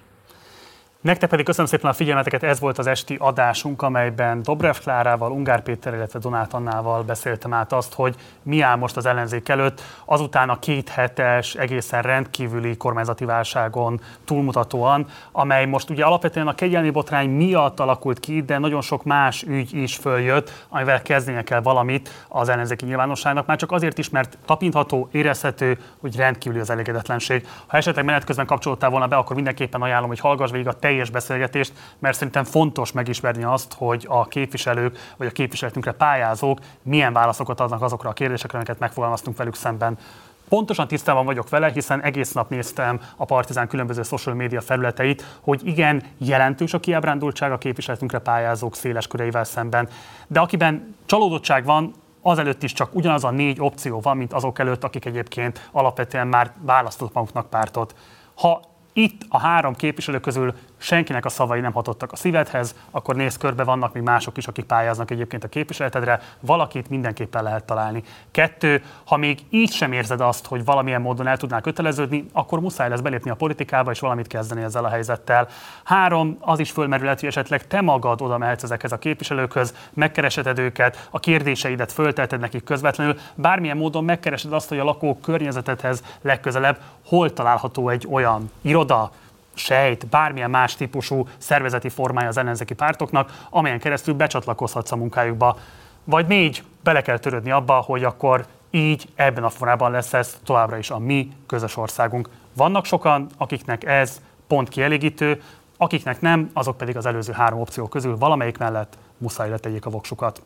Nektek pedig köszönöm szépen a figyelmeteket, ez volt az esti adásunk, amelyben Dobrev Klárával, Ungár Péter, illetve Donát Annával beszéltem át azt, hogy mi áll most az ellenzék előtt, azután a két hetes, egészen rendkívüli kormányzati válságon túlmutatóan, amely most ugye alapvetően a kegyelmi botrány miatt alakult ki, de nagyon sok más ügy is följött, amivel kezdenie kell valamit az ellenzéki nyilvánosságnak, már csak azért is, mert tapintható, érezhető, hogy rendkívüli az elégedetlenség. Ha esetleg menet közben kapcsolódtál volna be, akkor mindenképpen ajánlom, hogy hallgass végig a teljes beszélgetést, mert szerintem fontos megismerni azt, hogy a képviselők vagy a képviseletünkre pályázók milyen válaszokat adnak azokra a kérdésekre, amiket megfogalmaztunk velük szemben. Pontosan tisztában vagyok vele, hiszen egész nap néztem a Partizán különböző social média felületeit, hogy igen, jelentős a kiábrándultság a képviseletünkre pályázók széles köreivel szemben. De akiben csalódottság van, azelőtt is csak ugyanaz a négy opció van, mint azok előtt, akik egyébként alapvetően már választott maguknak pártot. Ha itt a három képviselő közül senkinek a szavai nem hatottak a szívedhez, akkor nézz körbe, vannak még mások is, akik pályáznak egyébként a képviseletedre, valakit mindenképpen lehet találni. Kettő, ha még így sem érzed azt, hogy valamilyen módon el tudnál köteleződni, akkor muszáj lesz belépni a politikába és valamit kezdeni ezzel a helyzettel. Három, az is fölmerülhet, hogy esetleg te magad oda mehetsz ezekhez a képviselőkhöz, megkeresheted őket, a kérdéseidet föltelted nekik közvetlenül, bármilyen módon megkeresed azt, hogy a lakók környezetedhez legközelebb hol található egy olyan iroda, sejt, bármilyen más típusú szervezeti formája az ellenzéki pártoknak, amelyen keresztül becsatlakozhatsz a munkájukba. Vagy négy, bele kell törődni abba, hogy akkor így, ebben a formában lesz ez továbbra is a mi közös országunk. Vannak sokan, akiknek ez pont kielégítő, akiknek nem, azok pedig az előző három opció közül valamelyik mellett muszáj letegyék a voksukat.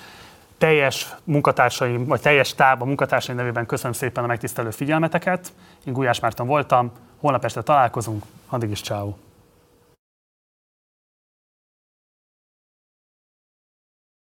Teljes munkatársaim, vagy teljes táb a munkatársaim nevében köszönöm szépen a megtisztelő figyelmeteket. Én Gulyás Márton voltam, holnap este találkozunk, addig is ciao.